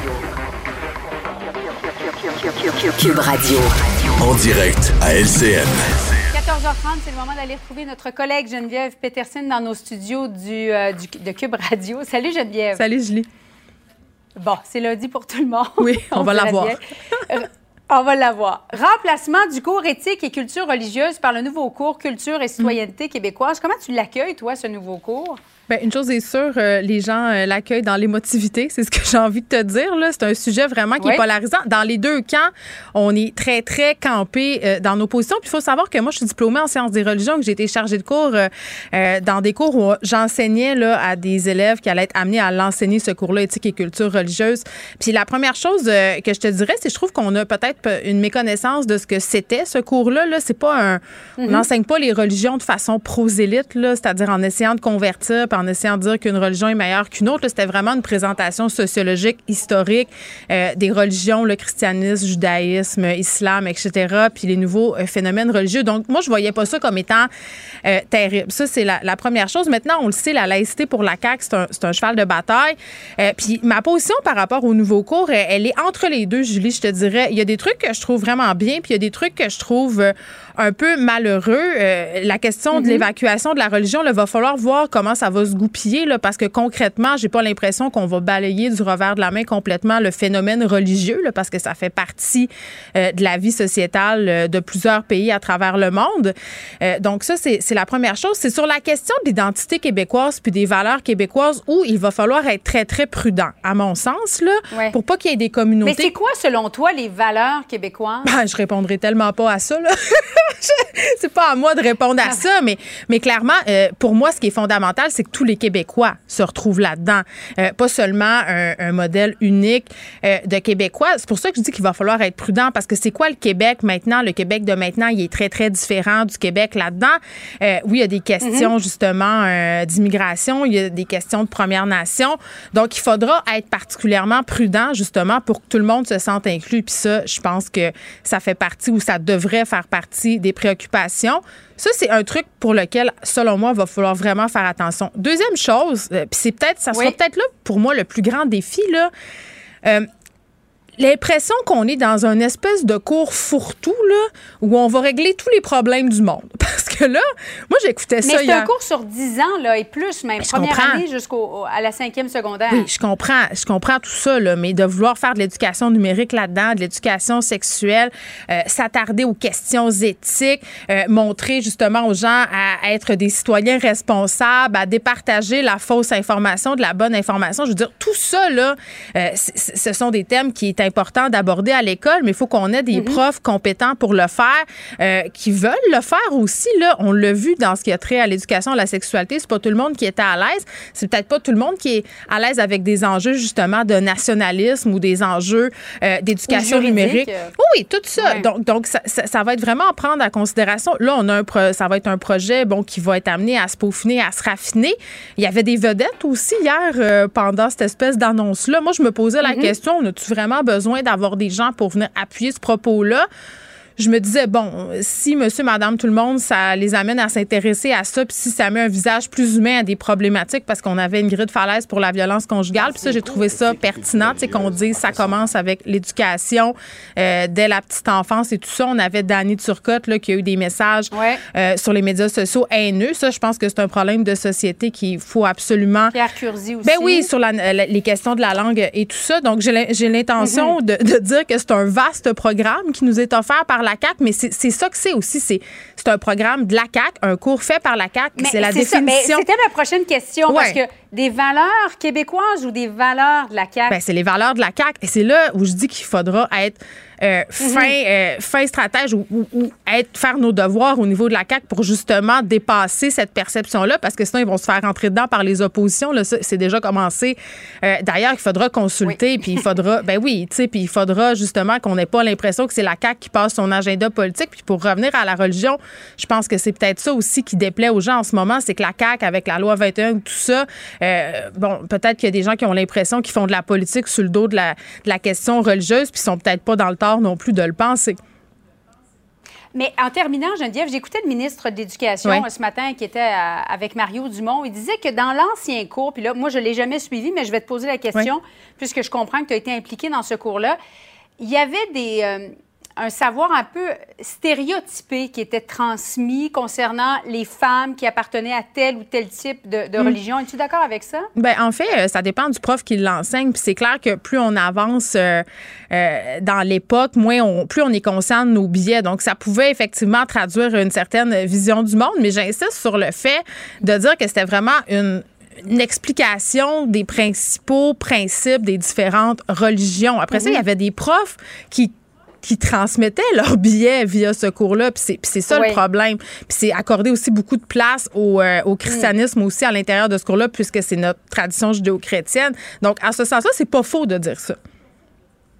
Cube Radio. En direct à L C N. quatorze heures trente, c'est le moment d'aller retrouver notre collègue Geneviève Peterson dans nos studios du, euh, du, de Cube Radio. Salut Geneviève. Salut Julie. Bon, c'est lundi pour tout le monde. Oui, on, on va l'avoir. Euh, on va l'avoir. Remplacement du cours éthique et culture religieuse par le nouveau cours culture et citoyenneté mmh. québécoise. Comment tu l'accueilles, toi, ce nouveau cours? Bien, une chose est sûre, euh, les gens euh, l'accueillent dans l'émotivité. C'est ce que j'ai envie de te dire. Là. C'est un sujet vraiment qui oui. est polarisant. Dans les deux camps, on est très, très campé euh, dans nos positions. Puis il faut savoir que moi, je suis diplômée en sciences des religions, que j'ai été chargée de cours euh, euh, dans des cours où j'enseignais là, à des élèves qui allaient être amenés à l'enseigner, ce cours-là, éthique et culture religieuse. Puis la première chose euh, que je te dirais, c'est que je trouve qu'on a peut-être peut-être une méconnaissance de ce que c'était, ce cours-là. Là, c'est pas un... Mm-hmm. On n'enseigne pas les religions de façon prosélyte, là, c'est-à-dire en essayant de convertir puis en essayant de dire qu'une religion est meilleure qu'une autre. Là, c'était vraiment une présentation sociologique, historique euh, des religions, le christianisme, judaïsme, islam, et cetera, puis les nouveaux euh, phénomènes religieux. Donc, moi, je voyais pas ça comme étant euh, terrible. Ça, c'est la, la première chose. Maintenant, on le sait, la laïcité pour la C A Q, c'est un, c'est un cheval de bataille. Euh, puis ma position par rapport au nouveau cours, elle, elle est entre les deux, Julie, je te dirais. Il y a des trucs que je trouve vraiment bien, puis il y a des trucs que je trouve euh, un peu malheureux. Euh, la question mm-hmm. de l'évacuation de la religion, il va falloir voir comment ça va se goupiller, là, parce que concrètement, j'ai pas l'impression qu'on va balayer du revers de la main complètement le phénomène religieux, là, parce que ça fait partie euh, de la vie sociétale euh, de plusieurs pays à travers le monde. Euh, donc ça, c'est, c'est la première chose. C'est sur la question de l'identité québécoise puis des valeurs québécoises où il va falloir être très, très prudent, à mon sens, là, ouais. pour pas qu'il y ait des communautés... Mais c'est quoi, selon toi, les valeurs québécoises? Ben, je répondrai tellement pas à ça, là. C'est pas à moi de répondre à ça, mais, mais clairement, euh, pour moi, ce qui est fondamental, c'est que tous les Québécois se retrouvent là-dedans. Euh, pas seulement un, un modèle unique euh, de Québécois. C'est pour ça que je dis qu'il va falloir être prudent, parce que c'est quoi le Québec maintenant? Le Québec de maintenant, il est très, très différent du Québec là-dedans. Euh, oui, il y a des questions, mm-hmm. justement, euh, d'immigration, il y a des questions de Première Nation. Donc, il faudra être particulièrement prudent, justement, pour que tout le monde se sente inclus. Puis ça, je pense que ça fait partie, ou ça devrait faire partie des préoccupations. Ça, c'est un truc pour lequel, selon moi, il va falloir vraiment faire attention. Deuxième chose, euh, puis c'est peut-être, ça sera oui. peut-être là, pour moi, le plus grand défi, là, euh, l'impression qu'on est dans une espèce de cours fourre-tout, là, où on va régler tous les problèmes du monde. Parce que là, moi, j'écoutais ça Mais c'est hier. un cours sur dix ans, là, et plus, même. Je première comprends. année jusqu'à la cinquième secondaire. Oui, je comprends. Je comprends tout ça, là, mais de vouloir faire de l'éducation numérique là-dedans, de l'éducation sexuelle, euh, s'attarder aux questions éthiques, euh, montrer justement aux gens à être des citoyens responsables, à départager la fausse information de la bonne information. Je veux dire, tout ça, là, euh, c- c- ce sont des thèmes qui est important d'aborder à l'école, mais il faut qu'on ait des mm-hmm. profs compétents pour le faire, euh, qui veulent le faire aussi. Là, on l'a vu dans ce qui a trait à l'éducation à la sexualité. C'est pas tout le monde qui était à l'aise. C'est peut-être pas tout le monde qui est à l'aise avec des enjeux justement de nationalisme ou des enjeux euh, d'éducation numérique. Oui, tout ça. Ouais. Donc, donc ça, ça, ça va être vraiment à prendre en considération. Là, on a un pro- ça va être un projet bon qui va être amené à se peaufiner, à se raffiner. Il y avait des vedettes aussi hier euh, pendant cette espèce d'annonce-là. Moi, je me posais la mm-hmm. question, on a-tu vraiment besoin d'avoir des gens pour venir appuyer ce propos-là? Je me disais, bon, si monsieur, madame, tout le monde, ça les amène à s'intéresser à ça, puis si ça met un visage plus humain à des problématiques, parce qu'on avait une grille de falaise pour la violence conjugale, puis ça, j'ai trouvé ça pertinent, tu sais, qu'on dise ça commence avec l'éducation euh, dès la petite enfance et tout ça. On avait Dany Turcotte, là, qui a eu des messages ouais. euh, sur les médias sociaux haineux. Ça, je pense que c'est un problème de société qu'il faut absolument... Pierre Curzi aussi. Ben oui, sur la, la, les questions de la langue et tout ça. Donc, j'ai, j'ai l'intention mm-hmm. de, de dire que c'est un vaste programme qui nous est offert par la C A Q, mais c'est, c'est ça que c'est aussi. C'est, c'est un programme de la C A Q, un cours fait par la C A Q. Mais c'est la c'est définition. Ça, mais c'était ma prochaine question, ouais. parce que des valeurs québécoises ou des valeurs de la C A Q? Ben, c'est les valeurs de la C A Q. Et c'est là où je dis qu'il faudra être euh, fin, mm-hmm. euh, fin stratège ou, ou, ou être, faire nos devoirs au niveau de la C A Q pour justement dépasser cette perception-là, parce que sinon, ils vont se faire rentrer dedans par les oppositions. Là, ça, c'est déjà commencé. Euh, d'ailleurs, il faudra consulter, oui. puis il faudra, ben oui, tu sais, puis il faudra justement qu'on n'ait pas l'impression que c'est la C A Q qui passe son agenda politique. Puis pour revenir à la religion, je pense que c'est peut-être ça aussi qui déplaît aux gens en ce moment, c'est que la C A Q, avec la loi vingt et un, tout ça, euh, bon, peut-être qu'il y a des gens qui ont l'impression qu'ils font de la politique sur le dos de la, de la question religieuse, puis ils sont peut-être pas dans le tort non plus de le penser. Mais en terminant, Geneviève, j'écoutais le ministre de l'Éducation oui. ce matin qui était à, avec Mario Dumont. Il disait que dans l'ancien cours, puis là, moi, je ne l'ai jamais suivi, mais je vais te poser la question, oui. puisque je comprends que tu as été impliqué dans ce cours-là. Il y avait des... Euh, un savoir un peu stéréotypé qui était transmis concernant les femmes qui appartenaient à tel ou tel type de, de mmh. religion. Es-tu d'accord avec ça? Bien, en fait, ça dépend du prof qui l'enseigne. Puis c'est clair que plus on avance euh, euh, dans l'époque, moins on, plus on est conscient de nos biais. Donc, ça pouvait effectivement traduire une certaine vision du monde. Mais j'insiste sur le fait de dire que c'était vraiment une... une explication des principaux principes des différentes religions. Après mmh. ça, il y avait des profs qui qui transmettaient leurs billets via ce cours-là. Puis c'est, puis c'est ça oui. le problème. Puis c'est accorder aussi beaucoup de place au, euh, au christianisme mmh. aussi à l'intérieur de ce cours-là, puisque c'est notre tradition judéo-chrétienne. Donc, en ce sens-là, c'est pas faux de dire ça.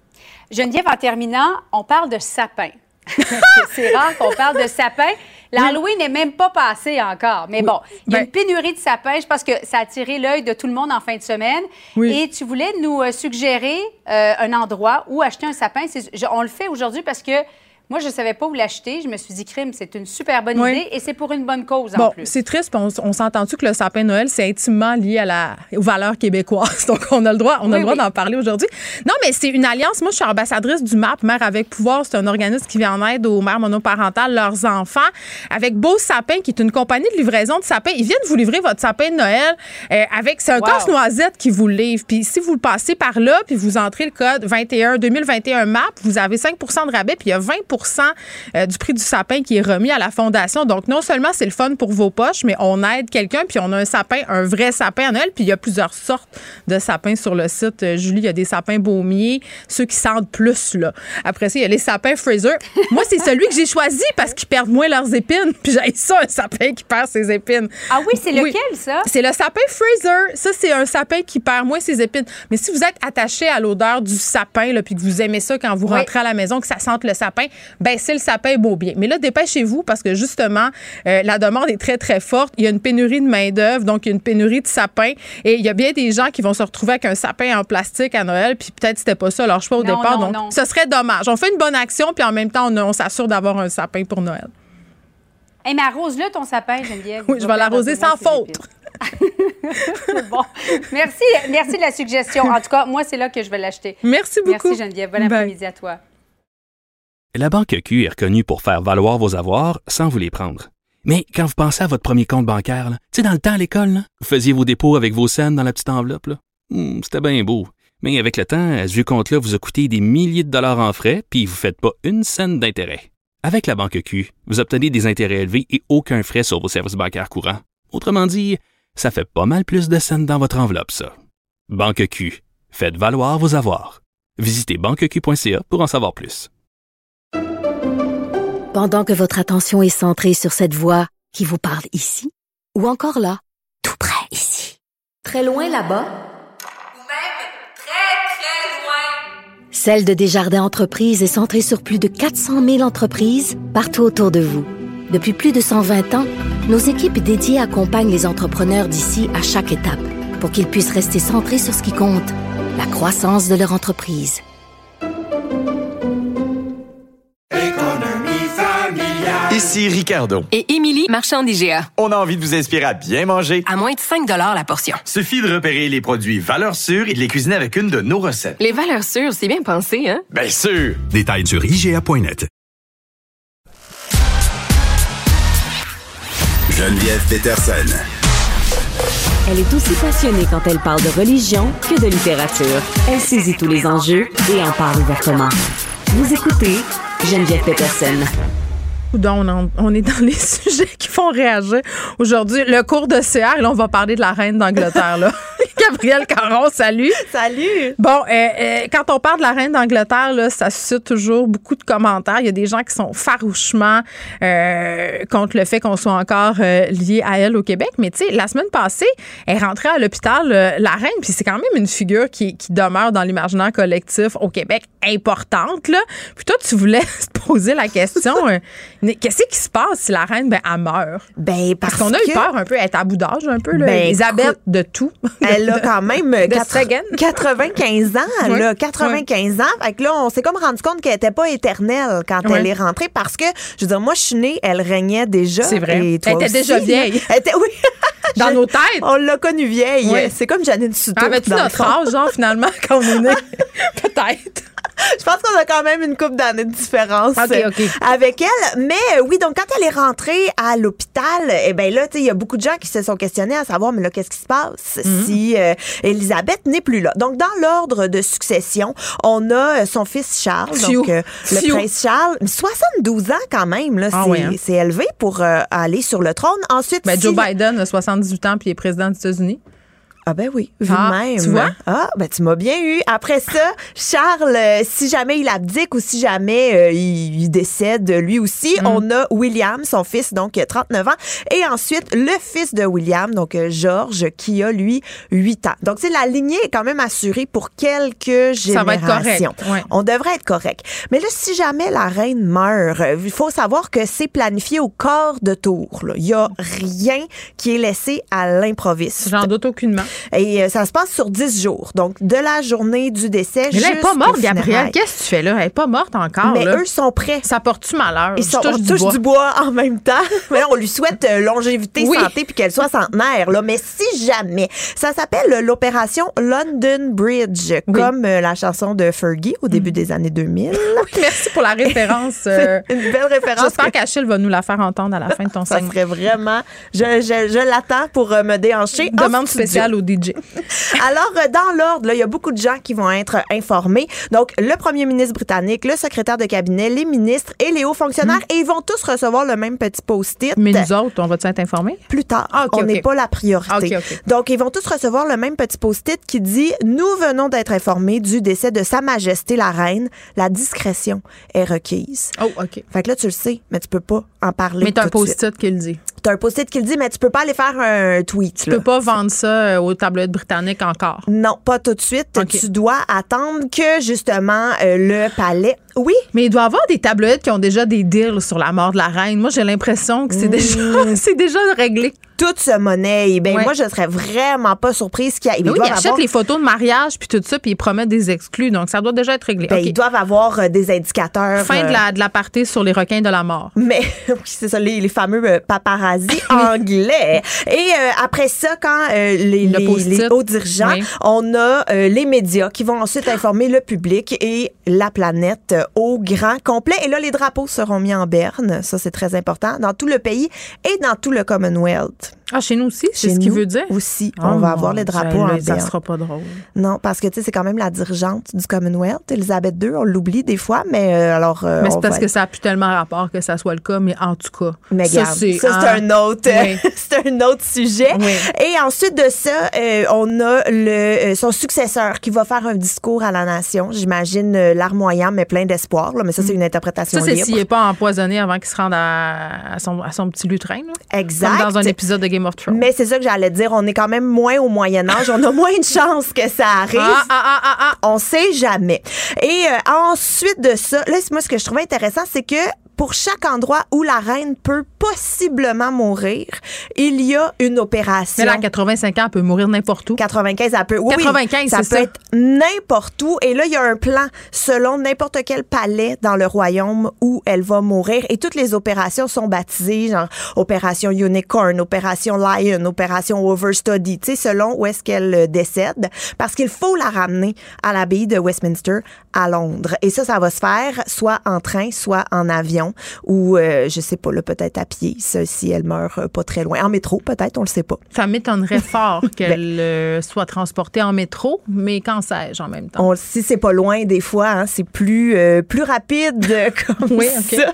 Geneviève, en terminant, on parle de sapin. C'est rare qu'on parle de sapin. L'Halloween n'est même pas passé encore. Mais bon, il y a Ben- une pénurie de sapins. Je pense que ça a attiré l'œil de tout le monde en fin de semaine. Oui. Et tu voulais nous euh, suggérer euh, un endroit où acheter un sapin. C'est- je- on le fait aujourd'hui parce que moi, je ne savais pas où l'acheter. Je me suis dit, crime, c'est une super bonne Oui. idée et c'est pour une bonne cause en Bon, plus. c'est triste, puis on, on s'entend-tu que le sapin de Noël, c'est intimement lié à la, aux valeurs québécoises. Donc, on a le droit, on a Oui, le droit oui. d'en parler aujourd'hui. Non, mais c'est une alliance. Moi, je suis ambassadrice du M A P, Mère avec pouvoir. C'est un organisme qui vient en aide aux mères monoparentales, leurs enfants, avec Beau Sapin, qui est une compagnie de livraison de sapins. Ils viennent vous livrer votre sapin de Noël euh, avec, c'est un Wow. casse-noisette qui vous le livre. Puis si vous le passez par là, puis vous entrez le code vingt et un deux mille vingt et un M A P, vous avez cinq pour cent de rabais, puis il y a vingt pour cent euh, du prix du sapin qui est remis à la Fondation. Donc, non seulement c'est le fun pour vos poches, mais on aide quelqu'un, puis on a un sapin, un vrai sapin à Noël, puis il y a plusieurs sortes de sapins sur le site. Euh, Julie, il y a des sapins baumiers, ceux qui sentent plus, là. Après ça, il y a les sapins Fraser. Moi, c'est celui que j'ai choisi parce qu'ils perdent moins leurs épines, puis j'ai ça, un sapin qui perd ses épines. Ah oui, c'est lequel, ça? C'est le sapin Fraser. Ça, c'est un sapin qui perd moins ses épines. Mais si vous êtes attaché à l'odeur du sapin, là, puis que vous aimez ça quand vous Oui. rentrez à la maison, que ça sente le sapin, ben c'est le sapin beau bien. Mais là, dépêchez-vous parce que justement, euh, la demande est très, très forte. Il y a une pénurie de main-d'œuvre, donc il y a une pénurie de sapins. Et il y a bien des gens qui vont se retrouver avec un sapin en plastique à Noël, puis peut-être c'était pas ça leur choix au Non, départ. non, donc, non. ce serait dommage. On fait une bonne action, puis en même temps, on, on s'assure d'avoir un sapin pour Noël. Hey, mais arrose-le ton sapin, Geneviève. Oui, Il je va vais l'arroser perdre sans moins ses faute. épines. Bon, merci, merci de la suggestion. En tout cas, moi, c'est là que je vais l'acheter. Merci beaucoup. Merci, Geneviève. Bon Bye. après-midi à toi. La Banque Q est reconnue pour faire valoir vos avoirs sans vous les prendre. Mais quand vous pensez à votre premier compte bancaire, là, tu sais, dans le temps à l'école, là, vous faisiez vos dépôts avec vos scènes dans la petite enveloppe. Là. Hum, c'était bien beau. Mais avec le temps, à ce vieux compte-là vous a coûté des milliers de dollars en frais, puis vous ne faites pas une scène d'intérêt. Avec la Banque Q, vous obtenez des intérêts élevés et aucun frais sur vos services bancaires courants. Autrement dit, ça fait pas mal plus de scènes dans votre enveloppe, ça. Banque Q. Faites valoir vos avoirs. Visitez banque q point c a pour en savoir plus. Pendant que votre attention est centrée sur cette voix qui vous parle ici, ou encore là, tout près ici, très loin là-bas, Ou même très, très loin. Celle de Desjardins Entreprises est centrée sur plus de quatre cent mille entreprises partout autour de vous. Depuis plus de cent vingt ans, nos équipes dédiées accompagnent les entrepreneurs d'ici à chaque étape pour qu'ils puissent rester centrés sur ce qui compte, la croissance de leur entreprise. Ici Ricardo. Et Émilie, marchand d'I G A. On a envie de vous inspirer à bien manger. À moins de cinq dollars la portion. Suffit de repérer les produits valeurs sûres et de les cuisiner avec une de nos recettes. Les valeurs sûres, c'est bien pensé, hein? Bien sûr! Détails sur I G A point net. Geneviève Peterson. Elle est aussi passionnée quand elle parle de religion que de littérature. Elle saisit tous les enjeux et en parle ouvertement. Vous écoutez Geneviève Peterson. Coudon, on, on est dans les sujets qui font réagir. Aujourd'hui, le cours de C R, là, on va parler de la reine d'Angleterre, là. Gabrielle Caron, salut. Salut. Bon, euh, euh, quand on parle de la reine d'Angleterre, là, ça suscite toujours beaucoup de commentaires. Il y a des gens qui sont farouchement euh, contre le fait qu'on soit encore euh, lié à elle au Québec. Mais tu sais, la semaine passée, elle est rentrée à l'hôpital, euh, la reine, puis c'est quand même une figure qui, qui demeure dans l'imaginaire collectif au Québec importante, là. Puis toi, tu voulais te poser la question, euh, qu'est-ce qui se passe si la reine, ben, elle meurt? Ben, parce, Parce qu'on a que... eu peur un peu, elle est à bout d'âge un peu, là. Ben, Elisabeth, écoute, de tout. Elle a quand même quatre-vingt-quinze ans, ouais. là, quatre-vingt-quinze ouais. ans. Fait que là, on s'est comme rendu compte qu'elle était pas éternelle quand ouais. elle est rentrée parce que, je veux dire, moi, je suis née, elle régnait déjà. C'est vrai. Et toi elle était aussi, déjà vieille. Elle était, oui. Dans je, nos têtes. On l'a connue vieille. Ouais. C'est comme Janine Souto. Avais-tu notre âge, genre, finalement, quand on est né? Peut-être. Je pense qu'on a quand même une couple d'années de différence okay, okay. avec elle. Mais oui, donc quand elle est rentrée à l'hôpital, eh ben là, tu sais, il y a beaucoup de gens qui se sont questionnés à savoir, mais là, qu'est-ce qui se passe mm-hmm. si euh, Elisabeth n'est plus là? Donc, dans l'ordre de succession, on a son fils Charles, Fiu. donc euh, le Fiu. prince Charles, soixante-douze ans quand même, là, ah, c'est, ouais, hein? c'est élevé pour euh, aller sur le trône. Ensuite, ben, si Joe Biden a soixante-dix-huit ans puis il est président des États-Unis. Ah ben oui, vu ah, même. Tu vois? Ah, ben tu m'as bien eu. Après ça, Charles, euh, si jamais il abdique ou si jamais euh, il, il décède lui aussi, mm. on a William, son fils, donc trente-neuf ans. Et ensuite, le fils de William, donc euh, George, qui a, lui, huit ans. Donc, c'est la lignée est quand même assurée pour quelques générations. Ça va être correct. Ouais. On devrait être correct. Mais là, si jamais la reine meurt, il faut savoir que c'est planifié au quart de tour. Il n'y a rien qui est laissé à l'improviste. J'en doute aucunement. Et euh, ça se passe sur dix jours. Donc, de la journée du décès jusqu'au Mais là, elle n'est pas morte, Gabrielle. Qu'est-ce que tu fais là? Elle n'est pas morte encore. Mais là. eux sont prêts. Ça porte-tu malheur? Ils sont, touche on touche du bois. du bois en même temps. Mais là, on lui souhaite euh, longévité, oui. santé, puis qu'elle soit centenaire. Là. Mais si jamais, ça s'appelle l'opération London Bridge, oui. comme euh, la chanson de Fergie au début mm. des années deux mille. Oui, merci pour la référence. Euh, C'est une belle référence. J'espère que... qu'Achille va nous la faire entendre à la fin de ton segment. Ça serait vraiment... Je, je, je l'attends pour euh, me déhancher. Demande spéciale au D J. Alors, euh, dans l'ordre, il y a beaucoup de gens qui vont être informés. Donc, le premier ministre britannique, le secrétaire de cabinet, les ministres et les hauts fonctionnaires, mm. et ils vont tous recevoir le même petit post-it. Mais nous autres, on va-tu être informés? Plus tard. Ah, okay, on n'est okay. pas la priorité. Okay, okay. Donc, ils vont tous recevoir le même petit post-it qui dit « Nous venons d'être informés du décès de Sa Majesté la Reine. La discrétion est requise. » Oh, OK. Fait que là, tu le sais, mais tu peux pas en parler. Mais t'as un post-it qui le dit. T'as un post-it qui le dit, mais tu peux pas aller faire un tweet. Tu là. peux pas vendre ça aux tabloïds britanniques encore. Non, pas tout de suite. Okay. Tu dois attendre que, justement, euh, le palais... Oui. Mais il doit y avoir des tabloïds qui ont déjà des deals sur la mort de la reine. Moi, j'ai l'impression que c'est mmh. déjà, c'est déjà réglé. Toute ce monnaie, ben ouais. moi, je serais vraiment pas surprise qu'il y ait... Oui, ils achètent avoir... les photos de mariage puis tout ça, puis ils promettent des exclus. Donc, ça doit déjà être réglé. Ben, okay. Ils doivent avoir euh, des indicateurs. Fin euh... de la de la partie sur les requins de la mort. Mais oui, c'est ça, les, les fameux euh, paparazzi anglais. Et euh, après ça, quand euh, les, les, les hauts dirigeants, oui. on a euh, les médias qui vont ensuite informer le public et la planète euh, au grand complet. Et là, les drapeaux seront mis en berne. Ça, c'est très important. Dans tout le pays et dans tout le Commonwealth. Ah, chez nous aussi, c'est chez ce qu'il veut dire? Aussi, oh on va avoir les drapeaux en berne. Ça sera pas drôle. Non, parce que, tu sais, c'est quand même la dirigeante du Commonwealth, Elisabeth deux, on l'oublie des fois, mais euh, alors... Euh, mais c'est parce va... que ça n'a plus tellement rapport que ça soit le cas, mais en tout cas... Mais ça, garde, c'est, ça, c'est hein? un autre oui. c'est un autre sujet. Oui. Et ensuite de ça, euh, on a le, euh, son successeur qui va faire un discours à la nation. J'imagine euh, larmoyant, mais plein d'espoir. Là, mais ça, c'est une interprétation ça, c'est libre. s'il n'est pas empoisonné avant qu'il se rende à, à, son, à son petit lutrin. Là. Exact. Comme dans un épisode de Game of Thrones. Mais c'est ça que j'allais dire, on est quand même moins au Moyen-Âge, on a moins de chances que ça arrive. Ah, ah, ah, ah, ah. On sait jamais. Et euh, ensuite de ça, là, moi, ce que je trouvais intéressant, c'est que pour chaque endroit où la reine peut possiblement mourir, il y a une opération. Mais là, à quatre-vingt-cinq ans, elle peut mourir n'importe où. quatre-vingt-quinze, elle peut. Oui, quatre-vingt-quinze, ça c'est peut ça. être n'importe où. Et là, il y a un plan selon n'importe quel palais dans le royaume où elle va mourir. Et toutes les opérations sont baptisées, genre opération Unicorn, opération Lion, opération Overstudy, tu sais, selon où est-ce qu'elle décède. Parce qu'il faut la ramener à l'abbaye de Westminster à Londres. Et ça, ça va se faire soit en train, soit en avion. Ou, euh, je sais pas, là, peut-être à pied, ça, si elle meurt euh, pas très loin. En métro, peut-être, on le sait pas. Ça m'étonnerait fort qu'elle euh, soit transportée en métro, mais qu'en sais-je en même temps? On, si c'est pas loin, des fois, hein, c'est plus, euh, plus rapide comme oui, okay. ça.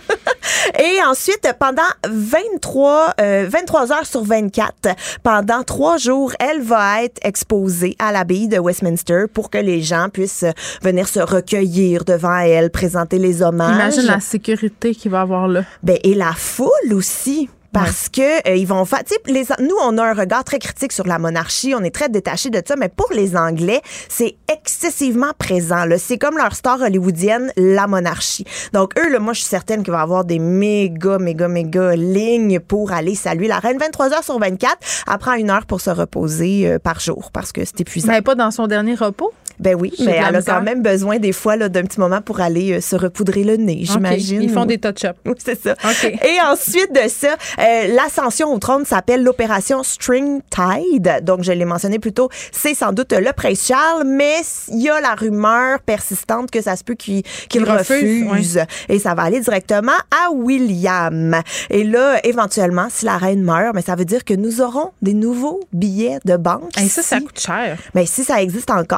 Et ensuite, pendant vingt-trois, euh, vingt-trois heures sur vingt-quatre, pendant trois jours, elle va être exposée à l'abbaye de Westminster pour que les gens puissent venir se recueillir devant elle, présenter les hommages. Imagine la sécurité qu'il va avoir là. Ben, et la foule aussi. Parce ouais. que euh, ils vont faire, tu sais, les nous on a un regard très critique sur la monarchie, on est très détaché de ça, mais pour les Anglais, c'est excessivement présent là, c'est comme leur star hollywoodienne, la monarchie. Donc eux là, moi je suis certaine qu'il va y avoir des méga méga méga lignes pour aller saluer la reine. vingt-trois heures sur vingt-quatre, elle prend une heure pour se reposer euh, par jour parce que c'est épuisant. Mais elle n'est pas dans son dernier repos? Ben oui, J'ai mais elle a quand même besoin des fois là, d'un petit moment pour aller euh, se repoudrer le nez, okay. j'imagine. Ils font des touch-ups. Oui, c'est ça. Okay. Et ensuite de ça, euh, l'ascension au trône s'appelle l'opération String Tide. Donc, je l'ai mentionné plus tôt, c'est sans doute le prince Charles, mais il y a la rumeur persistante que ça se peut qu'il, qu'il refuse. refuse oui. Et ça va aller directement à William. Et là, éventuellement, si la reine meurt, mais ça veut dire que nous aurons des nouveaux billets de banque. Et ça, si, ça coûte cher. Mais si ça existe encore ou si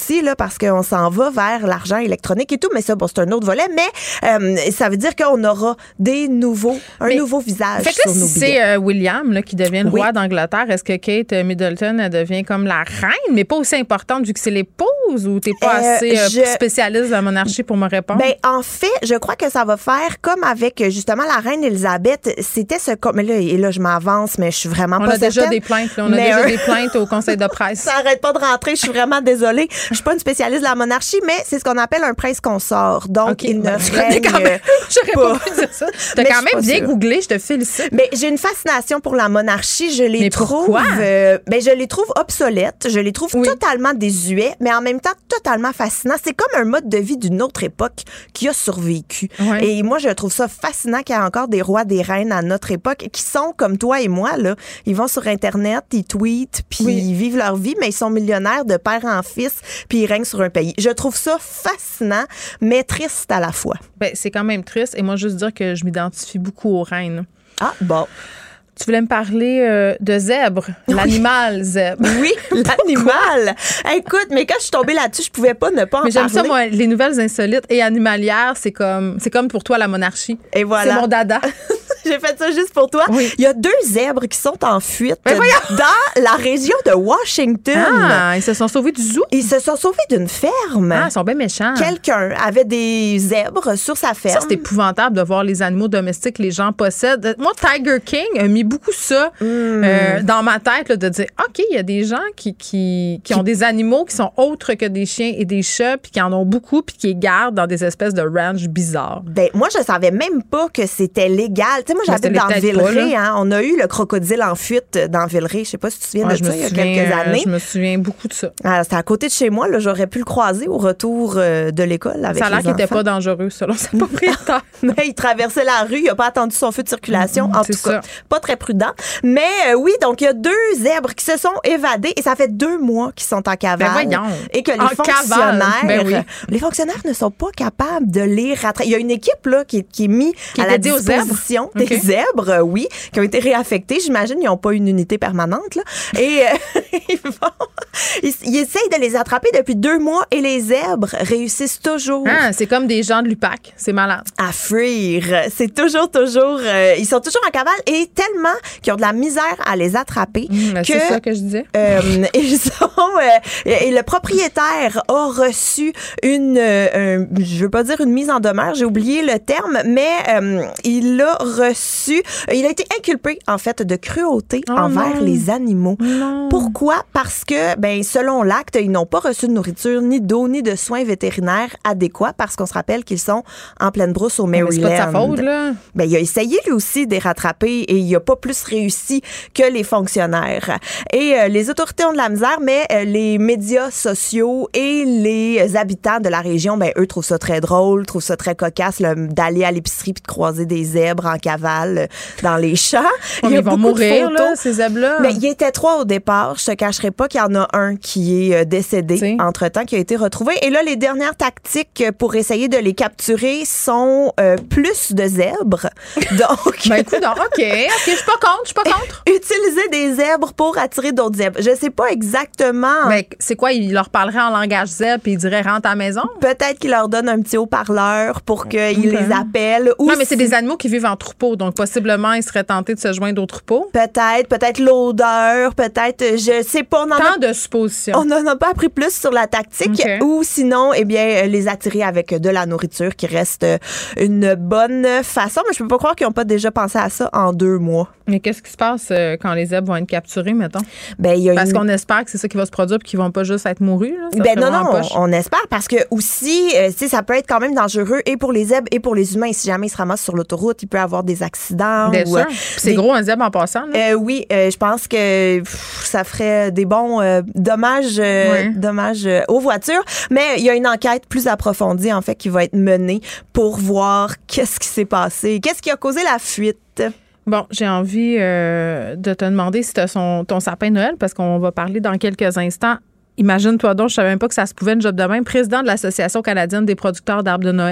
aussi, là, parce qu'on s'en va vers l'argent électronique et tout, mais ça, bon, c'est un autre volet, mais euh, ça veut dire qu'on aura des nouveaux, un mais, nouveau visage fait que là, sur nos si billets. c'est euh, William là, qui devient le Oui. roi d'Angleterre, est-ce que Kate Middleton, elle devient comme la reine, mais pas aussi importante vu que c'est l'épouse, ou t'es pas Euh, assez euh, je- spécialiste de la monarchie pour me répondre? Ben, en fait, je crois que ça va faire comme avec, justement, la reine Elisabeth. C'était ce... Mais là, et là, je m'avance, mais je suis vraiment on pas a déjà certaine. des plaintes, là. On Mais a déjà un- des plaintes au conseil de presse. Ça arrête pas de rentrer. Je suis vraiment désolée. Je suis pas une spécialiste de la monarchie, mais c'est ce qu'on appelle un prince consort. Donc, OK. il ne Ben, règne quand même, j'aurais pas pu dire ça. T'as Mais quand je suis même pas bien sûre. googlé, je te félicite. Mais j'ai une fascination pour la monarchie. Je les Mais trouve, pourquoi? euh, ben je les trouve obsolètes. Je les trouve totalement désuets, mais en même temps totalement fascinants. C'est comme un mode de vie d'une autre époque qui a survécu. Ouais. Et moi, je trouve ça fascinant qu'il y a encore des rois, des reines à notre époque qui sont comme toi et moi là. Ils vont sur Internet, ils tweetent, puis Oui. ils vivent leur vie, mais ils sont millionnaires de père en fils, puis ils règnent sur un pays. Je trouve ça fascinant, mais triste à la fois. Ben, c'est quand même triste. Et moi, juste dire que je m'identifie beaucoup aux reines. Ah, bon. Tu voulais me parler euh, de zèbre, l'animal zèbre. Oui, l'animal. Écoute, mais quand je suis tombée là-dessus, je pouvais pas ne pas en Mais j'aime parler. ça, moi, les nouvelles insolites et animalières, c'est comme, c'est comme pour toi la monarchie. Et voilà. C'est mon dada. J'ai fait ça juste pour toi. Oui. Il y a deux zèbres qui sont en fuite Mais voyons! dans la région de Washington. Ah, ils se sont sauvés du zoo. Ils se sont sauvés d'une ferme. Ah, ils sont bien méchants. Quelqu'un avait des zèbres sur sa ferme. Ça, c'est épouvantable de voir les animaux domestiques que les gens possèdent. Moi, Tiger King a mis beaucoup ça Mm. euh, dans ma tête, là, de dire, OK, il y a des gens qui, qui, qui ont des animaux qui sont autres que des chiens et des chats, puis qui en ont beaucoup, puis qui les gardent dans des espèces de ranch bizarres. Ben, moi, je savais même pas que c'était légal. Tu sais, moi, Ben, j'habite ça dans l'est peut-être Villeray. pas, hein. On a eu le crocodile en fuite dans Villeray. Je sais pas si tu te souviens Ah, de je ça me il y a souviens, quelques euh, années. Je me souviens beaucoup de ça. Ah, c'était à côté de chez moi. Là, j'aurais pu le croiser au retour euh, de l'école avec Ça a l'air les qu'il n'était enfants. pas dangereux, selon sa propriétaire. Mais il traversait la rue, il a pas attendu son feu de circulation. Mhm, en c'est tout cas, ça. pas très prudent. Mais euh, oui, donc il y a deux zèbres qui se sont évadés et ça fait deux mois qu'ils sont en cavale. Ben voyons. Et que les En fonctionnaires, cavale. Ben oui. les fonctionnaires ne sont pas capables de les rattraper. Il y a une équipe là qui, qui est mise Qui à est la dédiée aux zèbres? disposition OK. des zèbres, euh, oui, qui ont été réaffectés. J'imagine ils n'ont pas une unité permanente là. Et euh, ils, vont, ils, ils essayent de les attraper depuis deux mois et les zèbres réussissent toujours. Ah, c'est comme des gens de l'U P A C. C'est malade. À fuir. C'est toujours, toujours... euh, ils sont toujours en cavale et tellement qu'ils ont de la misère à les attraper Mmh, ben, que... c'est ça que je disais. euh, ils sont... euh, et le propriétaire a reçu une... euh, un- je veux pas dire une mise en demeure, j'ai oublié le terme, mais euh, il a reçu... Il a été inculpé, en fait, de cruauté Oh envers non. les animaux. Non. Pourquoi? Parce que, ben, selon l'acte, ils n'ont pas reçu de nourriture, ni d'eau, ni de soins vétérinaires adéquats, parce qu'on se rappelle qu'ils sont en pleine brousse au Mais Maryland. c'est pas de sa faute, là. Ben, il a essayé lui aussi de les rattraper et il a pas plus réussi que les fonctionnaires. Et euh, les autorités ont de la misère, mais euh, les médias sociaux et les habitants de la région, ben eux trouvent ça très drôle, trouvent ça très cocasse là, d'aller à l'épicerie puis de croiser des zèbres en cavale euh, dans les champs. Oh, Il y a ils vont beaucoup de mourir, photos. là, ces zèbres-là. Mais il y était trois au départ. Je te cacherai pas qu'il y en a un qui est euh, décédé entre-temps, qui a été retrouvé. Et là, les dernières tactiques pour essayer de les capturer sont euh, plus de zèbres. Donc, ben écoute, donc, OK, OK, je suis pas contre, je suis pas contre. utiliser des zèbres pour attirer d'autres zèbres. Je sais pas exactement. Mais c'est quoi, il leur parlerait en langage zèbre puis il dirait rentre à la maison? Peut-être qu'il leur donne un petit haut-parleur pour qu'ils Okay. les appellent. Ou Non, mais c'est si- des animaux qui vivent en troupeau, donc possiblement ils seraient tentés de se joindre au troupeau. Peut-être, peut-être l'odeur, peut-être, je sais pas. On en Tant a de suppositions. On n'en a pas appris plus sur la tactique. OK. Ou sinon, eh bien, les attirer avec de la nourriture qui reste une bonne façon. Mais je peux pas croire qu'ils n'ont pas déjà pensé à ça en deux mois. Mais qu'est-ce qui se passe euh, quand les zèbres vont être capturés, mettons? Ben, il y a Parce une- qu'on espère que c'est ça qui va se produire et qu'ils vont pas juste être mourus. Là. Ça Ben serait non, vraiment non, poche. on espère parce que aussi, euh, tu sais, ça peut être quand même dangereux et pour les zèbres et pour les humains. Si jamais ils se ramassent sur l'autoroute, il peut avoir des accidents. Bien ou, sûr. euh, Puis c'est des- gros un zèbre en passant. Là. Euh, oui, euh, je pense que pff, ça ferait des bons euh, dommages, euh, Ouais. dommages euh, aux voitures. Mais il y a une enquête plus approfondie, en fait, qui va être menée pour voir qu'est-ce qui s'est passé, qu'est-ce qui a causé la fuite. Bon, j'ai envie euh, de te demander si tu as son, ton sapin de Noël, parce qu'on va parler dans quelques instants. Imagine-toi donc, je savais même pas que ça se pouvait une job de même. Président de l'Association canadienne des producteurs d'arbres de Noël.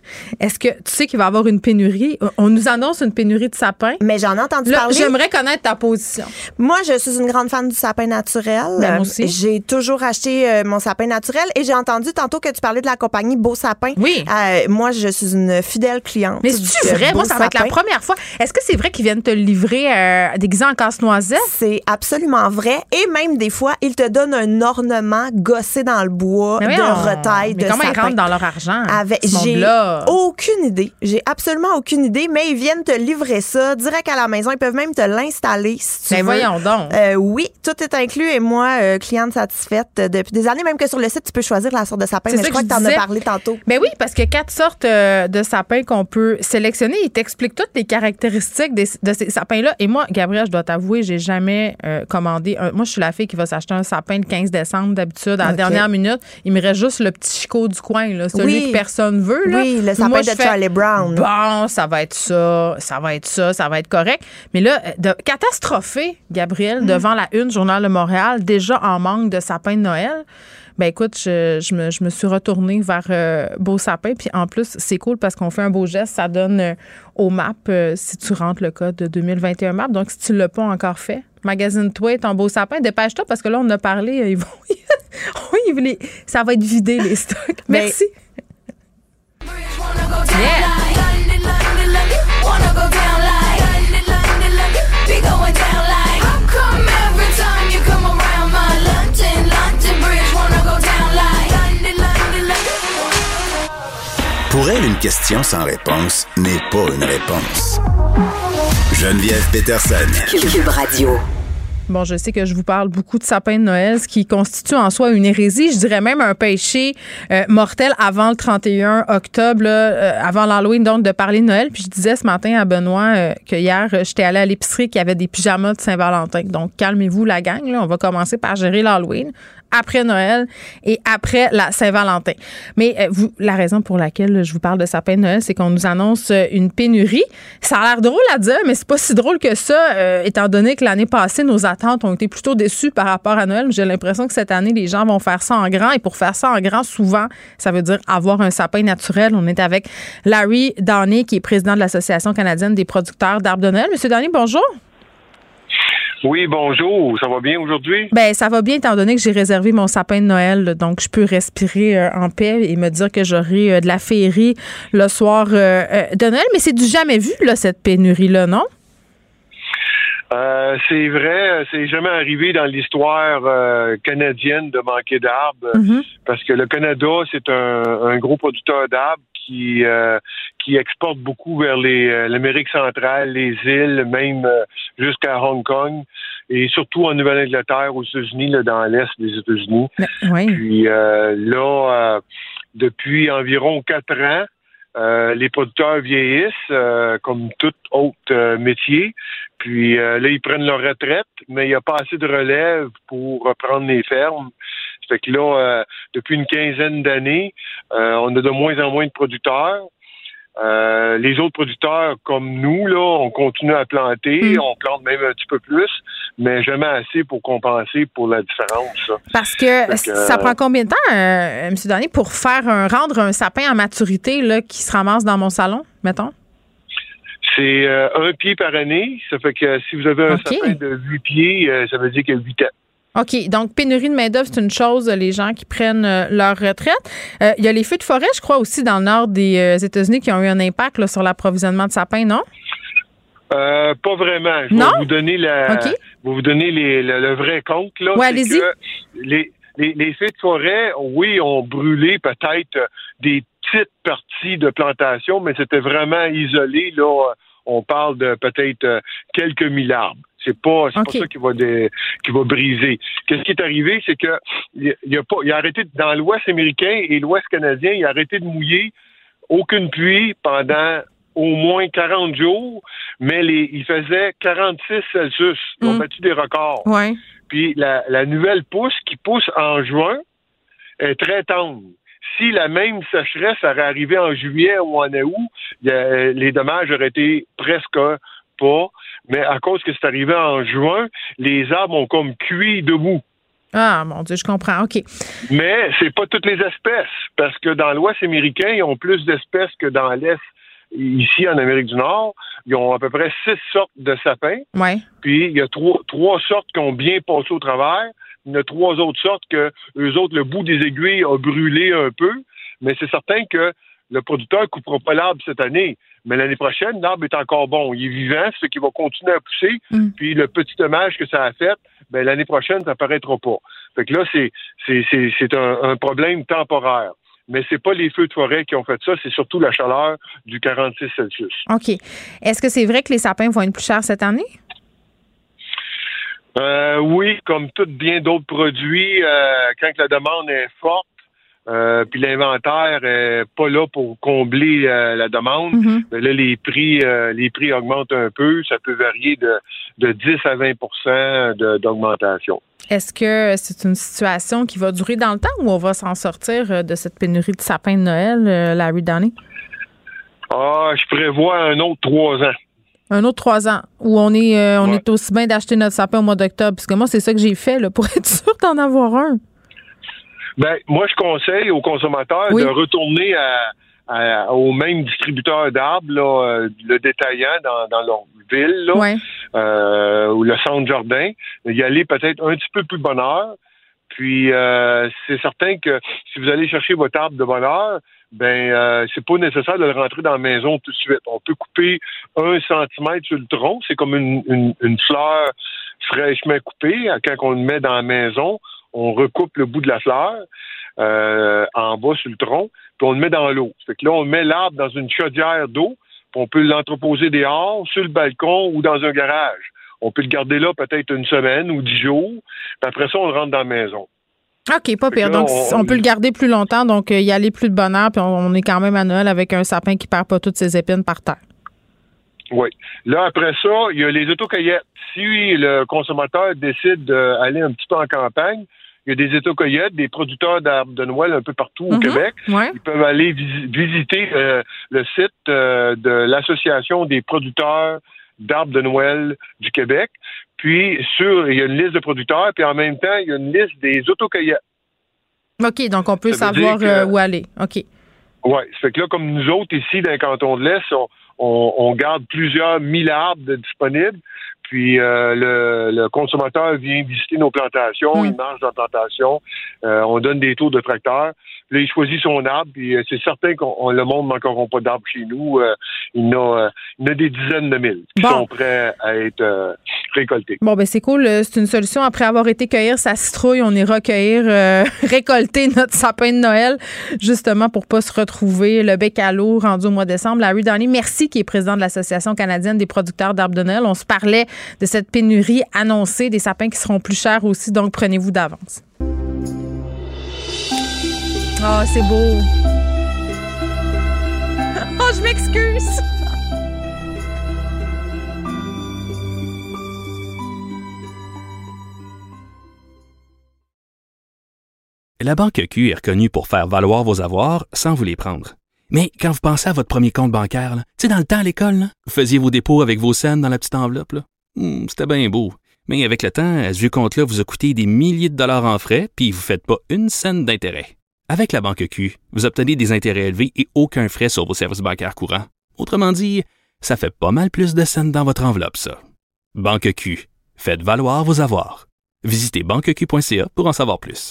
Est-ce que tu sais qu'il va y avoir une pénurie? On nous annonce une pénurie de sapins. Mais j'en ai entendu Là, parler. J'aimerais connaître ta position. Moi, je suis une grande fan du sapin naturel. Ben, moi aussi. J'ai toujours acheté euh, mon sapin naturel et j'ai entendu tantôt que tu parlais de la compagnie Beau Sapin. Oui. Euh, moi, je suis une fidèle cliente. Mais c'est-tu vrai? Moi, ça va être la première fois. Est-ce que c'est vrai qu'ils viennent te livrer euh, déguisé en casse-noisette? C'est absolument vrai. Et même des fois, ils te donnent un ornement gossé dans le bois Mais de on... retaille mais de comment sapin. ils rentrent dans leur argent? Avec... ce J'ai monde-là? aucune idée. J'ai absolument aucune idée, mais ils viennent te livrer ça direct à la maison. Ils peuvent même te l'installer si tu Ben veux. voyons donc. Euh, oui, tout est inclus et moi, euh, cliente satisfaite depuis des années, même que sur le site, tu peux choisir la sorte de sapin. C'est Mais ça je crois que que, je tu en as disais. parlé tantôt. Ben oui, parce qu'il y a quatre sortes euh, de sapins qu'on peut sélectionner. Ils t'expliquent toutes les caractéristiques des, de ces sapins-là. Et moi, Gabrielle, je dois t'avouer, j'ai jamais euh, commandé. Un, moi, je suis la fille qui va s'acheter un sapin le quinze décembre d'habitude. À la Okay. dernière minute, il me reste juste le petit chicot du coin, là, celui Oui. que personne veut. Là. Oui, le Puis sapin moi, de je fais, Charlie Brown. Bon, ça va être ça, ça va être ça, ça va être correct. Mais là, de, catastrophé, Gabrielle, Mm. devant la une, Journal de Montréal, déjà en manque de sapin de Noël. Ben écoute, je, je, me, je me suis retournée vers euh, Beau Sapin. Puis en plus, c'est cool parce qu'on fait un beau geste. Ça donne euh, au M A P euh, si tu rentres le code de deux mille vingt et un M A P. Donc, si tu ne l'as pas encore fait, magasine-toi ton Beau Sapin. Dépêche-toi parce que là, on en a parlé. Euh, ils vont, oui, ils voulaient- ça va être vidé, les stocks. Mais- Merci. Pour elle, une question sans réponse n'est pas une réponse. Geneviève Peterson. Cube Radio. Bon, je sais que je vous parle beaucoup de sapin de Noël, ce qui constitue en soi une hérésie, je dirais même un péché euh, mortel avant le trente et un octobre, là, euh, avant l'Halloween, donc de parler de Noël. Puis je disais ce matin à Benoît euh, que hier, euh, j'étais allée à l'épicerie qu'il y avait des pyjamas de Saint-Valentin. Donc, calmez-vous la gang, là, on va commencer par gérer l'Halloween, après Noël et après la Saint-Valentin. Mais euh, vous, la raison pour laquelle je vous parle de sapin de Noël, c'est qu'on nous annonce euh, une pénurie. Ça a l'air drôle à dire, mais c'est pas si drôle que ça, euh, étant donné que l'année passée, nos attentes ont été plutôt déçues par rapport à Noël. J'ai l'impression que cette année, les gens vont faire ça en grand. Et pour faire ça en grand, souvent, ça veut dire avoir un sapin naturel. On est avec Larry Downey, qui est président de l'Association canadienne des producteurs d'arbres de Noël. Monsieur Downey, bonjour. Oui, bonjour. Ça va bien aujourd'hui? Ben, ça va bien étant donné que j'ai réservé mon sapin de Noël, là, donc je peux respirer euh, en paix et me dire que j'aurai euh, de la féerie le soir euh, euh, de Noël. Mais c'est du jamais vu, là, cette pénurie-là, non? Euh, c'est vrai, c'est jamais arrivé dans l'histoire euh, canadienne de manquer d'arbres, Mm-hmm. parce que le Canada, c'est un, un gros producteur d'arbres qui euh, qui exporte beaucoup vers les euh, l'Amérique centrale, les îles, même euh, jusqu'à Hong Kong, et surtout en Nouvelle-Angleterre, aux États-Unis, là, dans l'est des États-Unis. Oui. Puis euh, là, euh, depuis environ quatre ans, Euh, les producteurs vieillissent, euh, comme tout autre euh, métier. Puis euh, là, ils prennent leur retraite, mais il n'y a pas assez de relève pour reprendre les fermes. Ça fait que là, euh, depuis une quinzaine d'années, euh, on a de moins en moins de producteurs. Euh, les autres producteurs, comme nous, là, on continue à planter, Mm. on plante même un petit peu plus, mais jamais assez pour compenser pour la différence. Là. Parce que, Fait que, ça euh, prend combien de temps, euh, M. Downey, pour faire un, rendre un sapin en maturité là, qui se ramasse dans mon salon, mettons? C'est euh, un pied par année. Ça fait que si vous avez un OK. sapin de huit pieds, euh, ça veut dire qu'il y a huit ans. OK. Donc, pénurie de main-d'œuvre, c'est une chose, les gens qui prennent euh, leur retraite. Euh, Il y a les feux de forêt, je crois, aussi dans le nord des euh, États-Unis qui ont eu un impact là, sur l'approvisionnement de sapins, non? Euh, pas vraiment. Je Non? vais vous donner la, OK. je vais vous donner les, le, le vrai compte là. Ouais, c'est allez-y. que les, les, les feux de forêt, oui, ont brûlé peut-être euh, des petites parties de plantation, mais c'était vraiment isolé. Là, on parle de peut-être euh, quelques mille arbres. C'est pas, c'est OK. pas ça qui va dé- qui va briser. Qu'est-ce qui est arrivé, c'est que il y a pas, il a arrêté de- dans l'Ouest américain et l'Ouest canadien, il a arrêté de mouiller, aucune pluie pendant au moins quarante jours, mais les, il faisait quarante-six Celsius. Ils ont Mm. battu des records. Ouais. Puis la, la nouvelle pousse qui pousse en juin est très tendre. Si la même sécheresse aurait arrivé en juillet ou en août, il y a- les dommages auraient été presque pas. Mais à cause que c'est arrivé en juin, les arbres ont comme cuit debout. Ah, mon Dieu, je comprends. OK. Mais c'est pas toutes les espèces, parce que dans l'Ouest américain, ils ont plus d'espèces que dans l'Est. Ici, en Amérique du Nord, ils ont à peu près six sortes de sapins. Ouais. Puis, il y a trois, trois sortes qui ont bien passé au travers. Il y en a trois autres sortes que, eux autres, le bout des aiguilles a brûlé un peu. Mais c'est certain que le producteur ne coupera pas l'arbre cette année. Mais l'année prochaine, l'arbre est encore bon. Il est vivant, ce qui va continuer à pousser. Mm. Puis, le petit dommage que ça a fait, ben, l'année prochaine, ça paraîtra pas. Fait que là, c'est, c'est, c'est, c'est un, un problème temporaire. Mais c'est pas les feux de forêt qui ont fait ça, c'est surtout la chaleur du quarante-six Celsius. OK. Est-ce que c'est vrai que les sapins vont être plus chers cette année? Euh, oui, comme tout bien d'autres produits, euh, quand la demande est forte, euh, puis l'inventaire est pas là pour combler euh, la demande, mm-hmm. mais là, les prix euh, les prix augmentent un peu. Ça peut varier de, de dix à vingt pour cent de, d'augmentation. Est-ce que c'est une situation qui va durer dans le temps ou on va s'en sortir de cette pénurie de sapins de Noël, euh, Larry Downey? Ah, je prévois un autre trois ans. Un autre trois ans, où on est euh, on ouais. est aussi bien d'acheter notre sapin au mois d'octobre. Parce que moi, c'est ça que j'ai fait là, pour être sûr d'en avoir un. Ben, moi, je conseille aux consommateurs oui. de retourner à, à, au même distributeur d'arbres, là, le détaillant dans, dans leur ville, là, ouais. euh, ou le centre jardin, y aller peut-être un petit peu plus bonne heure. Puis, euh, c'est certain que si vous allez chercher votre arbre de bonne heure, ben, euh, c'est pas nécessaire de le rentrer dans la maison tout de suite. On peut couper un centimètre sur le tronc. C'est comme une, une, une fleur fraîchement coupée. Quand on le met dans la maison, on recoupe le bout de la fleur euh, en bas sur le tronc, puis on le met dans l'eau. Fait que là, on met l'arbre dans une chaudière d'eau, puis on peut l'entreposer dehors, sur le balcon ou dans un garage. On peut le garder là peut-être une semaine ou dix jours, puis après ça, on le rentre dans la maison. OK, pas pire. Là, donc, on, on peut le garder plus longtemps, donc euh, y aller plus de bonheur, puis on, on est quand même à Noël avec un sapin qui perd pas toutes ses épines par terre. Oui. Là, après ça, il y a les autocueillettes. Si le consommateur décide d'aller un petit peu en campagne, il y a des autocueillettes, des producteurs d'arbres de Noël un peu partout au mm-hmm. Québec. Ouais. Ils peuvent aller vis- visiter euh, le site euh, de l'Association des producteurs d'arbres de Noël du Québec. Puis, sur, il y a une liste de producteurs, puis en même temps, il y a une liste des autocueillettes. OK, donc on peut ça savoir que, euh, où aller. OK. Oui, ça fait que là, comme nous autres, ici, dans le canton de l'Est, on, on, on garde plusieurs mille arbres disponibles. Puis euh, le, le consommateur vient visiter nos plantations, mm. il marche dans la plantation, euh, on donne des tours de tracteur. Là, il choisit son arbre, puis euh, c'est certain qu'on on, le monde ne manquera pas d'arbres chez nous. Euh, il, y a, euh, il y a des dizaines de mille qui bon. sont prêts à être euh, récoltés. Bon, ben c'est cool. C'est une solution. Après avoir été cueillir sa citrouille, on ira cueillir, euh, récolter notre sapin de Noël, justement pour pas se retrouver le bec à l'eau rendu au mois de décembre. Larry Downey, merci, qui est président de l'Association canadienne des producteurs d'arbres de Noël. On se parlait de cette pénurie annoncée, des sapins qui seront plus chers aussi, donc prenez-vous d'avance. Oh, c'est beau. Oh, je m'excuse. La Banque Q est reconnue pour faire valoir vos avoirs sans vous les prendre. Mais quand vous pensez à votre premier compte bancaire, tu sais, dans le temps à l'école, là, vous faisiez vos dépôts avec vos scènes dans la petite enveloppe. Là. Hum, c'était bien beau. Mais avec le temps, ce vieux compte-là vous a coûté des milliers de dollars en frais, puis vous ne faites pas une scène d'intérêt. Avec la Banque Q, vous obtenez des intérêts élevés et aucun frais sur vos services bancaires courants. Autrement dit, ça fait pas mal plus de scènes dans votre enveloppe, ça. Banque Q. Faites valoir vos avoirs. Visitez banque q point c a pour en savoir plus.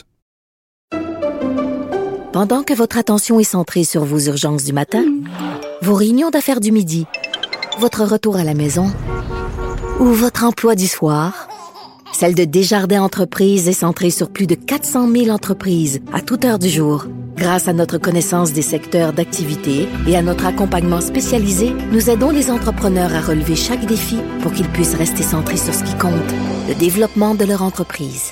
Pendant que votre attention est centrée sur vos urgences du matin, vos réunions d'affaires du midi, votre retour à la maison ou votre emploi du soir, celle de Desjardins Entreprises est centrée sur plus de quatre cent mille entreprises à toute heure du jour. Grâce à notre connaissance des secteurs d'activité et à notre accompagnement spécialisé, nous aidons les entrepreneurs à relever chaque défi pour qu'ils puissent rester centrés sur ce qui compte, le développement de leur entreprise.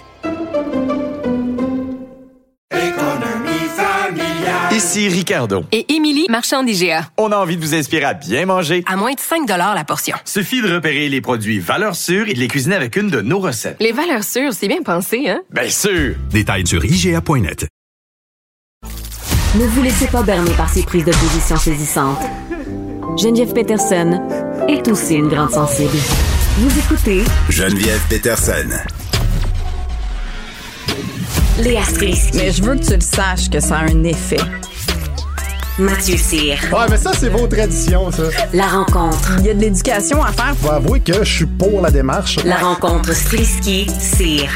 Ici Ricardo. Et Émilie, marchand d'I G A. On a envie de vous inspirer à bien manger. À moins de cinq dollars la portion. Suffit de repérer les produits valeurs sûres et de les cuisiner avec une de nos recettes. Les valeurs sûres, c'est bien pensé, hein? Bien sûr! Détails sur I G A point net. Ne vous laissez pas berner par ces prises de position saisissantes. Geneviève Peterson est aussi une grande sensible. Vous écoutez Geneviève Peterson. Léa Strisky. Mais je veux que tu le saches que ça a un effet. Mathieu Cyr. Ouais, mais ça, c'est vos traditions, ça. La rencontre. Il y a de l'éducation à faire. Faut avouer que je suis pour la démarche. La rencontre Strisky-Cyr.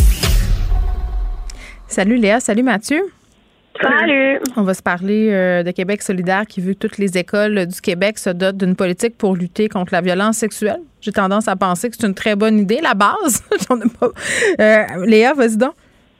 Salut Léa, salut Mathieu. Salut. On va se parler euh, de Québec solidaire qui veut que toutes les écoles du Québec se dotent d'une politique pour lutter contre la violence sexuelle. J'ai tendance à penser que c'est une très bonne idée, la base. J'en ai pas. Euh, Léa, vas-y donc.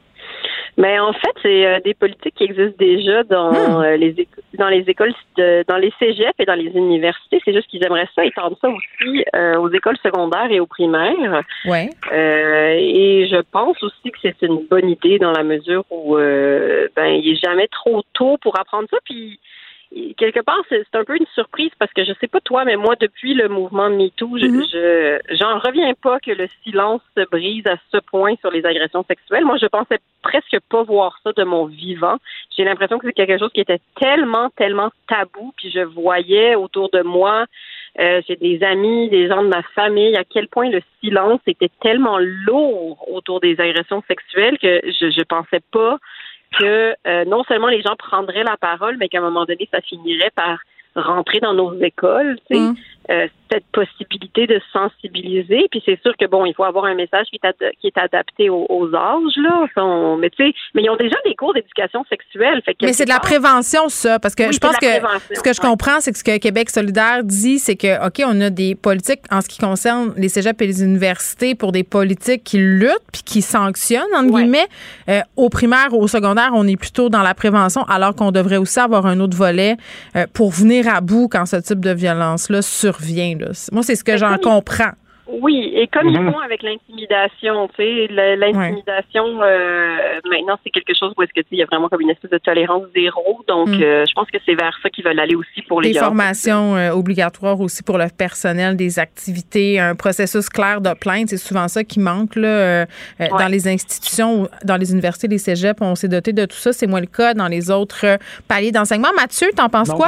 Mais en fait, c'est euh, des politiques qui existent déjà dans mmh. euh, les éco- dans les écoles, de, dans les cégeps et dans les universités. C'est juste qu'ils aimeraient ça étendre ça aussi euh, aux écoles secondaires et aux primaires. Ouais. Euh, et je pense aussi que c'est une bonne idée dans la mesure où euh, ben il est jamais trop tôt pour apprendre ça. Puis quelque part, c'est, c'est un peu une surprise parce que je sais pas toi, mais moi, depuis le mouvement MeToo, je, mm-hmm. je j'en reviens pas que le silence se brise à ce point sur les agressions sexuelles. Moi, je pensais presque pas voir ça de mon vivant. J'ai l'impression que c'est quelque chose qui était tellement, tellement tabou. Puis je voyais autour de moi, euh, j'ai des amis, des gens de ma famille, à quel point le silence était tellement lourd autour des agressions sexuelles que je, je pensais pas que euh, non seulement les gens prendraient la parole, mais qu'à un moment donné, ça finirait par rentrer dans nos écoles, tu sais, mmh. euh, cette possibilité de sensibiliser. Puis c'est sûr que, bon, il faut avoir un message qui est, ad- qui est adapté aux, aux âges, là. Son, mais tu sais, mais ils ont déjà des cours d'éducation sexuelle. Fait que mais c'est de la part, prévention, ça, parce que oui, je pense que ce que je ouais. comprends, c'est que ce que Québec solidaire dit, c'est que, OK, on a des politiques en ce qui concerne les cégeps et les universités pour des politiques qui luttent puis qui sanctionnent, entre ouais. guillemets. Euh, au primaire, au secondaire, on est plutôt dans la prévention, alors qu'on devrait aussi avoir un autre volet euh, pour venir à bout quand ce type de violence-là survient. Là. Moi, c'est ce que j'en comprends. Oui, et comme mm-hmm. ils font avec l'intimidation, tu sais, l'intimidation, ouais. euh, maintenant, c'est quelque chose où est-ce que, tu sais, il y a vraiment comme une espèce de tolérance zéro. Donc, mm. euh, je pense que c'est vers ça qu'ils veulent aller aussi pour les Des formations euh, obligatoires aussi pour le personnel, des activités, un processus clair de plainte. C'est souvent ça qui manque, là, euh, ouais. dans les institutions, dans les universités, les cégeps. On s'est doté de tout ça. C'est moins le cas dans les autres euh, paliers d'enseignement. Mathieu, t'en penses non. quoi?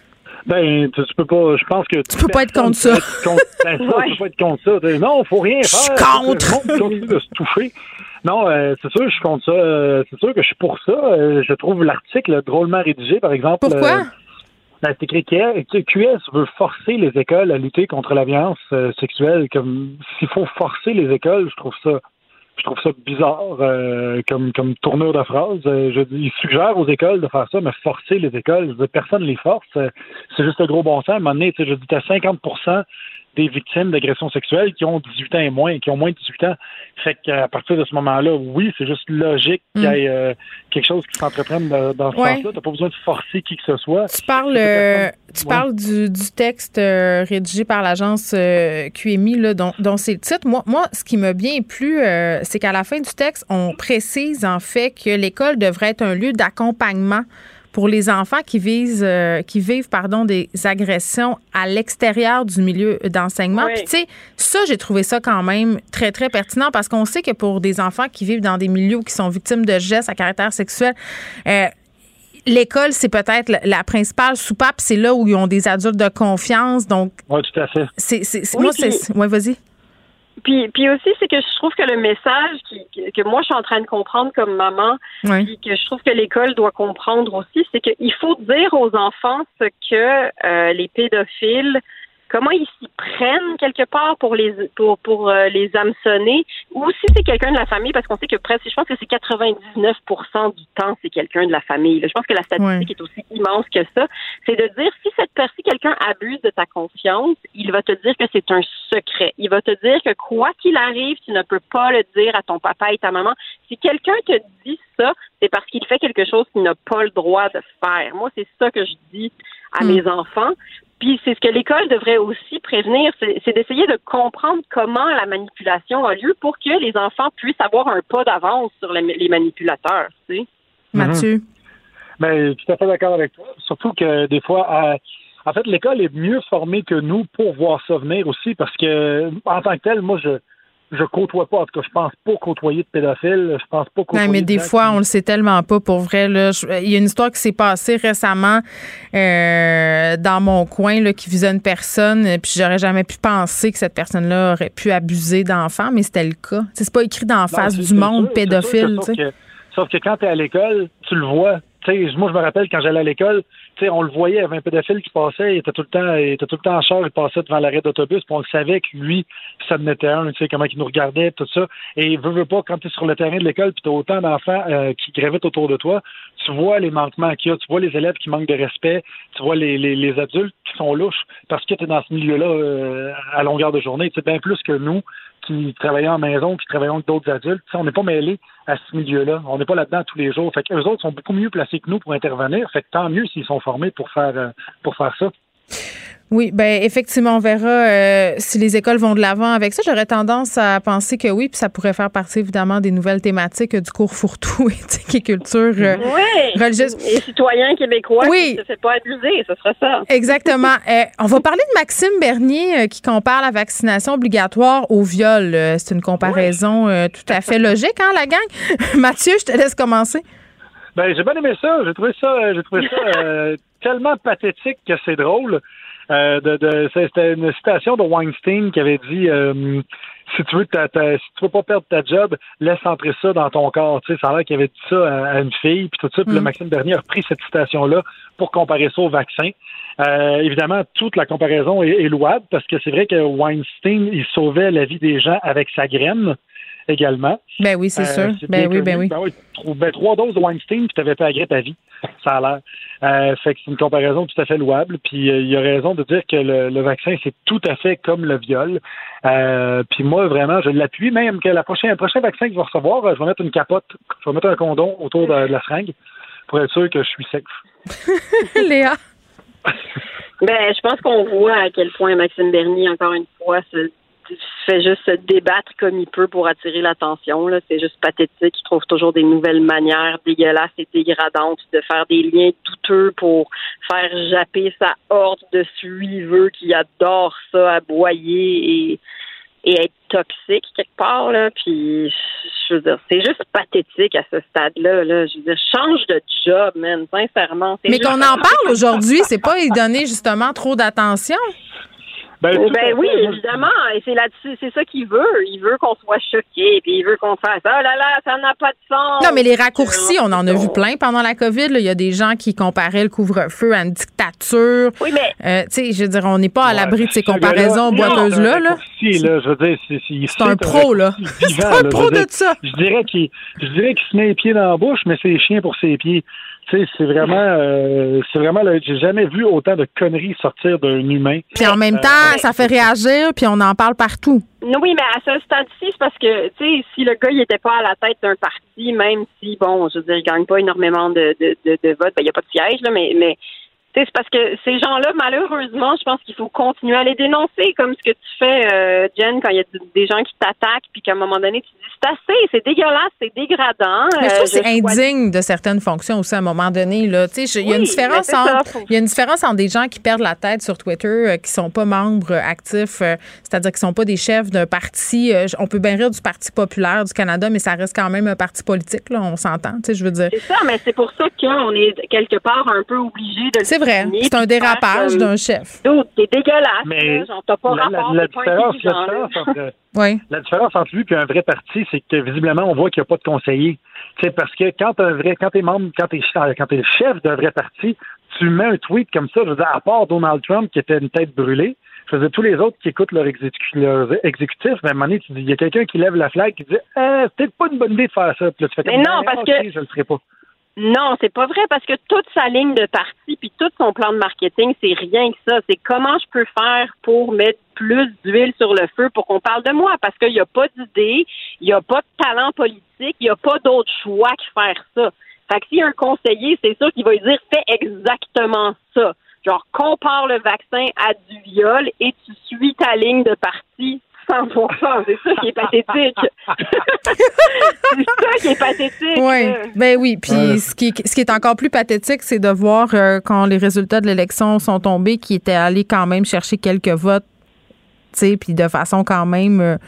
Ben, tu, tu peux pas. Je pense que tu peux pas être contre ça. Être contre, ben, ça ouais. Tu peux pas être contre ça. Non, faut rien faire. Je suis contre. Le monde continue de se toucher. Non, euh, c'est sûr, je suis contre ça. Euh, c'est sûr que je suis pour ça. Euh, je trouve l'article drôlement rédigé, par exemple. Pourquoi? Euh, c'est écrit que Q S veut forcer les écoles à lutter contre la violence euh, sexuelle. Comme s'il faut forcer les écoles, je trouve ça. Je trouve ça bizarre euh, comme comme tournure de phrase. Euh, je dis, ils suggèrent aux écoles de faire ça, mais forcer les écoles, je veux dire, personne ne les force. Euh, c'est juste un gros bon sens. À un moment donné, tu sais, je dis, t'as cinquante pour cent des victimes d'agressions sexuelles qui ont dix-huit ans et moins, qui ont moins de dix-huit ans. Fait qu'à partir de ce moment-là, oui, c'est juste logique mm. qu'il y ait euh, quelque chose qui s'entreprenne dans, dans ce ouais. sens-là. T'as pas besoin de forcer qui que ce soit. Tu parles, euh, tu ouais. parles du, du texte euh, rédigé par l'agence euh, Q M I, là, dont, dont c'est le titre. Moi, moi, ce qui m'a bien plu, euh, c'est qu'à la fin du texte, on précise en fait que l'école devrait être un lieu d'accompagnement pour les enfants qui visent, euh, qui vivent pardon, des agressions à l'extérieur du milieu d'enseignement. Oui. Puis, tu sais, ça, j'ai trouvé ça quand même très, très pertinent parce qu'on sait que pour des enfants qui vivent dans des milieux qui sont victimes de gestes à caractère sexuel, euh, l'école, c'est peut-être la principale soupape. C'est là où ils ont des adultes de confiance. Donc, oui, tout à fait. C'est, c'est, c'est, oui, moi, puis, c'est... Oui, vas-y. Puis, puis aussi, c'est que je trouve que le message qui, que moi, je suis en train de comprendre comme maman, oui. puis que je trouve que l'école doit comprendre aussi, c'est qu'il faut dire aux enfants ce que euh, les pédophiles, comment ils s'y prennent quelque part pour les pour pour euh, les hameçonner, ou si c'est quelqu'un de la famille, parce qu'on sait que presque, je pense que c'est quatre-vingt-dix-neuf pour cent du temps, c'est quelqu'un de la famille. Là. Je pense que la statistique ouais. est aussi immense que ça. C'est de dire, si cette personne, quelqu'un abuse de ta confiance, il va te dire que c'est un secret. Il va te dire que quoi qu'il arrive, tu ne peux pas le dire à ton papa et ta maman. Si quelqu'un te dit ça, c'est parce qu'il fait quelque chose qu'il n'a pas le droit de faire. Moi, c'est ça que je dis à mmh. mes enfants. Puis c'est ce que l'école devrait aussi prévenir, c'est, c'est d'essayer de comprendre comment la manipulation a lieu pour que les enfants puissent avoir un pas d'avance sur les, les manipulateurs, tu sais. Mathieu? Ben, tout à fait d'accord avec toi. Surtout que des fois, euh, en fait, l'école est mieux formée que nous pour voir ça venir aussi, parce que en tant que tel, moi, je je côtoie pas, en tout cas, je pense pas côtoyer de pédophiles, je pense pas côtoyer. Non, mais des fois, qui... on le sait tellement pas, pour vrai, là. Je, il y a une histoire qui s'est passée récemment euh, dans mon coin, là, qui visait une personne, puis j'aurais jamais pu penser que cette personne-là aurait pu abuser d'enfants, mais c'était le cas. T'sais, c'est pas écrit d'en face du monde sûr, pédophile, tu sais. Sauf que quand tu es à l'école, tu le vois. T'sais, moi, je me rappelle quand j'allais à l'école, t'sais, on le voyait, il y avait un pédophile qui passait, il était tout le temps, il était tout le temps en char, il passait devant l'arrêt d'autobus, puis on le savait que lui, ça en était un, tu sais, comment il nous regardait, tout ça. Et veut, veut pas, quand tu es sur le terrain de l'école, puis tu as autant d'enfants euh, qui gravitent autour de toi, tu vois les manquements qu'il y a, tu vois les élèves qui manquent de respect, tu vois les, les, les adultes qui sont louches, parce que tu es dans ce milieu-là euh, à longueur de journée. Tu sais, bien plus que nous, qui travaillons en maison, qui travaillons avec d'autres adultes. T'sais, on n'est pas mêlés à ce milieu-là. On n'est pas là-dedans tous les jours. Fait qu'eux autres sont beaucoup mieux placés que nous pour intervenir. Fait que tant mieux s'ils sont formés pour faire euh, pour faire ça. Oui, ben effectivement, on verra euh, si les écoles vont de l'avant avec ça. J'aurais tendance à penser que oui, puis ça pourrait faire partie évidemment des nouvelles thématiques euh, du cours fourre-tout et culture euh, oui. religieuse. Et citoyens québécois oui. qui ne se fait pas abuser, ce serait ça. Exactement. euh, on va parler de Maxime Bernier euh, qui compare la vaccination obligatoire au viol. Euh, c'est une comparaison euh, tout à fait logique, hein, la gang? Mathieu, je te laisse commencer. Ben j'ai bien aimé ça. J'ai trouvé ça, j'ai trouvé ça euh, tellement pathétique que c'est drôle. Euh, de, de, c'était une citation de Weinstein qui avait dit euh, si tu veux ta, ta, si tu veux pas perdre ta job, laisse entrer ça dans ton corps. Tu sais, ça a l'air qu'il avait dit ça à, à une fille, puis tout ça. Puis mm. le Maxime Bernier a repris cette citation-là pour comparer ça au vaccin. Euh, évidemment, toute la comparaison est, est louable parce que c'est vrai que Weinstein, il sauvait la vie des gens avec sa graine également. Ben oui, c'est euh, sûr. C'est ben, oui, ben oui, ben oui. Ben, trois doses de Weinstein, puis t'avais pas la grippe à vie. Ça a l'air. Euh, fait que c'est une comparaison tout à fait louable. Puis euh, il a raison de dire que le, le vaccin, c'est tout à fait comme le viol. Euh, puis moi, vraiment, je l'appuie. Même que la prochaine, le prochain vaccin que je vais recevoir, je vais mettre une capote, je vais mettre un condom autour de, de la seringue pour être sûr que je suis safe. Léa? Ben, je pense qu'on voit à quel point Maxime Bernier, encore une fois, se fait juste se débattre comme il peut pour attirer l'attention. Là. C'est juste pathétique. Il trouve toujours des nouvelles manières dégueulasses et dégradantes de faire des liens douteux pour faire japper sa horde de suiveux qui adorent ça, aboyer et, et être toxique quelque part. Là. Puis, je veux dire, c'est juste pathétique à ce stade-là. Là. Je veux dire, change de job, man, sincèrement. Mais qu'on en parle aujourd'hui, c'est pas y donner justement trop d'attention. Ben, ben oui, évidemment. Et c'est là-dessus, c'est ça qu'il veut. Il veut qu'on soit choqué, puis il veut qu'on fasse « Oh là là, ça n'a pas de sens! » Non, mais les raccourcis, on en a vu plein pendant la COVID. Là. Il y a des gens qui comparaient le couvre-feu à une dictature. Oui, mais... Euh, tu sais, je veux dire, on n'est pas à l'abri ouais, de ces comparaisons boiteuses-là. Là. C'est, là, je veux dire, c'est, c'est, c'est un pro, là. C'est un là, pro de dire, ça. Je dirais qu'il, je dirais qu'il se met les pieds dans la bouche, mais c'est les chiens pour ses pieds. Tu sais, c'est vraiment, euh, c'est vraiment, là, j'ai jamais vu autant de conneries sortir d'un humain. Puis en même temps, euh, ça fait réagir, puis on en parle partout. Oui, mais à ce stade-ci, c'est parce que, tu sais, si le gars, il était pas à la tête d'un parti, même si, bon, je veux dire, il gagne pas énormément de, de, de, de votes, ben, il n'y a pas de siège, là, mais, mais, tu sais, c'est parce que ces gens-là, malheureusement, je pense qu'il faut continuer à les dénoncer, comme ce que tu fais, euh, Jen, quand il y a des gens qui t'attaquent, puis qu'à un moment donné, tu dis, c'est assez, c'est dégueulasse, c'est dégradant. Mais je trouve euh, que c'est indigne de certaines fonctions aussi à un moment donné, là. Tu sais, il y a oui, une différence entre, ça, il y a une différence entre des gens qui perdent la tête sur Twitter, euh, qui sont pas membres euh, actifs, euh, c'est-à-dire qui sont pas des chefs d'un parti. Euh, on peut bien rire du Parti populaire du Canada, mais ça reste quand même un parti politique, là, on s'entend, tu sais, je veux dire. C'est ça, mais c'est pour ça qu'on est quelque part un peu obligé de le C'est vrai, c'est un dérapage comme... d'un chef. T'es dégueulasse, mais là, genre, t'as pas la, rapport, la, la, pas différence, la, différence entre, oui. la différence entre lui et un vrai parti, c'est que visiblement, on voit qu'il n'y a pas de conseiller. C'est parce que quand un vrai, quand t'es membre, quand t'es, quand t'es le chef d'un vrai parti, tu mets un tweet comme ça, je veux dire, à part Donald Trump qui était une tête brûlée, je veux dire, tous les autres qui écoutent leur, exécu- leur exécutif, ben, à un moment donné, tu dis, il y a quelqu'un qui lève la flag qui dit, euh, c'est peut-être pas une bonne idée de faire ça. Puis là, tu fais mais non, parce okay, que je le ferai pas. Non, c'est pas vrai parce que toute sa ligne de parti puis tout son plan de marketing, c'est rien que ça. C'est comment je peux faire pour mettre plus d'huile sur le feu pour qu'on parle de moi parce qu'il n'y a pas d'idée, il n'y a pas de talent politique, il n'y a pas d'autre choix que faire ça. Fait que s'il y a un conseiller, c'est sûr qu'il va lui dire fais exactement ça. Genre, compare le vaccin à du viol et tu suis ta ligne de parti cent pour cent. C'est ça qui est pathétique. C'est ça qui est pathétique. Oui, ben oui. Puis ouais. ce, qui, ce qui est encore plus pathétique, c'est de voir euh, quand les résultats de l'élection sont tombés, qu'il était allé quand même chercher quelques votes, tu sais, puis de façon quand même... Euh,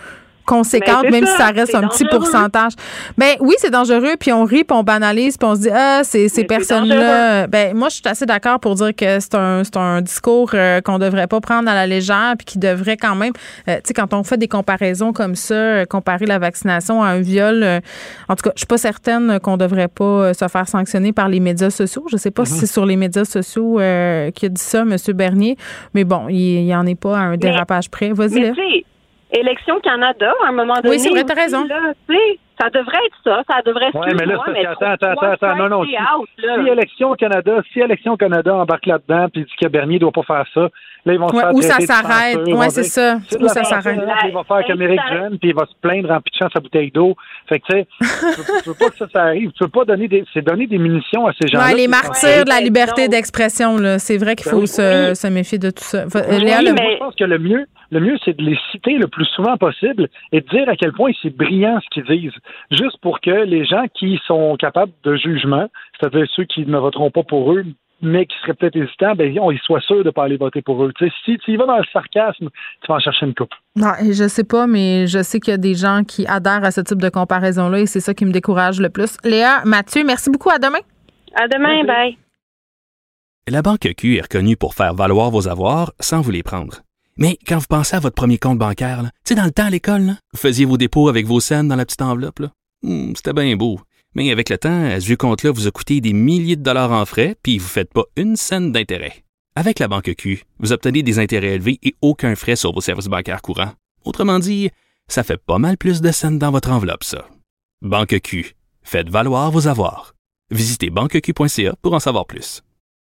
conséquente, Mais c'est même ça, si ça reste c'est un petit dangereux. pourcentage. Ben oui, c'est dangereux, puis on rit, puis on banalise, puis on se dit, ah, c'est, ces Mais personnes-là. c'est Ben moi, je suis assez d'accord pour dire que c'est un, c'est un discours euh, qu'on devrait pas prendre à la légère, puis qui devrait quand même, euh, tu sais, quand on fait des comparaisons comme ça, euh, comparer la vaccination à un viol, euh, en tout cas, je suis pas certaine qu'on devrait pas euh, se faire sanctionner par les médias sociaux. Je sais pas mm-hmm. si c'est sur les médias sociaux euh, qu'il a dit ça, M. Bernier, mais bon, il n'y en est pas à un dérapage mais, près. Vas-y, mais là. tu sais, Élections Canada, à un moment donné. Oui, c'est vrai, t'as raison. Là, tu sais, ça devrait être ça. Ça devrait Oui, mais là, c'est mais attends, attends, attends, attends, non, non. Si, out, si Élections Canada, si Élections Canada embarque là-dedans puis dit que Bernier ne doit pas faire ça, là, ils vont ouais, se faire où ça traiter de s'arrête. censure, Oui, c'est dire, ça. c'est Où ça s'arrête. Il va faire qu'Amérique jeune, puis il va se plaindre en pitchant sa bouteille d'eau. Fait que, tu sais, tu veux pas que ça, ça arrive. Tu veux pas donner des, c'est donner des munitions à ces gens-là. Ouais, les martyrs de la liberté non. d'expression, là. C'est vrai qu'il faut oui, se, oui. se méfier de tout ça. Oui, Léa, le... mais... Je pense que le mieux, le mieux, c'est de les citer le plus souvent possible et de dire à quel point c'est brillant ce qu'ils disent. Juste pour que les gens qui sont capables de jugement, c'est-à-dire ceux qui ne voteront pas pour eux, mais qui seraient peut-être hésitants, ben, ils soient sûrs de ne pas aller voter pour eux. Tu sais, si tu y vas dans le sarcasme, tu vas en chercher une coupe. Non, je sais pas, mais je sais qu'il y a des gens qui adhèrent à ce type de comparaison-là et c'est ça qui me décourage le plus. Léa, Mathieu, merci beaucoup. À demain. À demain, bye. La Banque Q est reconnue pour faire valoir vos avoirs sans vous les prendre. Mais quand vous pensez à votre premier compte bancaire, tu sais, dans le temps à l'école, là, vous faisiez vos dépôts avec vos scènes dans la petite enveloppe. Là. Hum, c'était bien beau. Mais avec le temps, ce vieux compte-là vous a coûté des milliers de dollars en frais, puis vous ne faites pas une scène d'intérêt. Avec la Banque Q, vous obtenez des intérêts élevés et aucun frais sur vos services bancaires courants. Autrement dit, ça fait pas mal plus de scènes dans votre enveloppe, ça. Banque Q, faites valoir vos avoirs. Visitez banque q point c a pour en savoir plus.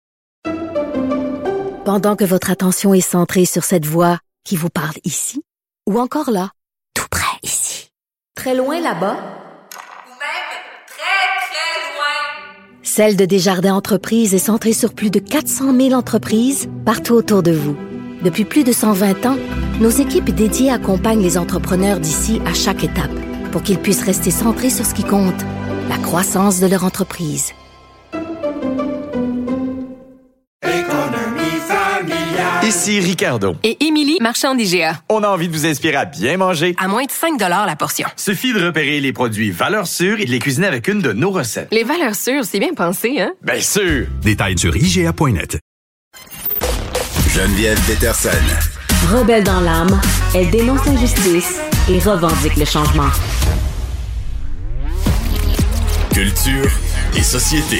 Pendant que votre attention est centrée sur cette voix qui vous parle ici, ou encore là, tout près ici, très loin là-bas, Celle de Desjardins Entreprises est centrée sur plus de quatre cent mille entreprises partout autour de vous. Depuis plus de cent vingt ans, nos équipes dédiées accompagnent les entrepreneurs d'ici à chaque étape pour qu'ils puissent rester centrés sur ce qui compte, la croissance de leur entreprise. Ici Ricardo. Et Émilie, marchand d'I G A. On a envie de vous inspirer à bien manger. À moins de cinq dollars la portion. Suffit de repérer les produits valeurs sûres et de les cuisiner avec une de nos recettes. Les valeurs sûres, c'est bien pensé, hein? Bien sûr! Détails sur I G A point net. Geneviève Peterson. Rebelle dans l'âme, elle dénonce l'injustice et revendique le changement. Culture et société.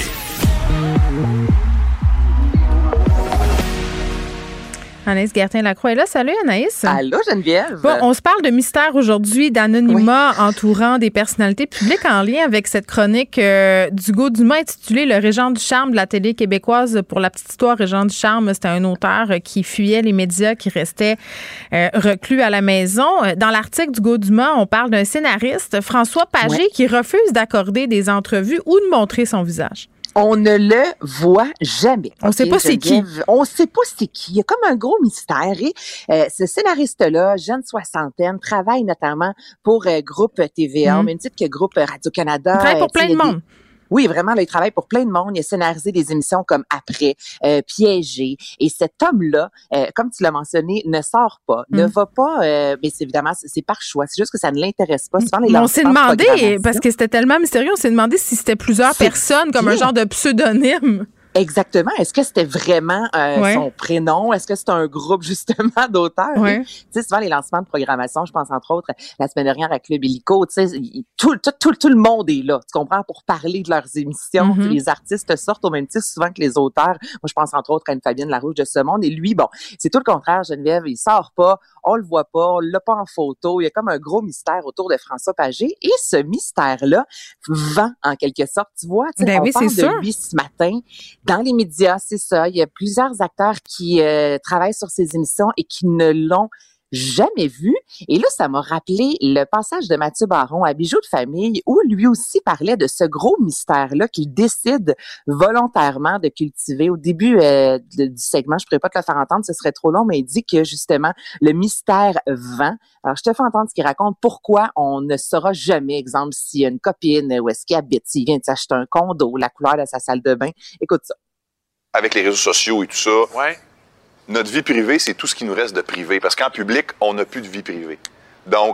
Anaïs Gertin-Lacroix est là. Salut, Anaïs. Allô, Geneviève. Bon, on se parle de mystère aujourd'hui, d'anonymat oui. entourant des personnalités publiques en lien avec cette chronique euh, d'Hugo Dumas intitulée « Le Régent du charme » de la télé québécoise. Pour la petite histoire, Régent du charme, c'était un auteur qui fuyait les médias, qui restait euh, reclus à la maison. Dans l'article d'Hugo Dumas, on parle d'un scénariste, François Pagé, oui. qui refuse d'accorder des entrevues ou de montrer son visage. On ne le voit jamais. On ne okay, sait pas c'est qui. On ne sait pas c'est qui. Il y a comme un gros mystère. Et euh, ce scénariste-là, jeune soixantaine, travaille notamment pour euh, Groupe T V A, mm. au même titre que Groupe Radio-Canada. Il travaille pour euh, plein de monde. Des... Oui, vraiment, là, il travaille pour plein de monde. Il a scénarisé des émissions comme Après, euh, Piégé. Et cet homme-là, euh, comme tu l'as mentionné, ne sort pas, mm. ne va pas, euh, mais c'est évidemment, c'est, c'est par choix. C'est juste que ça ne l'intéresse pas. Souvent, les on s'est demandé, parce que c'était tellement mystérieux, on s'est demandé si c'était plusieurs c'est personnes, comme bien. un genre de pseudonyme. Exactement. Est-ce que c'était vraiment euh, ouais. son prénom? Est-ce que c'est un groupe, justement, d'auteurs? Ouais. Tu sais, souvent, les lancements de programmation, je pense, entre autres, la semaine dernière à Club Illico, tu sais, tout, tout, tout, tout le monde est là, tu comprends, pour parler de leurs émissions. Mm-hmm. Les artistes sortent au même titre souvent que les auteurs. Moi, je pense, entre autres, à une Fabienne Larouche de ce monde. Et lui, bon, c'est tout le contraire, Geneviève. Il sort pas, on le voit pas, on l'a pas en photo. Il y a comme un gros mystère autour de François Pagé. Et ce mystère-là vend, en quelque sorte. Tu vois, tu sais, ben on oui, parle c'est de sûr. lui ce matin dans les médias. C'est ça. Il y a plusieurs acteurs qui euh, travaillent sur ces émissions et qui ne l'ont jamais vu. Et là, ça m'a rappelé le passage de Mathieu Baron à Bijoux de famille où lui aussi parlait de ce gros mystère-là qu'il décide volontairement de cultiver. Au début euh, de, du segment, je ne pourrais pas te le faire entendre, ce serait trop long, mais il dit que justement, le mystère vend. Alors, je te fais entendre ce qu'il raconte, pourquoi on ne saura jamais, exemple, s'il y a une copine, où est-ce qu'il habite, s'il vient de s'acheter un condo, la couleur de sa salle de bain. Écoute ça. Avec les réseaux sociaux et tout ça, ouais. notre vie privée, c'est tout ce qui nous reste de privé. Parce qu'en public, on n'a plus de vie privée. Donc,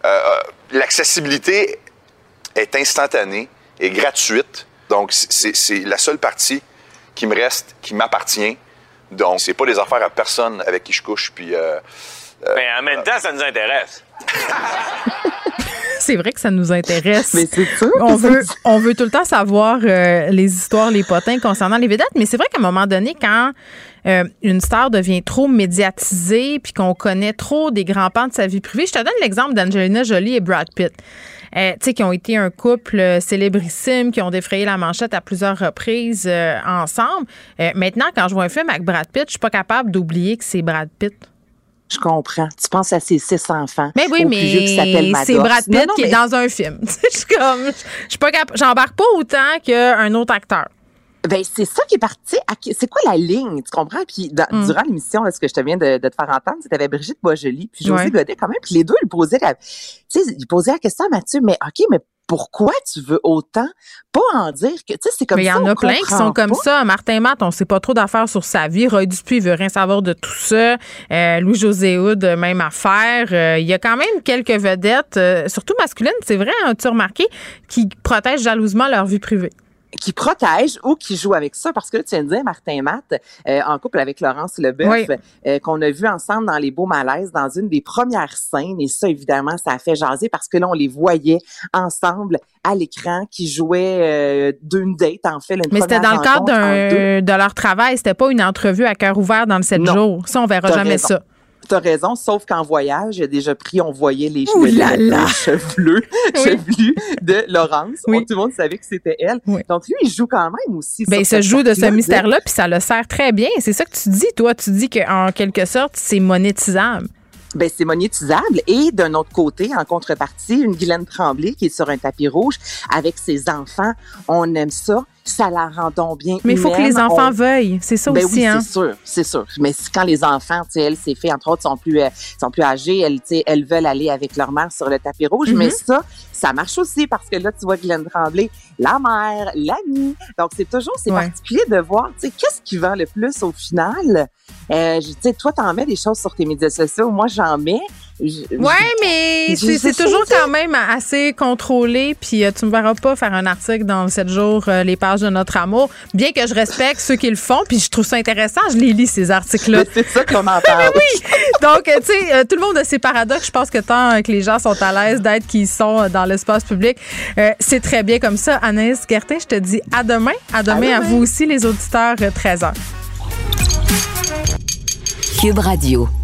euh, l'accessibilité est instantanée et gratuite. Donc, c'est, c'est la seule partie qui me reste, qui m'appartient. Donc, c'est pas des affaires à personne avec qui je couche. Puis, euh, euh, mais en même temps, ça nous intéresse. C'est vrai que ça nous intéresse. Mais c'est sûr. On veut, on veut tout le temps savoir euh, les histoires, les potins concernant les vedettes. Mais c'est vrai qu'à un moment donné, quand euh, une star devient trop médiatisée puis qu'on connaît trop des grands pans de sa vie privée, je te donne l'exemple d'Angelina Jolie et Brad Pitt. Euh, tu sais, qui ont été un couple euh, célébrissime, qui ont défrayé la manchette à plusieurs reprises euh, ensemble. Euh, maintenant, quand je vois un film avec Brad Pitt, je suis pas capable d'oublier que c'est Brad Pitt. Je comprends. Tu penses à ses six enfants. Mais oui, mais c'est Brad Pitt non, non, qui mais... est dans un film. Je suis comme, je suis pas capable, j'embarque pas autant qu'un autre acteur. Ben c'est ça qui est parti. C'est quoi la ligne, tu comprends? Puis dans, mm. durant l'émission, là, ce que je te viens de, de te faire entendre, c'est que t'avais Brigitte Boisjoli puis José ouais. Godet quand même. Puis les deux, ils posaient la, tu sais, ils posaient la question à Mathieu. Mais ok, mais pourquoi tu veux autant pas en dire que, tu sais, c'est comme mais ça. Mais il y en a plein qui sont pas. Comme ça. Martin Matt, on sait pas trop d'affaires sur sa vie. Roy Dupuis, il veut rien savoir de tout ça. Euh, Louis-José Hood, même affaire. Euh, il y a quand même quelques vedettes, euh, surtout masculines, c'est vrai, hein, tu as remarqué, qui protègent jalousement leur vie privée. Qui protège ou qui joue avec ça, parce que là, tu viens de dire Martin Matt, euh, en couple avec Laurence Leboeuf, oui. euh, qu'on a vu ensemble dans Les Beaux Malaises, dans une des premières scènes, et ça, évidemment, ça a fait jaser, parce que là, on les voyait ensemble à l'écran, qui jouaient euh, d'une date, en fait. Là, une mais c'était dans le cadre d'un, de leur travail, c'était pas une entrevue à cœur ouvert dans le sept non. jours. Ça, on verra T'as jamais raison. Ça. T'as raison, sauf qu'en voyage, j'ai déjà pris, on voyait les cheveux chevelus, oui. chevelus de Laurence. Oui. On, tout le monde savait que c'était elle. Oui. Donc, lui, il joue quand même aussi. Ben, il se joue de ce mystère-là, puis ça le sert très bien. C'est ça que tu dis, toi. Tu dis qu'en quelque sorte, c'est monétisable. Ben c'est monétisable. Et d'un autre côté, en contrepartie, une Guylaine Tremblay qui est sur un tapis rouge avec ses enfants. On aime ça. Ça la rend donc bien. Mais il faut que les enfants on... veuillent. C'est ça ben aussi, oui, hein? c'est sûr, c'est sûr. Mais quand les enfants, tu sais, elles, c'est fait, entre autres, sont plus, euh, sont plus âgées, elles, tu sais, elles veulent aller avec leur mère sur le tapis rouge. Mm-hmm. Mais ça, ça marche aussi parce que là, tu vois Guylaine Tremblay, la mère, l'amie. Donc, c'est toujours, c'est ouais. particulier de voir, tu sais, qu'est-ce qui vend le plus au final? Euh, tu sais, toi, t'en mets des choses sur tes médias sociaux. Moi, j'en mets. Je, ouais, mais c'est, c'est toujours quand même assez contrôlé. Puis euh, tu me verras pas faire un article dans sept jours, euh, les pages de notre amour. Bien que je respecte ceux qui le font, puis je trouve ça intéressant. Je les lis, ces articles-là. Mais c'est ça qu'on en parle. Oui. Donc, tu sais, euh, tout le monde a ses paradoxes. Je pense que tant que les gens sont à l'aise d'être qui ils sont dans l'espace public, euh, c'est très bien comme ça. Anaïs Gertin, je te dis à demain. À demain à, à vous aussi, les auditeurs, treize heures. Cube Radio.